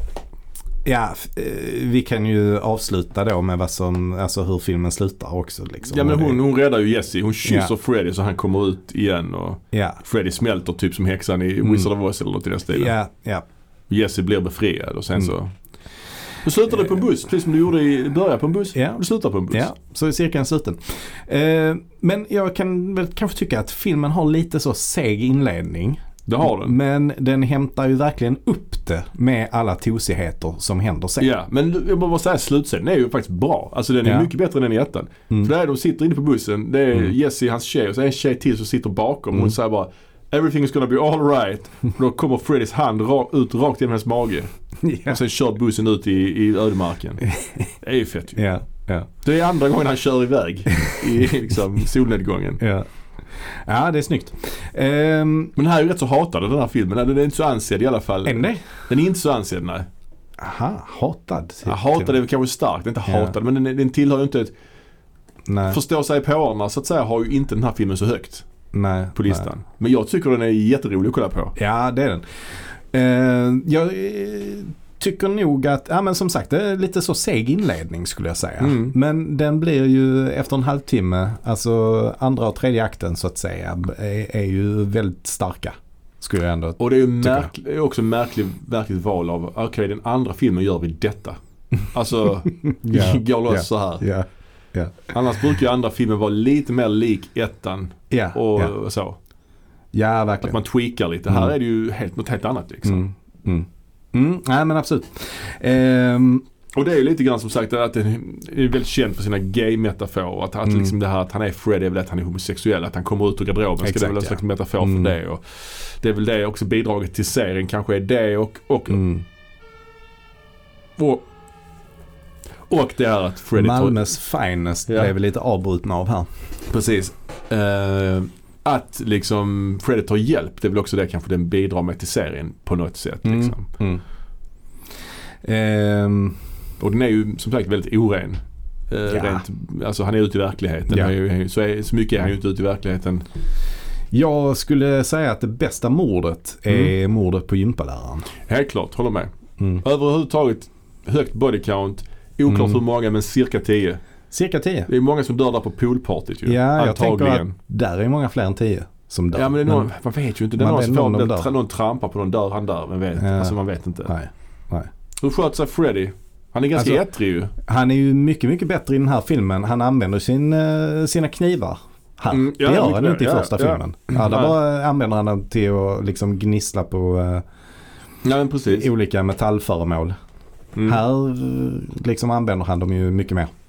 ja, f- eh, vi kan ju avsluta då med vad som, alltså hur filmen slutar också. Liksom. Ja, men Och det- hon, hon räddar ju Jesse. Hon kysser Ja. Freddy så han kommer ut igen och Ja, Freddy smälter typ som häxan i Mm. Wizard of Oz eller något i den stilen. ja, ja. Jesse blir befriad och sen Mm. så... Då slutar det på en buss, precis som du gjorde i början på en buss. Ja. Du slutar på en buss. Ja, så är cirkeln sluten. Eh, men jag kan väl kanske tycka att filmen har lite så seg inledning. Det har den. Men den hämtar ju verkligen upp det med alla tosigheter som händer sen. Ja, men jag bara säga slutscenen är ju faktiskt bra. Alltså den är Ja. mycket bättre än den i ettan. Mm. För där de sitter inne på bussen, det är Mm. Jesse, hans tjej och så är en tjej till som sitter bakom. Mm. Hon säger bara Everything is gonna be all right. Och då kommer Freddys hand ra- ut rakt genom hennes mage. Ja. Och sen kör bussen ut i, i ödemarken. Det är ju fett ju. Ja, ja, Det är andra gången han kör iväg i liksom solnedgången. ja. Ja, det är snyggt. Ehm, Men den här är ju rätt så hatad den här filmen. Den är inte så ansedd i alla fall. är den det? Den är inte så ansedd, nej. Aha, hatad. Ja, hatad är väl kanske starkt, inte Ja. hatad. Men den, den tillhör ju inte ett... Nej, Förstå sig på så att säga har ju inte den här filmen så högt nej. på listan. Men jag tycker den är jätterolig att kolla på. Ja, det är den. Ehm, jag eh, tycker nog att, ja men som sagt, det är lite så seg inledning skulle jag säga. Mm. Men den blir ju efter en halvtimme, alltså andra och tredje akten så att säga, är, är ju väldigt starka. Skulle jag ändå. Och det är ju Tycker märkl- det är också märkligt, märkligt val av, okej okay, den andra filmen gör vi detta. Alltså, Ja, går loss ja. så här. Ja, ja, Annars brukar ju andra filmer vara lite mer lik ettan ja, och ja. så. ja Att verkligen. man tweakar lite. Mm. Här är det ju helt, något helt annat liksom. Mm, mm. Mm, nej men absolut. Ehm, Och det är ju lite grann som sagt att den är väldigt känd för sina gay-metaforer. Att, att Mm. liksom det här att han är Freddy är väl att han är homosexuell. Att han kommer ut ur garderoben. Ska Exakt, det är väl en ja. slags metafor Mm. för det. Och det är väl det också bidraget till serien kanske är det och och, mm. och, och det är att Freddy tar, Malmös finest Ja. blev väl lite avbrutna av här. precis. Eh, att liksom Freddy tar hjälp. Det är väl också det kanske den bidrar med till serien på något sätt. Mm. Liksom. Mm. Ehm, Och den är ju som sagt väldigt oren. Eh, Ja. rent, alltså han är ute i verkligheten. Ja. Han är ju, så, är, så mycket är han ju inte ute i verkligheten. jag skulle säga att det bästa mordet är Mm. mordet på gympaläraren. Helt klart, håller med. Mm. Överhuvudtaget högt body count. Oklart Mm. hur många men cirka tio. Cirka tio. Det är många som dör där på poolpartyt ju. Ja, jag tänker antagligen. att där är många fler än tio som dör. Ja men det är någon, man vet ju inte. Det är man någon vet som någon får, de det, dör. tra, någon trampar på någon dör han där. Men vet, Ja. alltså man vet inte. Nej. Hur sköt sig Freddy? Han är ganska Alltså- ettrig ju. Han är ju mycket, mycket bättre i den här filmen. Han använder sin, eh, sina knivar här. Mm, ja, det gör mycket han inte i mer. Ja, första ja. filmen. Ja, där Nej. bara använder han dem till att liksom gnissla på eh, Ja men precis. olika metallföremål. Mm. Här eh, liksom använder han dem ju mycket mer.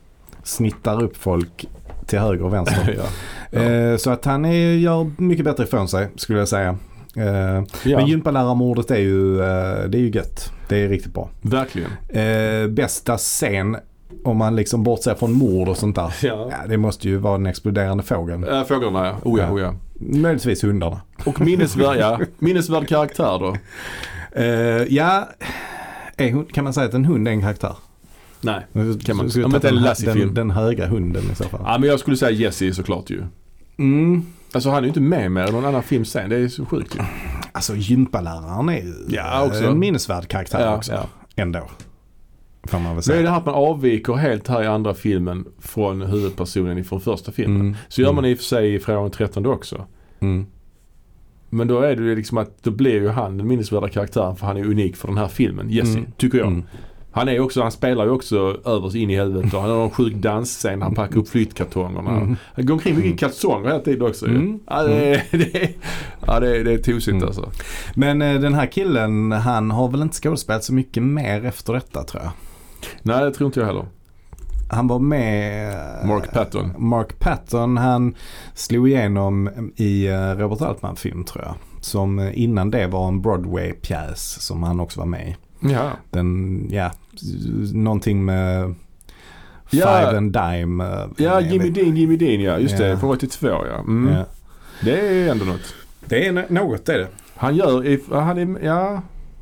snittar upp folk till höger och vänster. ja. Ja. Eh, så att han är, gör mycket bättre ifrån sig skulle jag säga. Eh, Ja. Men gympalärarmordet är ju, eh, det är ju gött. Det är riktigt bra. Verkligen. Eh, bästa scen om man liksom bortser från mord och sånt där. Ja. Ja, det måste ju vara den exploderande fågeln. Äh, fåglarna ja. Oh ja, Ja. oh ja. Möjligtvis hundarna. Och minnesvärd, ja. minnesvärd karaktär då? Eh, ja, är hund, kan man säga att en hund är en karaktär? Nej. Kan man, Ja, men det är en den, Lassie-film. den, den höga hunden i så fall. Ja, men jag skulle säga Jesse såklart ju. Mm. Alltså han är ju inte med mer än någon annan film sen. Det är så sjukt ju. Alltså gympaläraren är ju Ja, också. en minnesvärd karaktär Ja, också. ja. Ändå. Får man väl Men säga. det är det här att man avviker helt här i andra filmen från huvudpersonen från första filmen. Mm. Så gör Mm. man i och för sig i Frågan trettonde också. Mm. Men då är det ju liksom att då blir ju han den minnesvärda karaktären för han är unik för den här filmen. Jesse, Mm. tycker jag. Mm. Han är också, han spelar ju också över sig in i helvetet och han har en sjuk dansscen, han packar upp flyttkartongerna. Mm. Han går omkring mycket i kalsonger hela tiden också. Mm. Ju. Ja, det är, det är, ja, det är, det är tosigt Mm. alltså. Men eh, den här killen, han har väl inte skådespelat så mycket mer efter detta tror jag. Nej, det tror inte jag heller. Han var med... Mark Patton. Mark Patton, han slog igenom i eh, Robert Altman-film tror jag. Som innan det var en Broadway-pjäs som han också var med i. Ja. Den, ja, någonting med Ja. Five and Dime. eh, Ja, jag Jimmy vet- Dean, Jimmy Dean, ja. Just Ja. det, från åttiotvå, ja. Mm. Ja. Det är ändå något. Det är n- något, det är det. Han gör, i- han är, ja.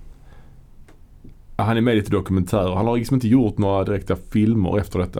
Ja, han är med i lite dokumentärer. Han har liksom inte gjort några direkta filmer efter detta.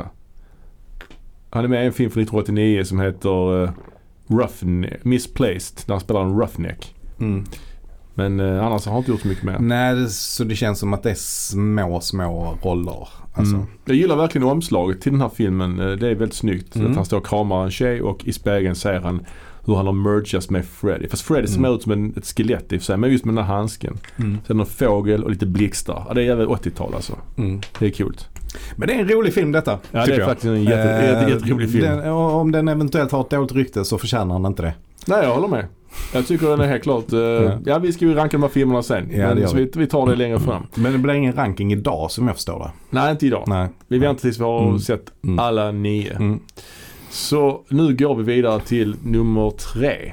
Han är med i en film från nittonhundraåttionio som heter uh, Roughneck, Misplaced, där han spelar en roughneck. Mm. Men uh, annars har han inte gjort så mycket mer. Nej, det, så det känns som att det är små, små roller. Alltså. Mm. Jag gillar verkligen omslaget till den här filmen. Uh, Det är väldigt snyggt. Mm. Att han står och kramar en tjej och i spegeln ser han hur han har mergats med Freddy. Fast Freddy ser Mm. mer ut som en, ett skelett i och för sig, men just med den här handsken. Mm. Sen en fågel och lite blixtar. Ja, det är jävligt åttiotal alltså. Mm. Det är coolt. Men det är en rolig film detta, Ja, det tycker är jag. faktiskt en jätte, Eh, jätte, jätterolig film. Den, om den eventuellt har ett dåligt rykte så förtjänar han inte det. Nej, jag håller med. Jag tycker den är helt klart... Uh, ja. Ja. vi ska ju ranka de här filmerna sen. Ja, det men, gör så vi. vi, vi tar det längre fram. Men det blir ingen ranking idag som jag förstår det. Nej, inte idag. Nej. Vi väntar tills vi har Mm. sett Mm. alla nio. Mm. Så nu går vi vidare till nummer tre.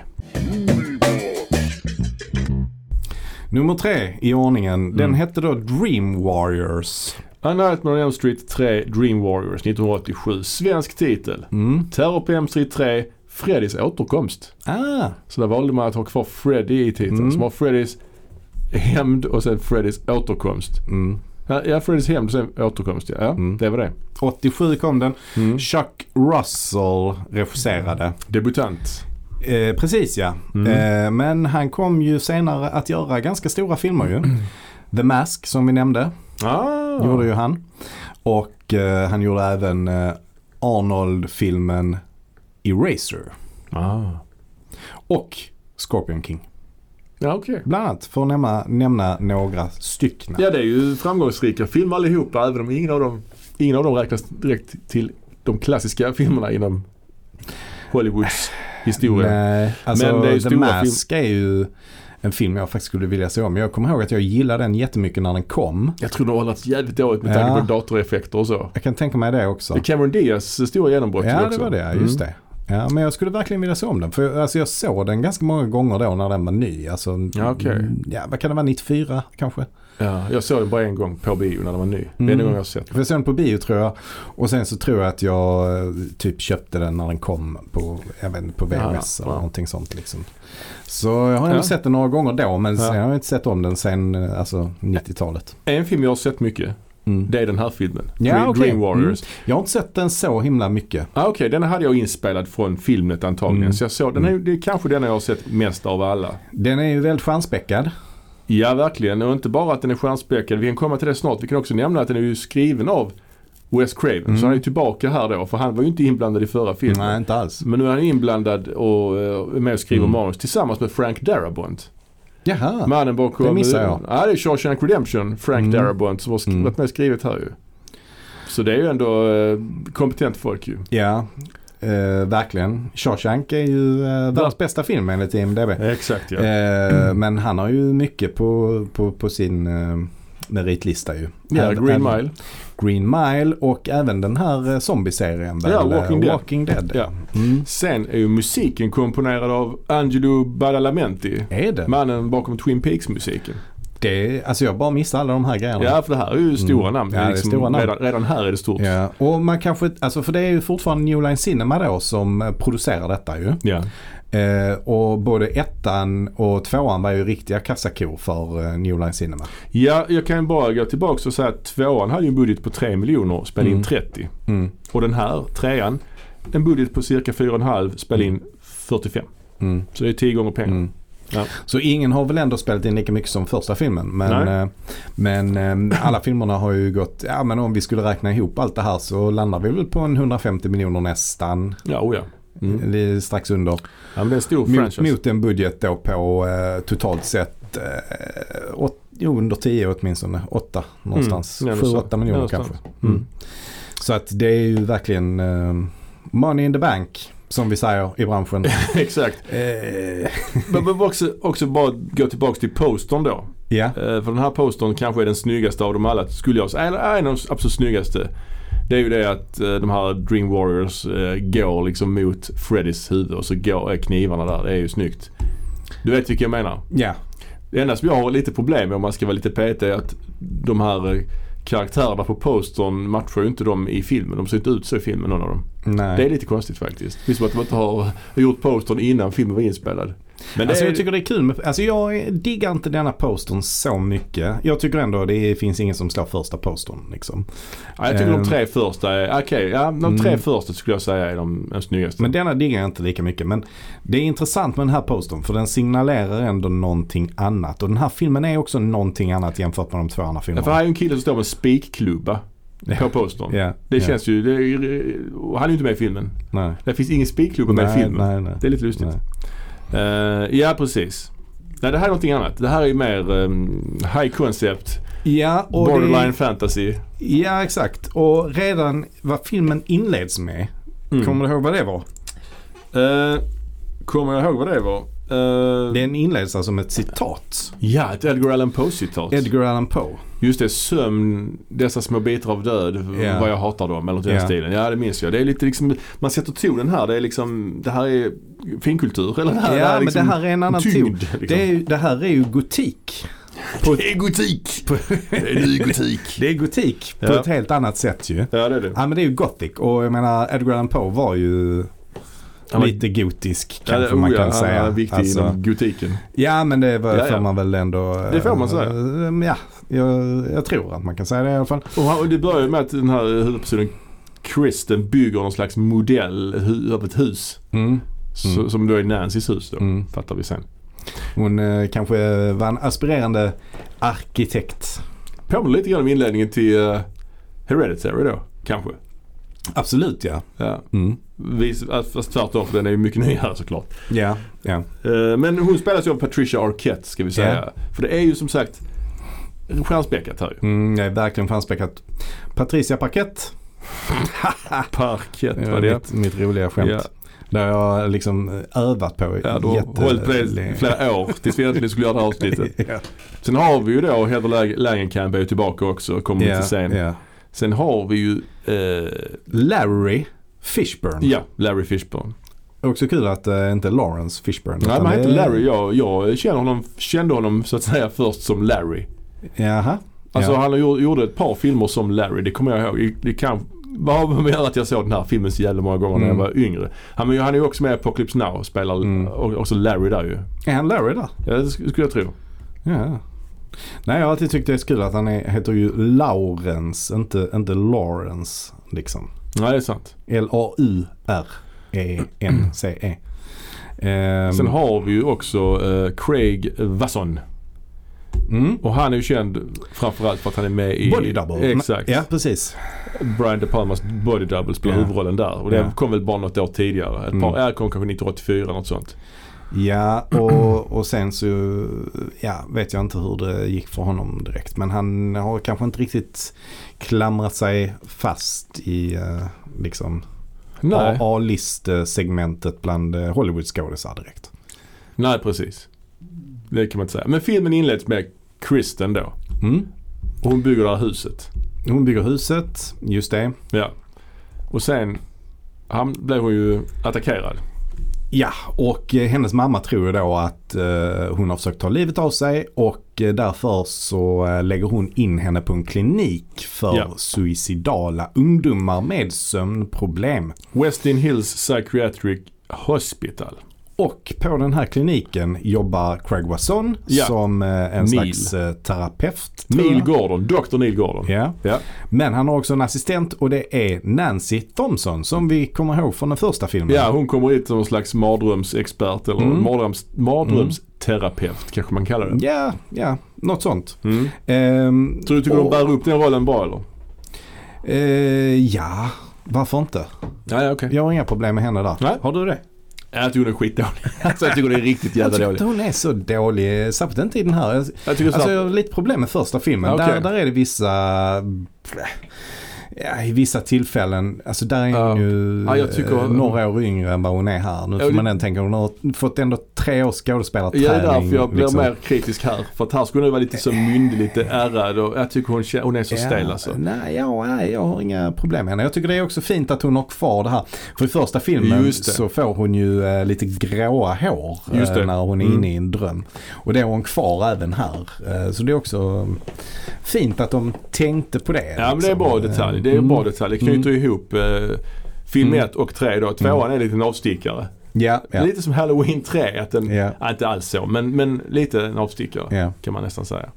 Nummer tre i ordningen, den Mm. hette då Dream Warriors. A Nightmare on Elm Street tre, Dream Warriors nittonhundraåttiosju. Svensk titel. Mm. Terror på Elm Street tre, Freddys återkomst. Ah, Så där valde man att ha kvar Freddy i titeln. Mm. Som har Freddys hämnd och sen Freddys återkomst. mm. Ja, ja Freddys hämnd och sen återkomst. Ja, ja Mm. det var det. åttiosju kom den. Mm. Chuck Russell regisserade. Debutant. Eh, precis ja. Mm. Eh, men han kom ju senare att göra ganska stora filmer ju. The Mask som vi nämnde Ah. gjorde ju han. Och eh, han gjorde även eh, Arnold-filmen Eraser. Ah. Och Scorpion King. Ja, okej. Bland annat för att nämna, nämna några stycken. Ja, det är ju framgångsrika filmer allihopa, även om ingen av dem, ingen av dem räknas direkt till de klassiska filmerna inom Hollywoods historia. Nej, alltså Men det är ju The stora Mask är ju en film jag faktiskt skulle vilja se om. Jag kommer ihåg att jag gillade den jättemycket när den kom. Jag tror det har hållits jävligt dåligt med Ja. tanke på datoreffekter och så. Jag kan tänka mig det också. Det är Cameron Diaz stora genombrott Ja, också. det var det. Just Mm. det. Ja, men jag skulle verkligen vilja se om den. För alltså, jag såg den ganska många gånger då när den var ny. Alltså, Ja, okej. mm, ja, vad kan det vara? nittiofyra kanske? Ja, jag såg den bara en gång på bio när den var ny. Det är Mm. en gång jag har sett. För jag såg den på bio tror jag. Och sen så tror jag att jag eh, typ köpte den när den kom på, jag vet inte, på V H S Ja, eller ja. någonting sånt liksom. Så jag har ändå Ja. sett den några gånger då. Men Ja. sen, jag har inte sett om den sen eh, alltså, nittiotalet. En film jag har sett mycket, Mm. det är den här filmen. Ja, Dream, okej. Dream Warriors. Jag har inte sett den så himla mycket. Ah, Okej, okay. Den hade jag inspelad från filmet antagligen. Mm. Så jag såg, den är, det är kanske den jag har sett mest av alla. Den är ju väldigt stjärnspäckad. Ja, verkligen. Och inte bara att den är stjärnspäckad. Vi kan komma till det snart. Vi kan också nämna att den är ju skriven av Wes Craven. Mm. Så han är tillbaka här då. För han var ju inte inblandad i förra filmen. Nej, inte alls. Men nu är han inblandad och uh, är med och skriver Mm. manus tillsammans med Frank Darabont. Jaha. Mannen bakom... det missar jag. Ja, det är Shawshank Redemption. Frank Mm. Darabont som har sk- Mm. varit med och skrivit här ju. Så det är ju ändå uh, kompetent folk ju. Ja, eh, verkligen. Shawshank är ju eh, världens bästa film enligt I M D B. Exakt ja. Eh, men han har ju mycket på, på, på sin, eh, meritlista ju. Ja, Även, Green Mile. Green Mile och även den här zombie-serien. Ja, väl, Walking Dead. Walking Dead. Ja. Mm. Sen är ju musiken komponerad av Angelo Badalamenti. Är det? Mannen bakom Twin Peaks-musiken. det? Alltså jag bara missar alla de här grejerna. Ja, för det här är ju stora Mm. namn. Ja, det är liksom, stora namn. Redan, redan här är det stort. Ja, och man kanske, alltså för det är ju fortfarande New Line Cinema då som producerar detta ju. Ja. Eh, och både ettan och tvåan var ju riktiga kassakor för eh, New Line Cinema. Ja, jag kan bara gå tillbaka och säga att tvåan hade ju en budget på tre miljoner och spelade Mm. in trettio. Mm. Och den här, trean, en budget på cirka fyra komma fem, spelade in fyrtiofem. Mm. Så det är tio gånger pengar. Mm. Ja. Så ingen har väl ändå spelat in lika mycket som första filmen. Men, eh, men eh, alla filmerna har ju gått, ja men om vi skulle räkna ihop allt det här så landar vi väl på en hundrafemtio miljoner nästan. Ja, oh ja. Mm. Det är strax under. Ja, men det är en stor Mot, franchise. mot en budget då på eh, totalt sett eh, åt, jo, under tio åtminstone. Åtta någonstans. Mm. Ja, Sju, så. åtta miljoner Ja, kanske. Mm. Mm. Så att det är ju verkligen eh, money in the bank som vi säger i branschen. Exakt. eh, Men men också, också bara gå tillbaka till postern då. ja. Eh, för den här postern kanske är den snyggaste av dem alla, skulle jag säga. Eller är en av de absolut snyggaste. Det är ju det att eh, de här Dream Warriors eh, går liksom mot Freddys huvud och så går eh, knivarna där. Det är ju snyggt. Du vet vilka jag menar. Ja. Det enda som jag har lite problem med, om man ska vara lite petig, är att de här eh, karaktärerna på postern matchar ju inte dem i filmen. De ser inte ut så i filmen, någon av dem. Nej. Det är lite konstigt faktiskt. Det är som att de inte har gjort postern innan filmen var inspelad. Men det Alltså är, jag tycker det är kul med, alltså jag diggar inte denna postern så mycket. Jag tycker ändå det finns ingen som slår första postern liksom. ja, jag tycker Ehm. de tre första är, okej, okay, ja, de tre Mm. första skulle jag säga är de, de snyggaste. Men denna diggar jag inte lika mycket. Men det är intressant med den här postern för den signalerar ändå någonting annat. Och den här filmen är också någonting annat jämfört med de två andra ja, filmerna. för här är ju en kille som står med spikklubba på postern. Ja, Det ja. känns ju, det är, och han är ju inte med i filmen. Nej. Det finns ingen spikklubba med i Nej, filmen. nej, nej. Det är lite lustigt. Nej. Uh, ja, precis. Nej, det här är någonting annat. Det här är ju mer um, high concept, Ja, och borderline det, fantasy. ja, exakt. Och redan vad filmen inleds med, Mm. kommer du ihåg vad det var? Uh, kommer jag ihåg vad det var? Uh, Den inleds alltså med ett citat. Ja, ett Edgar Allan Poe-citat. Edgar Allan Poe. Just det, sömn, dessa små bitar av död, Ja. vad jag hatar dem, eller den Ja. stilen. Ja, det minns jag. Det är lite liksom, man sätter tonen här, det är liksom, det här är finkultur, eller det här, Ja, det här är men liksom det här är en annan tyngd. ton. Liksom. Det, är, ju- det här är ju gotik. På, Det är gotik! Det är ny gotik. det är gotik på Ja. ett helt annat sätt ju. Ja, det är det. Ja, men det är ju gothic. Och jag menar, Edgar Allan Poe var ju Han var- lite gotisk Ja, kanske det, man oh, kan ja, säga. Han är viktig Alltså, inom gotiken. ja, men det var, Ja, ja. får man väl ändå... Det får man säga. äh, Ja, jag, jag tror att man kan säga det i alla fall. Och, han, och det börjar ju med att den här huvudpersonen Kristen bygger någon slags modell hu- av ett hus. Mm. Så, Mm. som då är Nancys hus då, Mm. fattar vi sen. Hon eh, kanske var en aspirerande arkitekt. Påminner lite grann om inledningen till uh, Hereditary då, kanske. Absolut, ja. Ja. Mm. Vis, fast tvärtom, för den är ju mycket nyare såklart. Ja, ja. Uh, men hon spelas ju av Patricia Arquette, ska vi säga. Ja. För det är ju som sagt stjärnspäckat här ju. Mm, det är verkligen fanspäckat. Patricia Parkett. Parkett, Det var var det? mitt, mitt roliga skämt. Ja. Där jag liksom övat på Ja, du har jätte- hållit på det i flera år tills vi äntligen skulle göra det här avsnittet. ja. Sen har vi ju då Heather Langenkamp är ju tillbaka också, kommer Ja, lite sen. ja. Sen har vi ju eh, Larry Fishburne. ja, Larry Fishburne. Också kul att det inte är Lawrence Fishburne. Nej, utan men han det heter är- Larry. Jag, jag känner honom, kände honom så att säga först som Larry. Jaha. Alltså ja. han har gjort, gjorde ett par filmer som Larry, det kommer jag ihåg. Det kan, vad har med att jag såg den här filmen så jävla många gånger när jag Mm. var yngre. Han, men han är ju också med i Apocalypse Now och spelar Mm. och, också Larry där ju. Är han Larry där? Ja, det sk- skulle jag tro. Ja. Nej, jag har alltid tyckt det är så kul att han är, heter ju Lawrence, inte, inte Lawrence liksom. Nej, det är sant. L A U R E N C E. Ehm, Sen har vi ju också eh, Craig Wasson. mm. Och han är ju känd framförallt för att han är med i... Body Double. Exakt. Ja, precis. Brian De Palmas Body Double spelar Ja. huvudrollen där. Och det Ja. kom väl bara något år tidigare. Ett Mm. par, jag kom kanske nittonhundraåttiofyra, något sånt. Ja, och, och sen så ja, vet jag inte hur det gick för honom direkt. Men han har kanske inte riktigt klamrat sig fast i eh, liksom Nej, A-list-segmentet bland eh, Hollywood-skådisar direkt. Nej, precis. Det kan man inte säga. Men filmen inleds med Kristen då. Mm. Och hon bygger det här huset. Hon bygger huset, just det. Ja. Och sen han blev hon ju attackerad. Ja, och eh, hennes mamma tror ju då att eh, hon har försökt ta livet av sig och eh, därför så eh, lägger hon in henne på en klinik för Ja. suicidala ungdomar med sömnproblem. Westin Hills Psychiatric Hospital. Och på den här kliniken jobbar Craig Wasson Ja. som eh, en Neil. slags eh, terapeut. tror Neil jag. Gordon, doktor Neil Gordon. Ja. Ja. Men han har också en assistent och det är Nancy Thompson som vi kommer ihåg från den första filmen. Ja, hon kommer hit som en slags mardrömsexpert eller Mm. mardröms, mardrömsterapeut kanske man kallar det. Ja, ja, något sånt. Mm. Ehm, Så du tycker och- de bär upp den rollen bra eller? Eh, ja, varför inte? Nej, okej. Jag har inga problem med henne där. Nej. Har du det? Jag tycker hon är skitdålig. Alltså, jag tycker det är riktigt Jag jävla tycker dålig. inte hon är så dålig, särskilt inte i den här. Jag, Jag tycker så alltså att- jag har lite problem med första filmen. Okej. Där, där är det vissa, ja, i vissa tillfällen, alltså där är Ja. hon ju Ja, jag tycker- eh, några år yngre än vad hon är här. Nu Ja, får det- man den tänka, hon har fått ändå tre års skådespelarträning. Ja, det är därför jag blir liksom. mer kritisk här. För att här skulle hon vara lite så myndig, lite ärrad och jag tycker hon, kä- hon är så stel alltså. Nej, ja, nej, jag har inga problem med henne. Jag tycker det är också fint att hon har kvar det här. För i första filmen Just det. så får hon ju eh, lite gråa hår Just det. eh, när hon är Mm. inne i en dröm. Och det har hon kvar även här. Eh, så det är också mm, fint att de tänkte på det. Ja, men det är bra detalj. Det är en bra detalj. Det knyter ihop eh, film Mm. ett och tre då. Tvåan är lite en avstickare. Ja, ja. Lite som Halloween tre. Att den, Ja. ja, inte alls så, men, men lite en avstickare Ja. kan man nästan säga.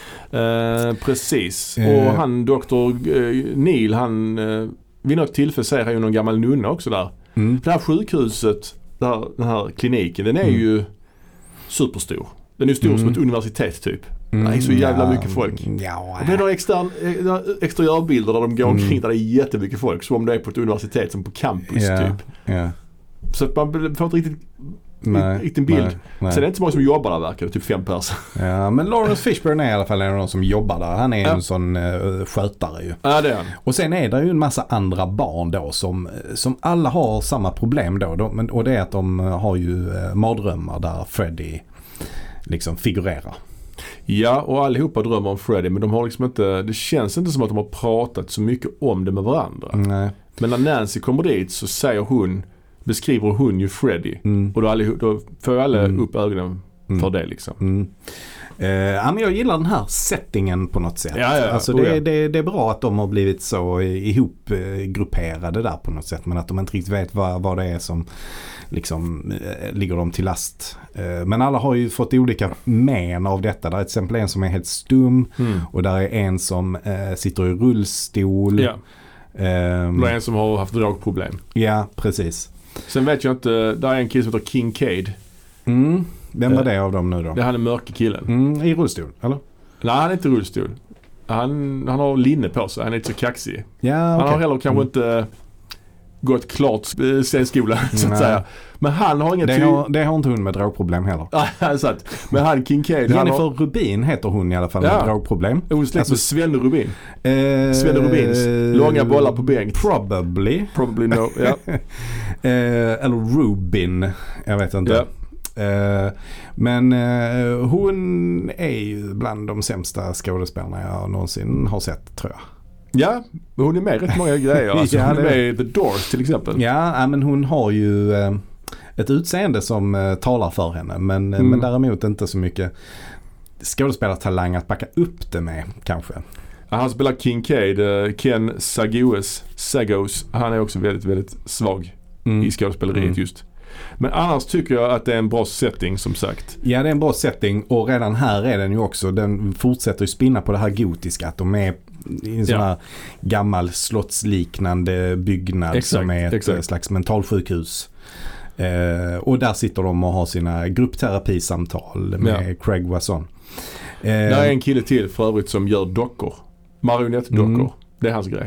Eh, precis. Eh. Och han, doktor eh, Neil, han eh, vid något tillfälle säger han ju någon gammal nunna också där. Mm. Det här sjukhuset, där, den här kliniken, den är Mm. ju superstor. Den är ju stor Mm. som ett universitet typ. Det är så jävla mycket folk. Ja, Och det är några extern, eh, exteriörbilder där de går Mm. omkring där det är jättemycket folk. Som om det är på ett universitet som på campus ja, typ. ja. Så att man får inte riktigt, Nej, riktigt bild. nej, nej. Sen är det inte så många som jobbar där verkar det, typ fem personer. Ja, men Lawrence Fishburne är i alla fall en av de som jobbar där. Han är Ja. en sån uh, skötare ju. Ja, det är han. Och sen är det ju en massa andra barn då som, som alla har samma problem då. De, men, och det är att de har ju eh, mardrömmar där Freddy liksom figurerar. Ja, och allihopa drömmer om Freddy, men de har liksom inte, det känns inte som att de har pratat så mycket om det med varandra. Nej. Men när Nancy kommer dit så säger hon, beskriver hon ju Freddy. Mm. Och då, allihop, då får alla Mm. upp ögonen Mm. för det liksom. Mm. Eh, ja, men jag gillar den här settingen på något sätt. Ja, ja, ja. Alltså Oh, det, ja. det, det är bra att de har blivit så ihopgrupperade där på något sätt. Men att de inte riktigt vet vad, vad det är som liksom eh, ligger dem till last. Eh, men alla har ju fått olika men av detta. Där är till exempel en som är helt stum. Mm. Och där är en som eh, sitter i rullstol. Ja, Ehm, det är en som har haft dragproblem. ja, precis. Sen vet jag inte, där är en kille som heter Kincaid. Mm. Vem var Eh, det av dem nu då? Det är han den mörka killen. Mm, i rullstol, eller? Nej, han är inte i rullstol. Han, han har linne på sig, han är inte så kaxig. Ja, Han okej. har heller kanske Mm. inte gått klart eh, scenskolan så att Nej. säga. Men han har inga Det ty... har, det har inte hon med drogproblem heller. Nej, sant. Men han Kincaid, han Jennifer har... Rubin heter hon i alla fall med Ja. drogproblem. Hon släkt Alltså- med Svenne Rubin. Eh, Svenne Rubins. Långa bollar på bänk. Probably. Probably no. Ja. Eh, eller Rubin. Jag vet inte. Ja. Eh, men eh, hon är ju bland de sämsta skådespelarna jag någonsin har sett, tror jag. Ja, men hon är med i rätt många grejer. Alltså, Ja, hon är det- med i The Doors till exempel. Ja, ja, men hon har ju eh, ett utseende som eh, talar för henne. Men, Mm. men däremot inte så mycket skådespelartalang att backa upp det med, kanske. Ja, han spelar Kincaid, eh, Ken Sagos, Sagos. Han är också väldigt, väldigt svag Mm. i skådespeleriet Mm. just. Men annars tycker jag att det är en bra setting som sagt. Ja, det är en bra setting och redan här är den ju också, den fortsätter ju spinna på det här gotiska, att de är i en sån Ja. här gammal slottsliknande byggnad Exakt, som är ett exakt. slags mentalsjukhus. Eh, och där sitter de och har sina gruppterapisamtal med Ja. Craig Wasson. Eh, Det är en kille till för övrigt som gör dockor. Marionettdockor. Mm. Det är hans grej.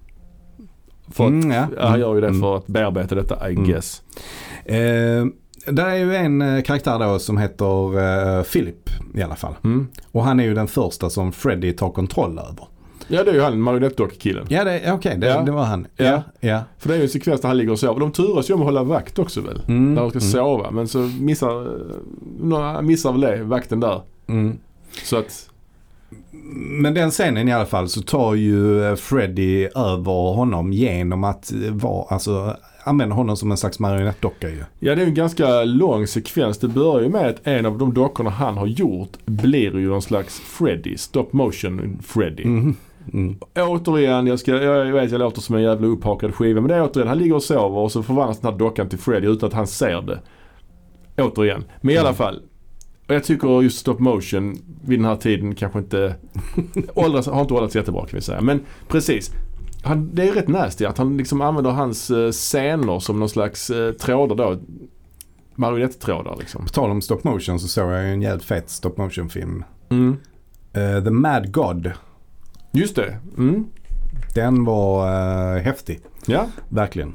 För att, mm, ja. ja, han gör ju det Mm. för att bearbeta detta, I Mm. guess. Eh, där är ju en eh, karaktär då som heter eh, Philip i alla fall. Mm. Och han är ju den första som Freddy tar kontroll över. Ja, det är ju han, marionettdockkillen. Ja, det, okej, det, Ja. det var han. Ja. Ja, ja. För det är ju en sekvens där han ligger och sover. De turas ju om att hålla vakt också väl? Mm, När de ska mm, sova. Men så missar, några missar väl det, vakten där. mm. Så att, Men den scenen i alla fall så tar ju Freddy över honom genom att vara, alltså använda honom som en slags marionettdocka ju. Ja, det är en ganska lång sekvens. Det börjar ju med att en av de dockorna han har gjort blir ju någon slags Freddy, stop motion Freddy. Mm. Mm. Återigen, jag, ska, jag vet jag låter som en jävla upphakad skiva, men det är återigen, han ligger och sover och så förvandlas den här dockan till Freddy utan att han ser det. Återigen. Men i alla fall, och jag tycker just stop motion vid den här tiden kanske inte åldras, har inte åldrats jättebra kan vi säga. Men precis, han, det är rätt nasty att han liksom använder hans uh, scener som någon slags uh, trådar då. Marionettrådar liksom. På tal om stop motion så såg jag en jävligt fet stop motion film. Mm. Uh, The Mad God. Just det. Mm. Den var uh, häftig. Ja. Verkligen.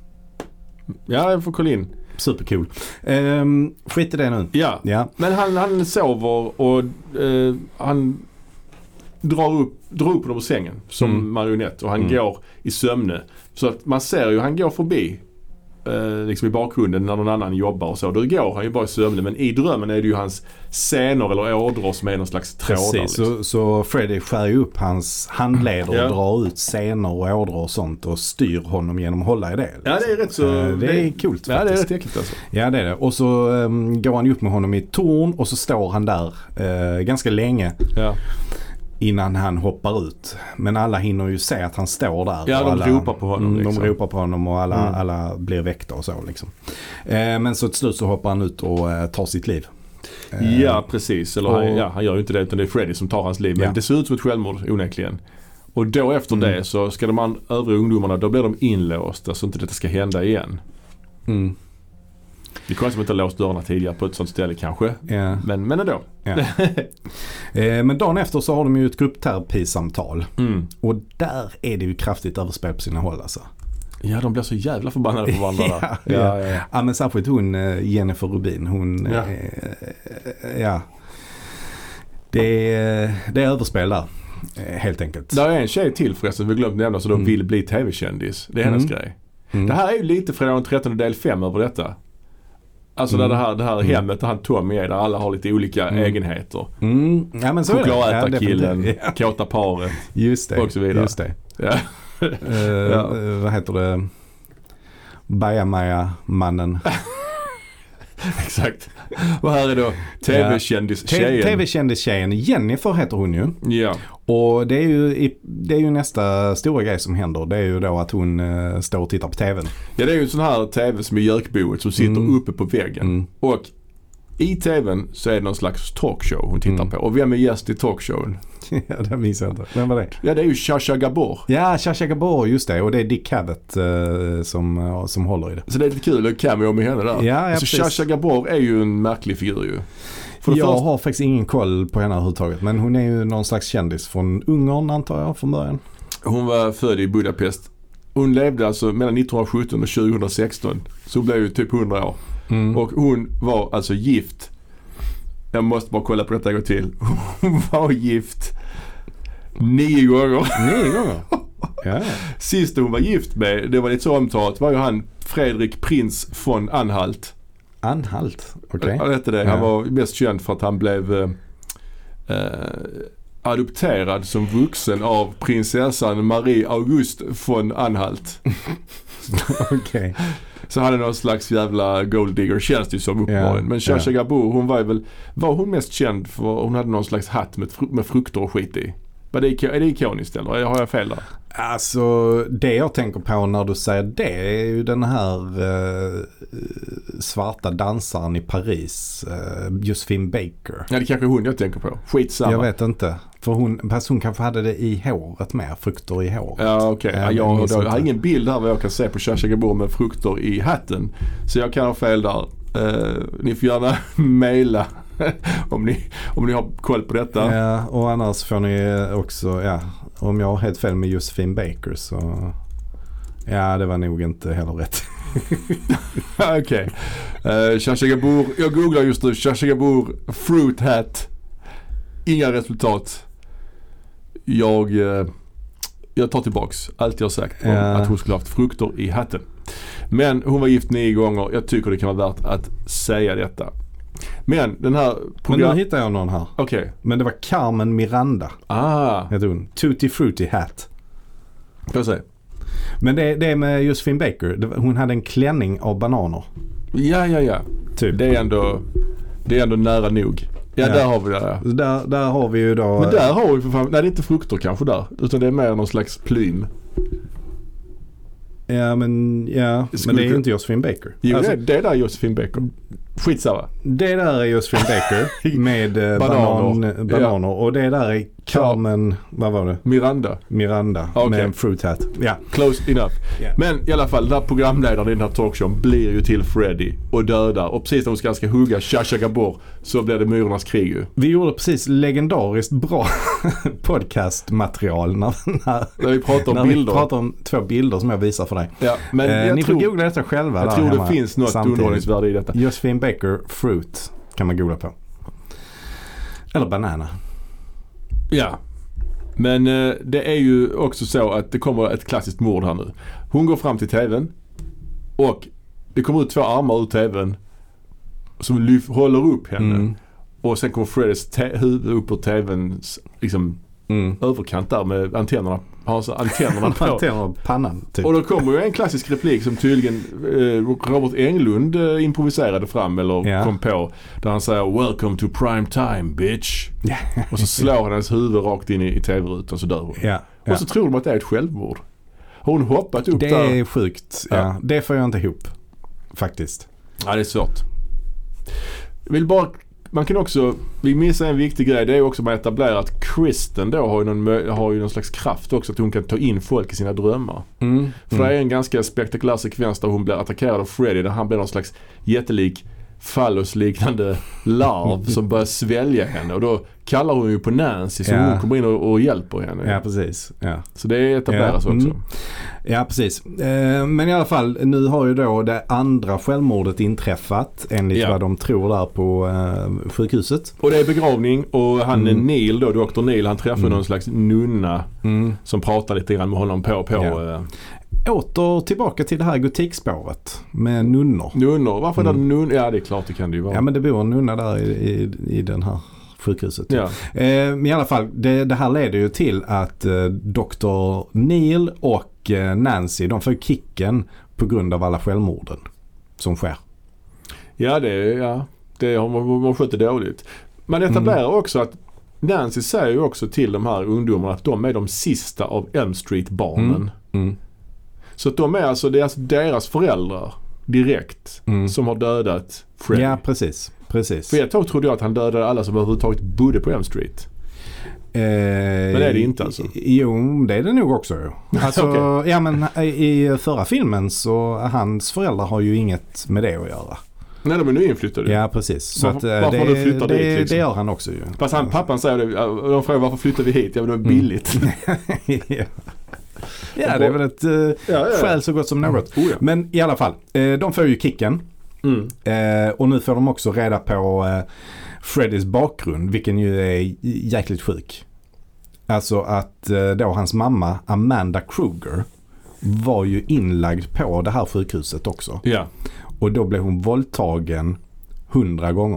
Ja, jag får kolla in. Supercool. Um, skit i det nu. Ja, ja. Men han, han sover och uh, han drar upp, drar upp honom ur sängen som Mm. marionett och han Mm. går i sömne. Så att man ser ju, han går förbi eh, liksom i bakgrunden när någon annan jobbar och så. Då går han ju bara i sömne, men i drömmen är det ju hans scener eller ådror som är någon slags trådar. Precis, liksom. så, så Freddy skär ju upp hans handleder Ja. och drar ut scener och ådror och sånt och styr honom genom att hålla i det. Ja, det är rätt så... Eh, det är coolt Ja, det är faktiskt. rätt äckligt alltså. Ja, det är det. Och så um, går han upp med honom i ett torn och så står han där uh, ganska länge Ja, innan han hoppar ut. Men alla hinner ju se att han står där. ja och de alla, ropar på honom. Mm, liksom. De ropar på honom och alla, Mm. alla blir väckta och så liksom. Eh, men så till slut så hoppar han ut och eh, tar sitt liv. Eh, Ja, precis. Eller och- han, ja, han gör ju inte det, utan det är Freddy som tar hans liv. Men Ja. det ser ut som ett självmord onekligen. Och då efter Mm. det så ska de an- övriga ungdomarna, då blir de inlåsta så inte detta ska hända igen. Mm, Det är konstigt att inte ha låst dörrarna tidigare på ett sånt ställe kanske. ja, Men, men ändå. ja. eh, men dagen efter så har de ju ett gruppterapisamtal. Mm. Och där är det ju kraftigt överspel på sina håll alltså. Ja, de blir så jävla förbannade på varandra. Ja, ja, ja. ja, ja. Ja, men särskilt hon eh, Jennifer Rubin, hon Ja. eh, ja. Det är, det är överspel där eh, helt enkelt. Där är en tjej till förresten, vi glömde nämna, så de Mm. vill bli tv-kändis. Det är hennes Mm. grej. Mm. Det här är ju lite Fredag den trettonde del fem över detta. Alltså Mm. där det här, det här Mm. hemmet där han Tommy är, där alla har lite olika Mm. egenheter. Mm. Ja, men så är det. Ja, Chokladätarkillen, definitivt. Ja. kåta paret Just det. och så vidare. Just det. Ja. Eh, Ja. eh, vad heter det? Bajamaja-mannen. Exakt. Och här är då tv-kändis-tjejen. Tv-kändis-tjejen Jennifer heter hon ju. Ja. Och det är ju, i- det är ju nästa stora grej som händer. Det är ju då att hon eh, står och tittar på tvn. ja, det är ju en sån här tv som är gökboet som sitter Mm. uppe på väggen. Mm. Och i tvn så är det någon slags talkshow hon tittar Mm. på. Och vem är gäst i talkshowen? Ja, det minns jag inte. Vem var det? Ja, det är ju Sacha Gabor. Ja, Sacha Gabor, just det. Och det är Dick Cavett eh, som, eh, som håller i det. Så det är lite kul att cameo med henne där. Ja, ja, alltså, precis. Sacha Gabor är ju en märklig figur ju. För det Jag första, har faktiskt ingen koll på henne överhuvudtaget. Men hon är ju någon slags kändis från Ungern antar jag från början. hon var född i Budapest. Hon levde alltså mellan nittonhundrasjutton och tjugohundrasexton. Så hon blev ju typ hundra år. Mm. Och hon var alltså gift. Jag måste bara kolla på detta en gång till. Hon var gift nio gånger. Nio gånger? Ja. Sist hon var gift med, det var lite så omtalat, var ju han Fredrik Prins von Anhalt. Anhalt, okej. Han hette det. Han Ja. var mest känd för att han blev eh, eh, adopterad som vuxen av prinsessan Marie August von Anhalt. Okej. Så han är någon slags jävla gold digger, känns det ju som uppenbarligen. Ja, Men Sacha ja. Gabor, hon var ju väl, var hon mest känd för, hon hade någon slags hatt med, fru- med frukter och skit i. Var det, iko- är det ikoniskt eller har jag fel där? Alltså det jag tänker på när du säger det är ju den här eh, svarta dansaren i Paris, eh, Josephine Baker. Ja, det kanske är hon jag tänker på. Skitsamma. Jag vet inte. För hon, fast hon kanske hade det i håret med, frukter i håret. Ja, okej. Ja, Ja, men jag, minns jag, inte. har ingen bild här vad jag kan se på Sacha Gabor med frukter i hatten. Så jag kan ha fel där. Uh, ni får gärna mejla om, ni, om ni har koll på detta. Ja, och annars får ni också, ja, om jag har helt fel med Josephine Baker så, ja det var nog inte heller rätt. Okej. Okay. Uh, Sacha Gabor, jag googlar just nu. Sacha Gabor fruit hat. Inga resultat. Jag, uh, jag tar tillbaks allt jag sagt om Ja. att hon skulle haft frukter i hatten. Men hon var gift nio gånger. Jag tycker det kan vara värt att säga detta. Men den här program... Men nu hittar jag någon här. Okej. Okay. Men det var Carmen Miranda. Ah. Heter hon. Tutti Frutti Hat. Får jag säga. Men det, det är med Josephine Baker. Det, hon hade en klänning av bananer. Ja, ja, ja. Typ. Det är ändå, det är ändå nära nog. Ja, ja. Där har vi det. Ja. Där, där har vi ju då... Men där har vi för fan... Nej, det är inte frukter kanske där. Utan det är mer någon slags plym. Ja, men, ja. men det är ju inte Josephine Baker. Jo, alltså, det, det är där Josephine Baker. Skitsamma. Det där är Josephine Baker med eh, bananer. banan, bananer. Ja. Och det där är Carmen, vad var det? Miranda. Miranda okay. med en fruit hat. Ja. Close enough. Yeah. Men i alla fall, den här programledaren i den här talkshowen blir ju till Freddy och dödar. Och precis när hon ska, ska hugga Chacha Gabor så blir det myrornas krig ju. Vi gjorde precis legendariskt bra podcastmaterial när, när, när vi pratar om när bilder. Vi pratar om två bilder som jag visar för dig. Ja, men eh, jag ni tror, får googla detta själva. Jag där tror hemma det finns något underhållningsvärde i detta. Josephine Baker Fruit kan man googla på. Eller banana. Ja. Men eh, det är ju också så att det kommer ett klassiskt mord här nu. Hon går fram till tvn och det kommer ut två armar ur tvn som lyf- håller upp henne. Mm. Och sen kommer Freddys te- huvud upp ur tvns liksom, mm. överkant där med antennerna. Alltså antennerna på. Antennerna på pannan. Typ. Och då kommer ju en klassisk replik som tydligen eh, Robert Englund eh, improviserade fram eller yeah. kom på. Där han säger "Welcome to prime time, bitch". Och så slår han hennes huvud rakt in i, i tv-rutan så dör hon. Yeah. Yeah. Och så tror de att det är ett självmord. Har hon hoppat upp det där? Det är sjukt. Ja. Ja. Det får jag inte ihop. Faktiskt. Ja, det är svårt. Jag vill bara... Man kan också, vi missar en viktig grej, det är också att man etablerar att Kristen då har ju någon, har ju någon slags kraft också att hon kan ta in folk i sina drömmar. Mm. För mm. det är en ganska spektakulär sekvens där hon blir attackerad av Freddy, där han blir någon slags jättelik fallosliknande larv som börjar svälja henne och då kallar hon ju på Nancy så ja. hon kommer in och, och hjälper henne. Ja, precis. Ja. Så det etableras ja. också. Mm. Ja, precis. Eh, men i alla fall, nu har ju då det andra självmordet inträffat enligt ja. vad de tror där på eh, sjukhuset. Och det är begravning och han mm. Neil då, doktor Neil, han träffar mm. någon slags nunna mm. som pratar lite grann med honom på på ja. eh, åter tillbaka till det här gotikspåret med nunnor. Nunnor? Varför mm. är det nunnor? Ja, det är klart det kan det ju vara. Ja, men det bor en nunna där i, i, i den här sjukhuset. Ja. Eh, men i alla fall, det, det här leder ju till att eh, doktor Neil och eh, Nancy, de får kicken på grund av alla självmorden som sker. Ja, det, ja, det har man, man skött det dåligt. Man etablerar mm. också att Nancy säger ju också till de här ungdomarna att de är de sista av Elm Street-barnen. Mm. Mm. Så att de är alltså, det är alltså deras föräldrar direkt mm. som har dödat Freddy. Ja, precis. precis. För ett tag trodde jag att han dödade alla som överhuvudtaget bodde på Elm Street. Eh, men det är det inte alltså? Jo, det är det nog också. Alltså, okay. Ja, men i förra filmen så hans föräldrar har ju inget med det att göra. Nej, de är nyinflyttade. Ja, precis. Så varför, att, varför det, har du flyttat det, dit? Liksom? Det gör han också ju. Fast han, pappan säger det. De frågar varför flyttar vi hit? Ja, men det är billigt. Mm. ja. Ja, det är väl ett uh, ja, ja, ja. skäl så gott som något. Mm. Oh, ja. Men i alla fall, uh, de får ju kicken. Mm. Uh, och nu får de också reda på uh, Freddys bakgrund, vilken ju är jäkligt sjuk. Alltså att uh, då hans mamma Amanda Kruger var ju inlagd på det här sjukhuset också. Ja. Och då blev hon våldtagen hundra gånger.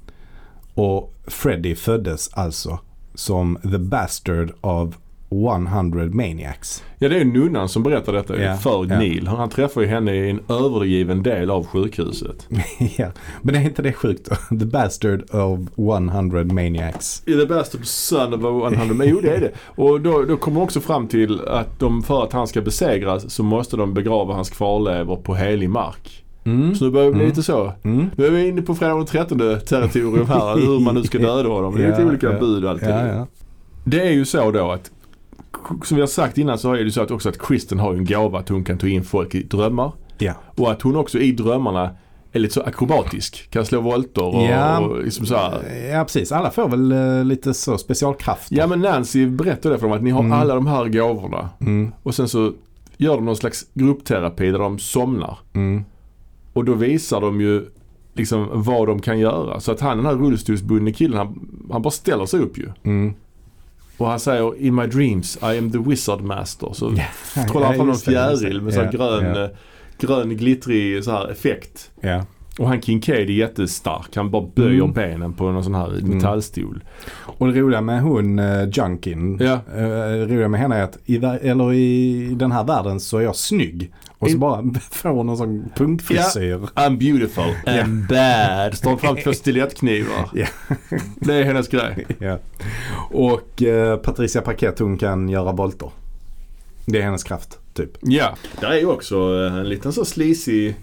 Och Freddy föddes alltså som the bastard of hundra maniacs. Ja, det är ju nunnan som berättar detta yeah, för yeah. Neil. Han träffar ju henne i en övergiven del av sjukhuset. ja, men är inte det sjukt då? The bastard of hundra maniacs. Ja, the bastard son of hundra. Men jo, det är det. Och då, då kommer också fram till att de, för att han ska besegras så måste de begrava hans kvarlevor på helig mark. Mm. Så nu börjar det bli mm. lite så. Mm. Nu är vi inne på fredag den trettonde territorium här. Hur man nu ska döda honom. Det är lite ja, olika ja. bud och allt. Ja, ja. Det är ju så då att, som vi har sagt innan, så är det så att också att Kristen har en gåva att hon kan ta in folk i drömmar. Ja. Och att hon också i drömmarna är lite så akrobatisk. Kan slå volter och, ja. och liksom så här. Ja, precis. Alla får väl uh, lite så specialkrafter. Ja, men Nancy berättar det för dem att ni har mm. alla de här gåvorna. Mm. Och sen så gör de någon slags gruppterapi där de somnar. Mm. Och då visar de ju liksom vad de kan göra. Så att han, den här rullstolsbundne killen, han, han bara ställer sig upp ju. Mm. Och han säger, in my dreams I am the wizard master. Så yeah. trollar han fram någon fjäril med så här yeah. grön, yeah. grön glittrig så här effekt. Yeah. Och han Kincaid är jättestark. Han bara böjer Mm. benen på någon sån här metallstol. Och det roliga med hon uh, Junkin, Ja. uh, det roliga med henne är att i, vär- eller i den här världen så är jag snygg. Och så I- bara får hon någon sån punkfrisyr. I'm beautiful and bad. Står fram två stilettknivar. Ja. Det är hennes grej. Ja. Och uh, Patricia Paquette, hon kan göra volter. Det är hennes kraft, typ. Ja. Där är ju också en liten så sleazy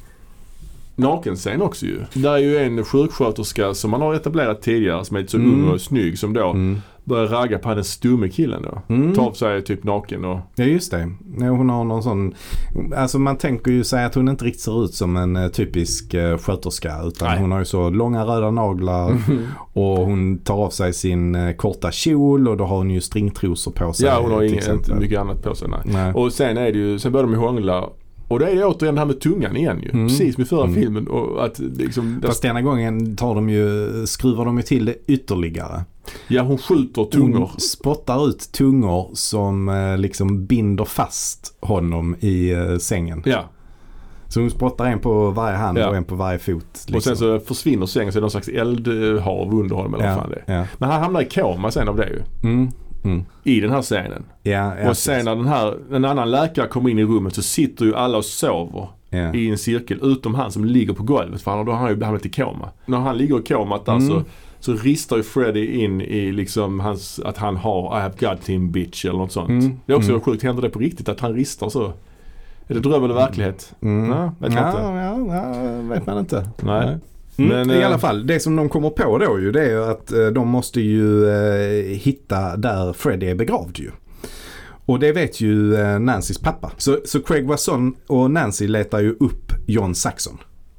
nakenscen också ju. Där är ju en sjuksköterska som man har etablerat tidigare som är så Mm. ung och snygg som då Mm. börjar ragga på den stumme killen då. Mm. Tar av sig typ naken och... Ja, just det. Ja, hon har någon sån... Alltså man tänker ju sig att hon inte riktigt ser ut som en eh, typisk uh, sköterska. Utan Nej. hon har ju så långa röda naglar och hon tar av sig sin uh, korta kjol och då har hon ju stringtrosor på sig. Ja, hon har till inget, exempel. inte mycket annat på sig. Nej. Nej. Och sen är det ju, sen börjar de ju hångla. Och då är det återigen det här med tungan igen ju. Mm. Precis som i förra Mm. filmen. Och att liksom, Fast denna gången tar de ju, skruvar de ju till det ytterligare. ja, hon skjuter tungor. Hon spottar ut tungor som eh, liksom binder fast honom i eh, sängen. Ja. Så hon spottar en på varje hand Ja. och en på varje fot. Liksom. Och sen så försvinner sängen så är det någon slags eldhav under honom eller vad fan det är. ja. Men han hamnar i koma sen av det ju. Mm. Mm. I den här scenen. Ja, ja, och sen när den här, en annan läkare kommer in i rummet så sitter ju alla och sover ja. i en cirkel utom han som ligger på golvet för han, då har han ju hamnat i koma. När han ligger i komat där Mm. så, så ristar ju Freddy in i liksom hans, att han har I have got him bitch eller något sånt. Mm. Det är också Mm. sjukt, händer det på riktigt att han ristar så? Är det dröm eller verklighet? Mm. Ja, vet jag ja, inte. ja, ja, vet man inte. Nej. Mm. Men, I eh, alla fall, det som de kommer på då ju, det är ju att eh, de måste ju eh, hitta där Freddy är begravd ju. Och det vet ju eh, Nancys pappa. Så, så Craig Wasson och Nancy letar ju upp John Saxon.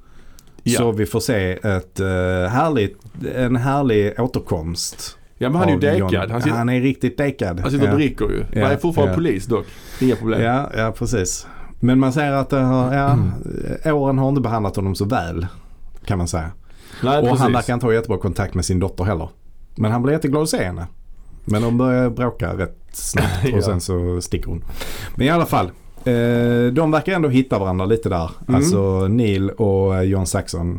Ja. Så vi får se ett eh, härligt, en härlig återkomst. Ja, men han är ju av John. dekad. Han sitter, Han är riktigt dekad. han sitter och ja. dricker ju. Ja, Han är fortfarande ja. polis dock. Inga problem. Ja, ja, precis. Men man säger att det har, ja, Mm. åren har inte behandlat honom så väl, kan man säga. Nej, Och precis. han verkar inte ha jättebra kontakt med sin dotter heller. Men han blir jätteglad att se henne. Men de börjar bråka rätt snabbt Ja. och sen så sticker hon. Men i alla fall, eh, de verkar ändå hitta varandra lite där. Mm. Alltså Neil och John Saxon.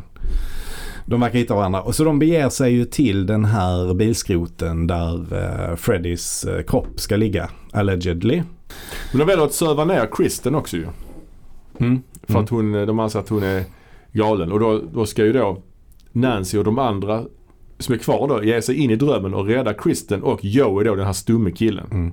De verkar hitta varandra. Och så de beger sig ju till den här bilskroten där eh, Freddys eh, kropp ska ligga. Allegedly. Men de väljer att söva ner Kristen också ju. Mm. För att hon, de anser att hon är galen. Och då, då ska ju då Nancy och de andra som är kvar då ge sig in i drömmen och rädda Kristen och Joey då, den här stumme killen. Mm.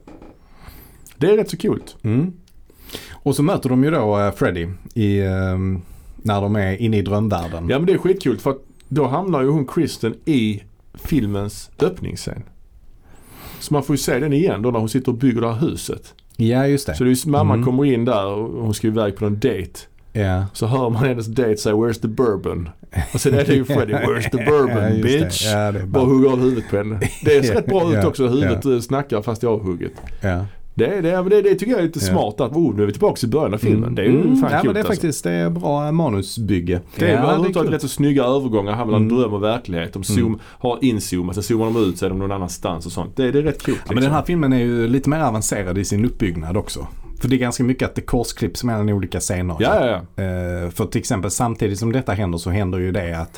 Det är rätt så kul. Mm. Och så möter de ju då uh, Freddy i, um, när de är inne i drömvärlden. Ja, men det är skitkul för att då hamnar ju hon Kristen i filmens öppningsscen. Så man får ju se den igen då när hon sitter och bygger det här huset. Ja, just det. Så det är ju, mamman Mm. kommer in där och hon ska iväg på någon date. Ja. Så hör man hennes date säga "Where's the bourbon?" Och sen är det ju Freddy "Where's the bourbon, Ja, just det. bitch?" Ja, det är Bara bara... hugga av huvudet på henne. Det ser rätt bra ut Ja, också. Huvudet ja. snackar fast det är avhugget. Ja. Det, det, det, det tycker jag är lite Ja. smart att oh, nu är vi tillbaka i början av filmen. Mm. Det är ju Mm. fan Ja, kul men det är alltså. faktiskt det är bra manusbygge. Det är ja, överhuvudtaget kul. rätt så snygga övergångar här mellan Mm. dröm och verklighet. De zoom, Mm. har inzoomat, sen zoomar de ut sig de någon annanstans och sånt. Det, det är rätt kul. Ja, men den här filmen är ju lite mer avancerad i sin uppbyggnad också. För det är ganska mycket att det korsklipps mellan olika scener. Ja, ja, ja. Eh, för till exempel samtidigt som detta händer så händer ju det att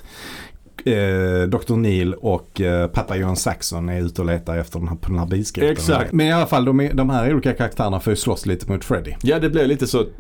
eh, doktor Neil och eh, pappa John Saxon är ute och letar efter den här, på den här bilskroten. Exakt. Men i alla fall de, är, de här olika karaktärerna får ju slåss lite mot Freddy. Ja, det blir lite så eh,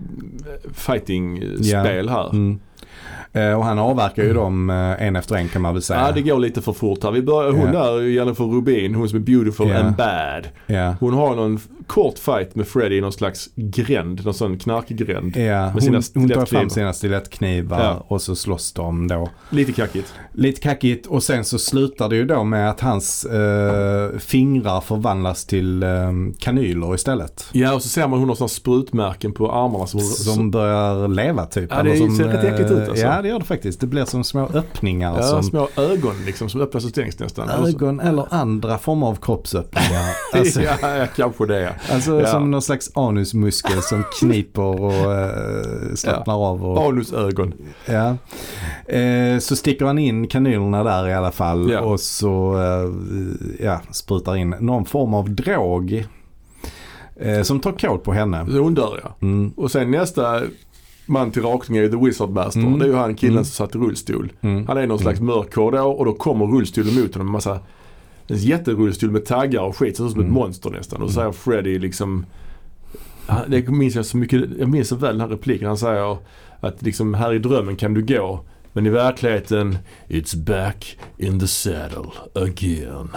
fighting-spel här. Mm. Eh, och han avverkar ju dem eh, en efter en kan man väl säga. Ja, det går lite för fort här. Vi börjar, hon Ja. där, Jennifer Rubin, hon som är beautiful Ja. and bad. Ja. Hon har någon kort fight med Freddy i någon slags gränd, någon sån knarkgränd. Ja, Med sina hon, hon tar fram stilettknivar. sina stilettknivar Ja. och så slåss de då. Lite kackigt. Lite kackigt och sen så slutar det ju då med att hans eh, fingrar förvandlas till eh, kanyler istället. Ja, och så ser man hon har såna sprutmärken på armarna som, Som börjar leva typ. Ja, det Eller som, ser rätt äckligt ut, alltså. Ja, det gör det faktiskt. Det blir som små öppningar. ja, som små ögon liksom som öppnas och stängs nästan. ögon eller andra former av kroppsöppningar. Alltså, ja, ja, kanske det. alltså Ja. som någon slags anusmuskel som kniper och eh, slappnar av. Och, Anusögon. ja. eh, så sticker han in kanylerna där i alla fall Ja. och så eh, ja, sprutar in någon form av drog eh, som tar kål på henne. Så hon dör ja. Mm. Och sen nästa man till rakning är ju The Wizard Master. Mm. Det är ju han killen Mm. som satt i rullstol. Mm. Han är i någon slags mörk korridor och då kommer rullstolen mot honom med massa en jätterullstol med taggar och skit som mm. ett monster nästan. Och så säger Freddy liksom, det minns jag så mycket, jag minns så väl den här repliken. Han säger att liksom här i drömmen kan du gå, men i verkligheten it's back in the saddle again.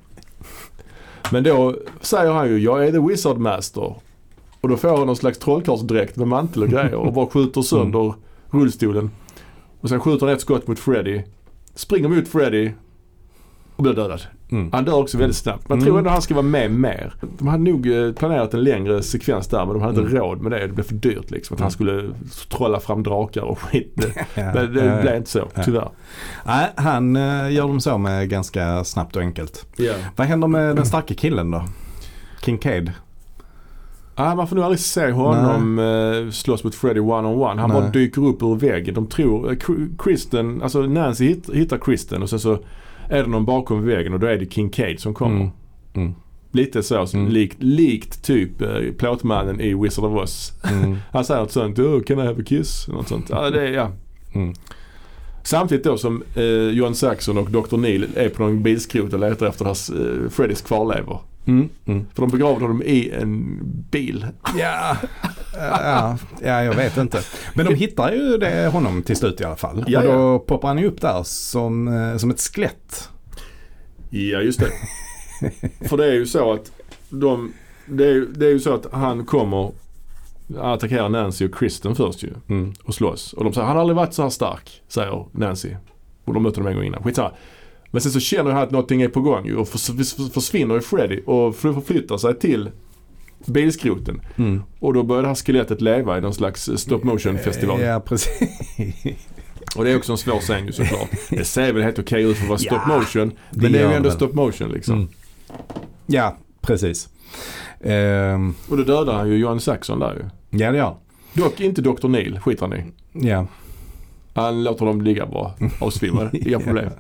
Men då säger han ju, jag är the Wizard Master. Och då får han någon slags trollkarlsdräkt med mantel och grejer och bara skjuter sönder mm. rullstolen. Och sen skjuter han ett skott mot Freddy. Springer mot Freddy och blir dödad. Mm. Han dör också väldigt snabbt. Man mm. tror ändå han ska vara med mer. De hade nog planerat en längre sekvens där, men de hade mm. inte råd med det. Det blev för dyrt liksom. Att mm. han skulle trolla fram drakar och skit. Men det, det ja, blev inte så, ja. Tyvärr. Nej, han uh, gör dem så med ganska snabbt och enkelt. Yeah. Vad händer med den starka killen då? Kincaid? Ah, man får nog aldrig se honom uh, slåss mot Freddy one-on-one. Han Nej. bara dyker upp ur väggen. De tror, uh, Kristen, alltså Nancy hit, hittar Kristen och sen så är det någon bakom väggen och då är det Kincaid som kommer. Mm. Mm. Lite så, så mm. likt, likt typ uh, plåtmannen i Wizard of Oz. Mm. Han säger något sånt, oh, can I have a kiss? Något sånt. Ja, det är, ja. Mm. Samtidigt då som uh, John Saxon och doktor Neil är på någon bilskrot och letar efter hans, uh, Freddys kvarlever. Mm. Mm. För de begravde honom i en bil. Ja. ja, ja, jag vet inte. Men de hittar ju det, honom till slut i alla fall. Ja, och då ja. poppar han ju upp där som, som ett skelett. Ja, just det. För det är ju så att de, det, är, det är ju så att han kommer attackera Nancy och Kristen först ju. Mm. Och slåss. Och de säger, han har aldrig varit så här stark, säger Nancy. Och de möter dem en gång innan. Skitsamma. Men sen så känner han att någonting är på gång ju, och försvinner ju Freddy och förflyttar sig till bilskroten. Mm. Och då börjar det här skelettet leva i någon slags stop motion festival. Ja, precis. Och det är också en svår scen ju såklart. Det ser väl helt okej ut för att vara stop motion, ja, men det är ju ändå stop motion liksom. Mm. Ja, precis. Um, och då dödar han ju John Saxon där ju. Ja, det gör. Dock inte doktor Neil, skiter han i. Ja. Han låter dem ligga bra avsvimmade, inga problem.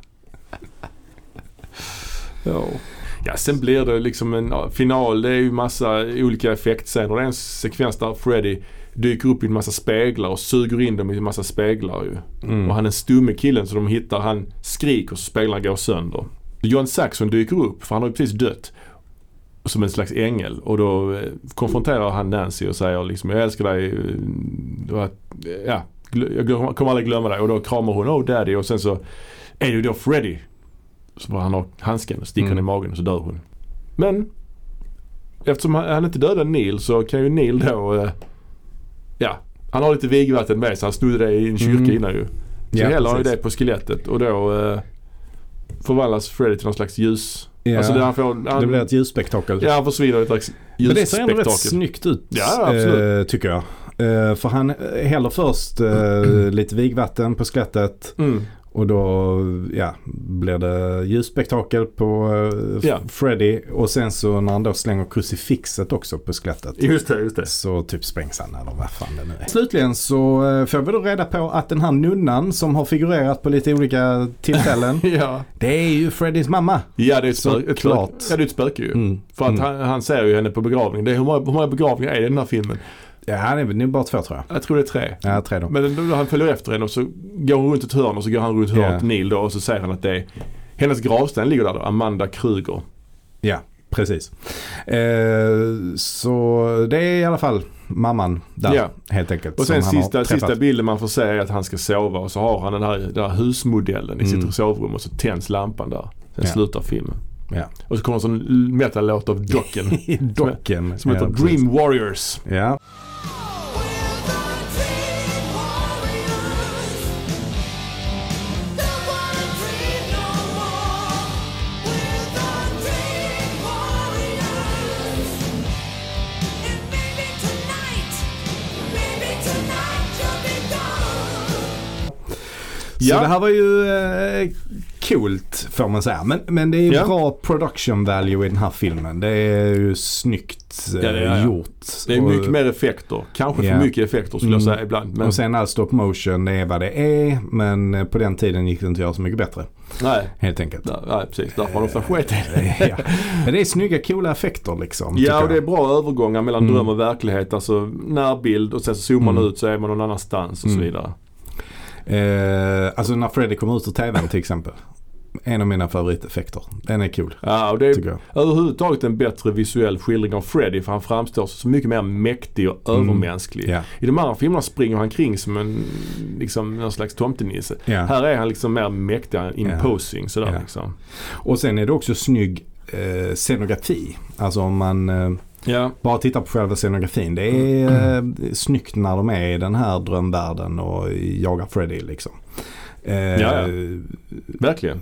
Ja. Ja, sen blir det liksom en final. Det är ju massa olika effektscener. Det är en sekvens där Freddy dyker upp i en massa speglar och suger in dem i en massa speglar ju. Mm. Och han är en stumme killen så de hittar, han skriker så speglarna går sönder. John Saxon dyker upp för han har ju precis dött som en slags ängel och då konfronterar han Nancy och säger liksom, jag älskar dig och att, ja, jag kommer aldrig glömma dig, och då kramar hon oh daddy, och sen så är det ju då Freddy så han har handsken och sticker mm. i magen och så dör hon. Men eftersom han, han inte dödade Neil så kan ju Neil då uh, ja, han har lite vigvatten med sig, han snodde det i en kyrka mm. innan ju. Så ja, häller han ju det på skelettet och då uh, förvandlas Freddy till någon slags ljus. Ja, alltså det, han får, han, det blir ett ljusspektakel. Ja, han försvinner ett slags ljusspektakel. Men det ser ändå rätt snyggt ut, ja, äh, tycker jag. Uh, för han häller först uh, mm. lite vigvatten på skelettet. Mm. Och då ja, blir det ljusspektakel på uh, ja. Freddy. Och sen så när han då slänger krucifixet också på skelettet. Just det, just det. Så typ sprängs han eller vad fan det nu är. Slutligen så uh, får vi då reda på att den här nunnan som har figurerat på lite olika tillfällen. ja. Det är ju Freddys mamma. Ja, det är ett, spö- ett, spö- ja, det är ett spöke ju. Mm. För att mm. han, han ser ju henne på begravningen. Det är, hur, många, hur många begravningar är det i den här filmen? Ja, det är nog bara två tror jag. Jag tror det är tre. Ja, tre då. Men då, han följer efter henne och så går hon runt ett hörn och så går han runt hörnet yeah. Neil då och så säger han att det är hennes gravsten ligger där då, Amanda Kruger. Ja, precis. Eh, så det är i alla fall mamman där ja. helt enkelt. Och sen sista, sista bilden man får se är att han ska sova och så har han den här, den här husmodellen i mm. sitt sovrum och så tänds lampan där. Sen ja. slutar filmen. Ja. Och så kommer en sån metal-låt av Dokken. Dokken. Som heter ja, Dream Warriors. Ja. Ja. Så det här var ju eh, coolt får man säga. Men, men det är Ja. bra production value i den här filmen. Det är ju snyggt Ja, det är, ja. gjort. Det är mycket och, mer effekter. Kanske Ja. för mycket effekter skulle jag Mm. säga ibland. Men och sen all stop motion, det är vad det är. Men på den tiden gick det inte att göra så mycket bättre. nej, Helt enkelt. där, nej, precis. Därför har de för skit i det. ja. Men det är snygga, coola effekter liksom. tycker Ja, och det är jag. bra övergångar mellan Mm. dröm och verklighet. Alltså närbild och sen så zoomar man Mm. ut så är man någon annanstans och så Mm. vidare. Eh, alltså när Freddy kommer ut ur tvn till exempel. En av mina favoriteffekter. Den är cool, Ja, och det tycker är jag. överhuvudtaget en bättre visuell skildring av Freddy för han framstår så mycket mer mäktig och Mm. övermänsklig. Ja. I de andra filmerna springer han kring som en liksom någon slags tomtenisse. Ja. Här är han liksom mer mäktig, imposing sådär Ja. liksom. Och sen är det också snygg eh, scenografi. Alltså om man eh, Ja, bara tittar på själva scenografin. Det är eh, snyggt när de är i den här drömvärlden och jagar Freddy liksom. Eh, Ja, ja. verkligen.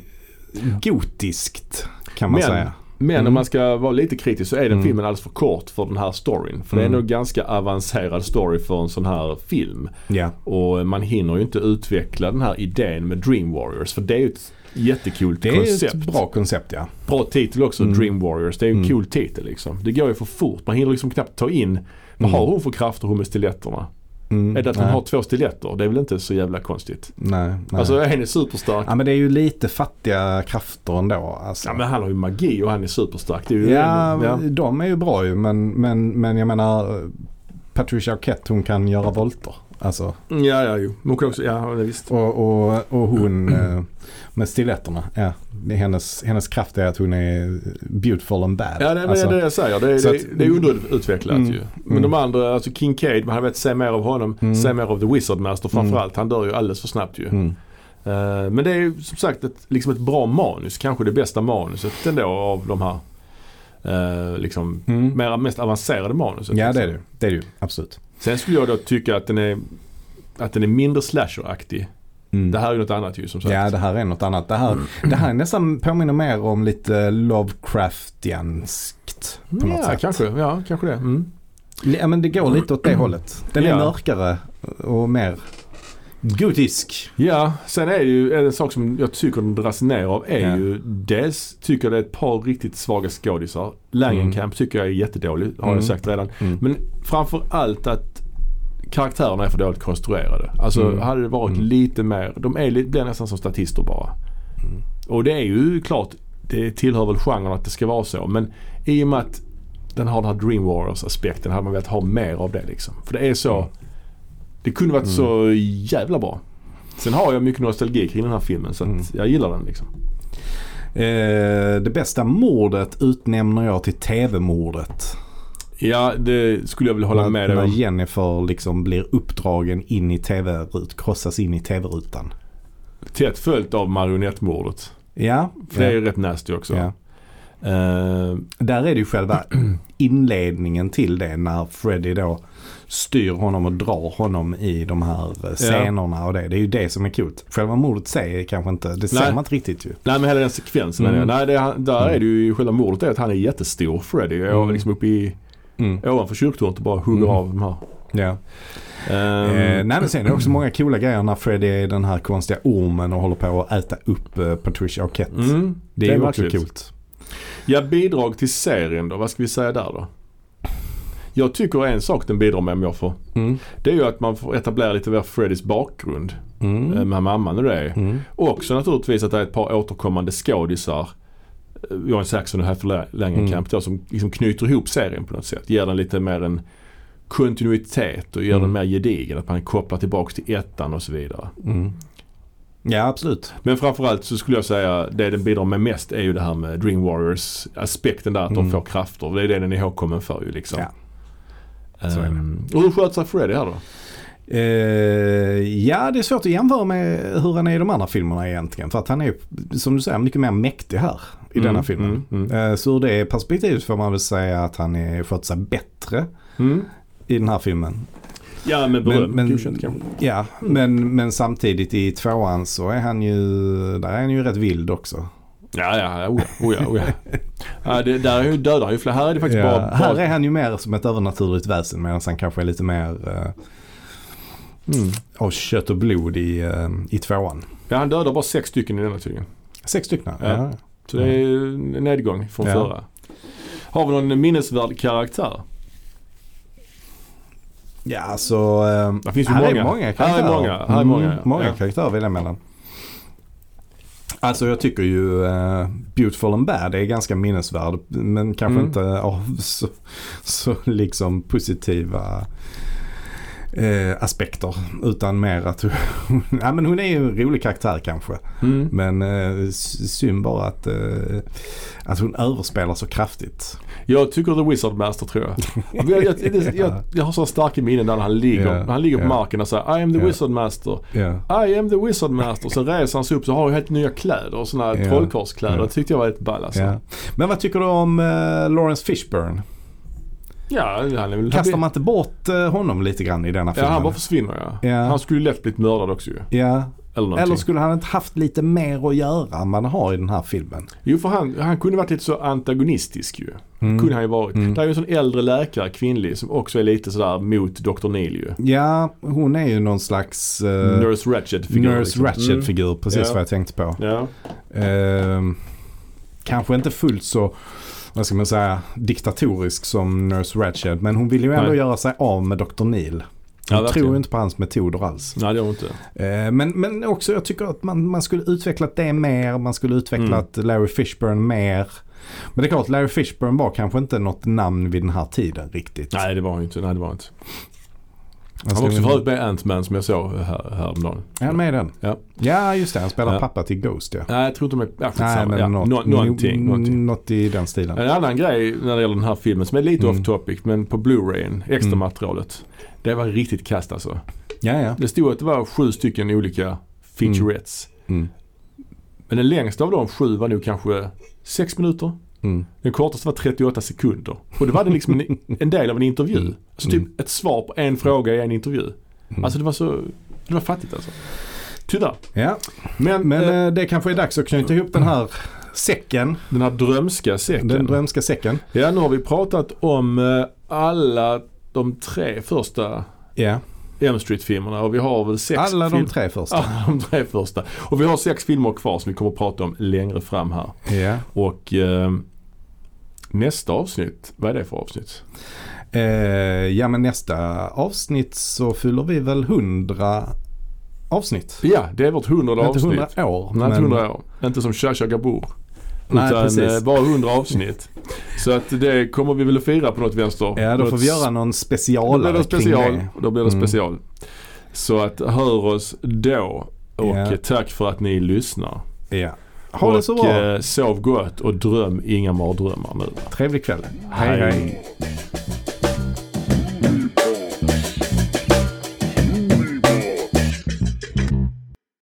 Gotiskt kan man Men- säga. Men Mm. om man ska vara lite kritisk så är den Mm. filmen alldeles för kort för den här storyn. För det är Mm. nog ganska avancerad story för en sån här film. Ja. Och man hinner ju inte utveckla den här idén med Dream Warriors. För det är ju ett jättekult Det är koncept. ett bra koncept, ja. Bra titel också, Mm. Dream Warriors. Det är ju en Mm. cool titel liksom. Det går ju för fort. Man hinner liksom knappt ta in vad Mm. har hon för krafter hon med stiletterna? Mm. Är det att hon nej. har två stiletter? Det är väl inte så jävla konstigt. Nej, nej. Alltså en är superstark. ja, men det är ju lite fattiga krafter ändå. Alltså. Ja, men han har ju magi och han är superstark. Det är ju Ja, ja. de är ju bra ju, men, men, men jag menar Patricia Arquette, hon kan göra volter. Alltså, Ja, ja, jo. Men hon kan också, ja, det visst. och, och, och hon eh, med stiletterna, ja, det är hennes, hennes kraft är att hon är beautiful and bad. Ja, det är alltså, det jag säger. Det är, så det, att- det är underutvecklat Mm, ju. Men mm. de andra, alltså Kincaid, man hade velat se mer av honom. Mm. Se mer av The Wizard Master framförallt. Mm. Han dör ju alldeles för snabbt ju. Mm. Eh, men det är ju som sagt ett, liksom ett bra manus. Kanske det bästa manuset ändå av de här eh, liksom Mm. mer, mest avancerade manuset. Ja, liksom. det är det. Det är det ju, absolut. Sen skulle jag då tycka att den är att den är mindre slasher-aktig. Mm. Det här är ju något annat ju som sagt. Ja, det här är något annat. Det här, det här är nästan påminner mer om lite Lovecraftianskt på något ja, sätt. kanske. Ja, kanske det. Mm. Ja, men det går lite åt det hållet. Den är Ja. mörkare och mer gotisk. Ja, sen är det ju en sak som jag tycker den dras ner av är Ja. ju dels tycker jag det är ett par riktigt svaga skådisar. Langenkamp Mm. tycker jag är jättedålig, har Mm. jag sagt redan. Mm. Men framför allt att karaktärerna är för dåligt konstruerade. Alltså Mm. hade det varit Mm. lite mer, de är, lite- blir nästan som statister bara. Mm. Och det är ju klart, det tillhör väl genren att det ska vara så. Men i och med att den har den här Dream Warriors-aspekten hade man velat ha mer av det liksom. För det är så, Mm. det kunde varit Mm. så jävla bra. Sen har jag mycket nostalgi kring den här filmen så att Mm. jag gillar den liksom. Eh, det bästa mordet utnämner jag till tv-mordet. Ja, det skulle jag vilja hålla När- med dig När om. Jennifer liksom blir uppdragen in i tv-rut, krossas in i tv-rutan. Tätt följt av marionettmordet. Ja, För det är ja, ju rätt nasty också. ja. Eh, Där är det ju själva inledningen till det när Freddy då styr honom och drar honom i de här eh, scenerna och det. Det är ju det som är coolt. Själva mordet säger kanske inte, det ser Nej. man inte riktigt ju. nej men hela den sekvensen. Mm. Mm. Nej, det, där Mm. är det ju själva mordet är att han är jättestor Freddy. Jag Mm. är liksom uppe i Mm. ovanför kyrktornet och bara hugger Mm. av de här. Ja. Ehm, Eh, nej men sen är det också många coola grejer när Freddy är den här konstiga ormen och håller på att äta upp eh, Patricia Arquette. mm, Det är ju också märkligt. coolt. Ja, bidrag till serien då. Vad ska vi säga där då? Jag tycker en sak den bidrar med om jag får. Mm. Det är ju att man får etablera lite mer Freddys bakgrund. Mm. eh, Med mamman och det är. Mm. Och också naturligtvis att det är ett par återkommande skådisar. eh, John Saxon och Heather Langenkamp då, som liksom knyter ihop serien på något sätt. Ger den lite mer en kontinuitet och gör Mm. den mer gedigen. Att man kopplar tillbaka till ettan och så vidare. Mm. Ja, absolut. Men framförallt så skulle jag säga det den bidrar med mest är ju det här med Dream Warriors aspekten där att Mm. de får krafter. Det är det den är ihågkommen för ju liksom. Ja. Så är det. Um, och hur sköter sig Freddy här då? Eh, ja, det är svårt att jämföra med hur han är i de andra filmerna egentligen. För att han är, som du säger, mycket mer mäktig här i Mm, denna filmen. mm, mm. Eh, så ur det perspektivet får man väl säga att han är skött sig bättre Mm. i den här filmen. Ja, med beröm. Men, men, Godkänt kanske. ja, men, men samtidigt i tvåan så är han ju, där är han ju rätt vild också. Ja, ja, oja, oja, oja. Ja, det, där är ju dödar han ju fler. Här är det faktiskt Ja, bara... här bara är han ju mer som ett övernaturligt väsen medan han kanske är lite mer eh, mm. av kött och blod i, eh, i tvåan. Ja, han dödar bara sex stycken i denna tydligen. Sex stycken? Ja. Ja. Så det är en nedgång från Ja. förra. Har vi någon minnesvärd karaktär? Ja, alltså... Eh, Det finns ju här många. är många Här karaktärer. är många. Här är många, Mm, ja. många Ja. karaktärer vill jag mellan. Alltså jag tycker ju uh, Beautiful and Bad är ganska minnesvärd. Men kanske Mm. inte av så, så liksom positiva eh, aspekter. Utan mer att hon, ja, men hon är ju en rolig karaktär kanske. Mm. Men eh, synd bara att, eh, att hon överspelar så kraftigt. Jag tycker The Wizard Master tror jag. jag, jag, jag, jag, jag har så starka minnen där han ligger, Ja, han ligger på ja. marken och säger I am the Ja. Wizard Master. Ja. I am the Wizard Master. Sen reser han sig upp så har han helt nya kläder och såna här Ja. trollkarlskläder. Ja. Det tyckte jag var ett ball alltså. Ja. Men vad tycker du om eh, Lawrence Fishburne? Ja, han är väl... Kastar man inte bort eh, honom lite grann i denna Ja, filmen? han bara försvinner ja. Ja. Han skulle ju lätt blivit mördad också ju. Ja. Eller någonting. Eller skulle han inte haft lite mer att göra än man har i den här filmen? Jo, för han, han kunde varit lite så antagonistisk ju. Mm. Kunde han ju varit. Mm. Det är ju en sån äldre läkare, kvinnlig, som också är lite sådär mot doktor Neil ju. Ja, hon är ju någon slags uh, Nurse Ratched-figur. Nurse liksom. Ratched-figur, precis Ja. vad jag tänkte på. Ja. Uh, kanske inte fullt så, vad ska man säga, diktatorisk som Nurse Ratched, men hon vill ju ändå Nej. göra sig av med doktor Neil. Ja, Hon verkligen. tror ju inte på hans metoder alls. Nej, det har hon inte. Eh, Men, men också jag tycker att man, man skulle utvecklat det mer. Man skulle utvecklat Mm. Larry Fishburne mer. Men det är klart, Larry Fishburne var kanske inte något namn vid den här tiden riktigt. Nej, det var han inte. Nej, det var inte. Han Alltså, var också men- förut med Ant-Man som jag såg här, häromdagen. Är han med i den? Ja. Ja, just det. Han spelar Ja. pappa till Ghost, ja. Nej, jag tror inte de är... Ja, Nej, skitsamma. men ja, något, nå- någonting, no- någonting. något i den stilen. En annan grej när det gäller den här filmen som är lite Mm. off topic, men på Blu-rayen, extra Mm. materialet. Det var riktigt kast alltså. Ja, ja. Det stod att det var sju stycken olika featurettes. Mm. Men den längsta av de sju var nog kanske sex minuter. Mm. Den kortaste var trettioåtta sekunder. Och det var det liksom en, en del av en intervju. Mm. Alltså typ Mm. ett svar på en fråga i en intervju. Mm. Alltså det var så, det var fattigt alltså. Tyvärr. Ja, Men, men eh, eh, det kanske är dags att knyta ihop den här säcken. den här drömska säcken. Den drömska säcken. Ja, nu har vi pratat om eh, alla de tre första Ja, M Street-filmerna och vi har väl sex alla de film- tre första. Alla de tre första. Och vi har sex filmer kvar som vi kommer att prata om längre fram här. Ja. Och eh, nästa avsnitt, vad är det för avsnitt? Eh, ja, men nästa avsnitt så fyller vi väl hundra avsnitt. Ja, det är vårt hundrade Inte avsnitt. hundra år. Nej, inte men- hundra år. Inte som Shasha Gabor. Nej, utan precis. eh, bara hundra avsnitt. Så att det kommer vi väl att fira på något vänster. Ja, då något får vi göra någon Då special blir det kring special. det. Då blir det Mm. special. Så att hör oss då. Och Ja. eh, tack för att ni lyssnar. Ja. Ha det så och bra. eh, sov gott och dröm inga mardrömmar nu. Trevlig kväll. Hej hej.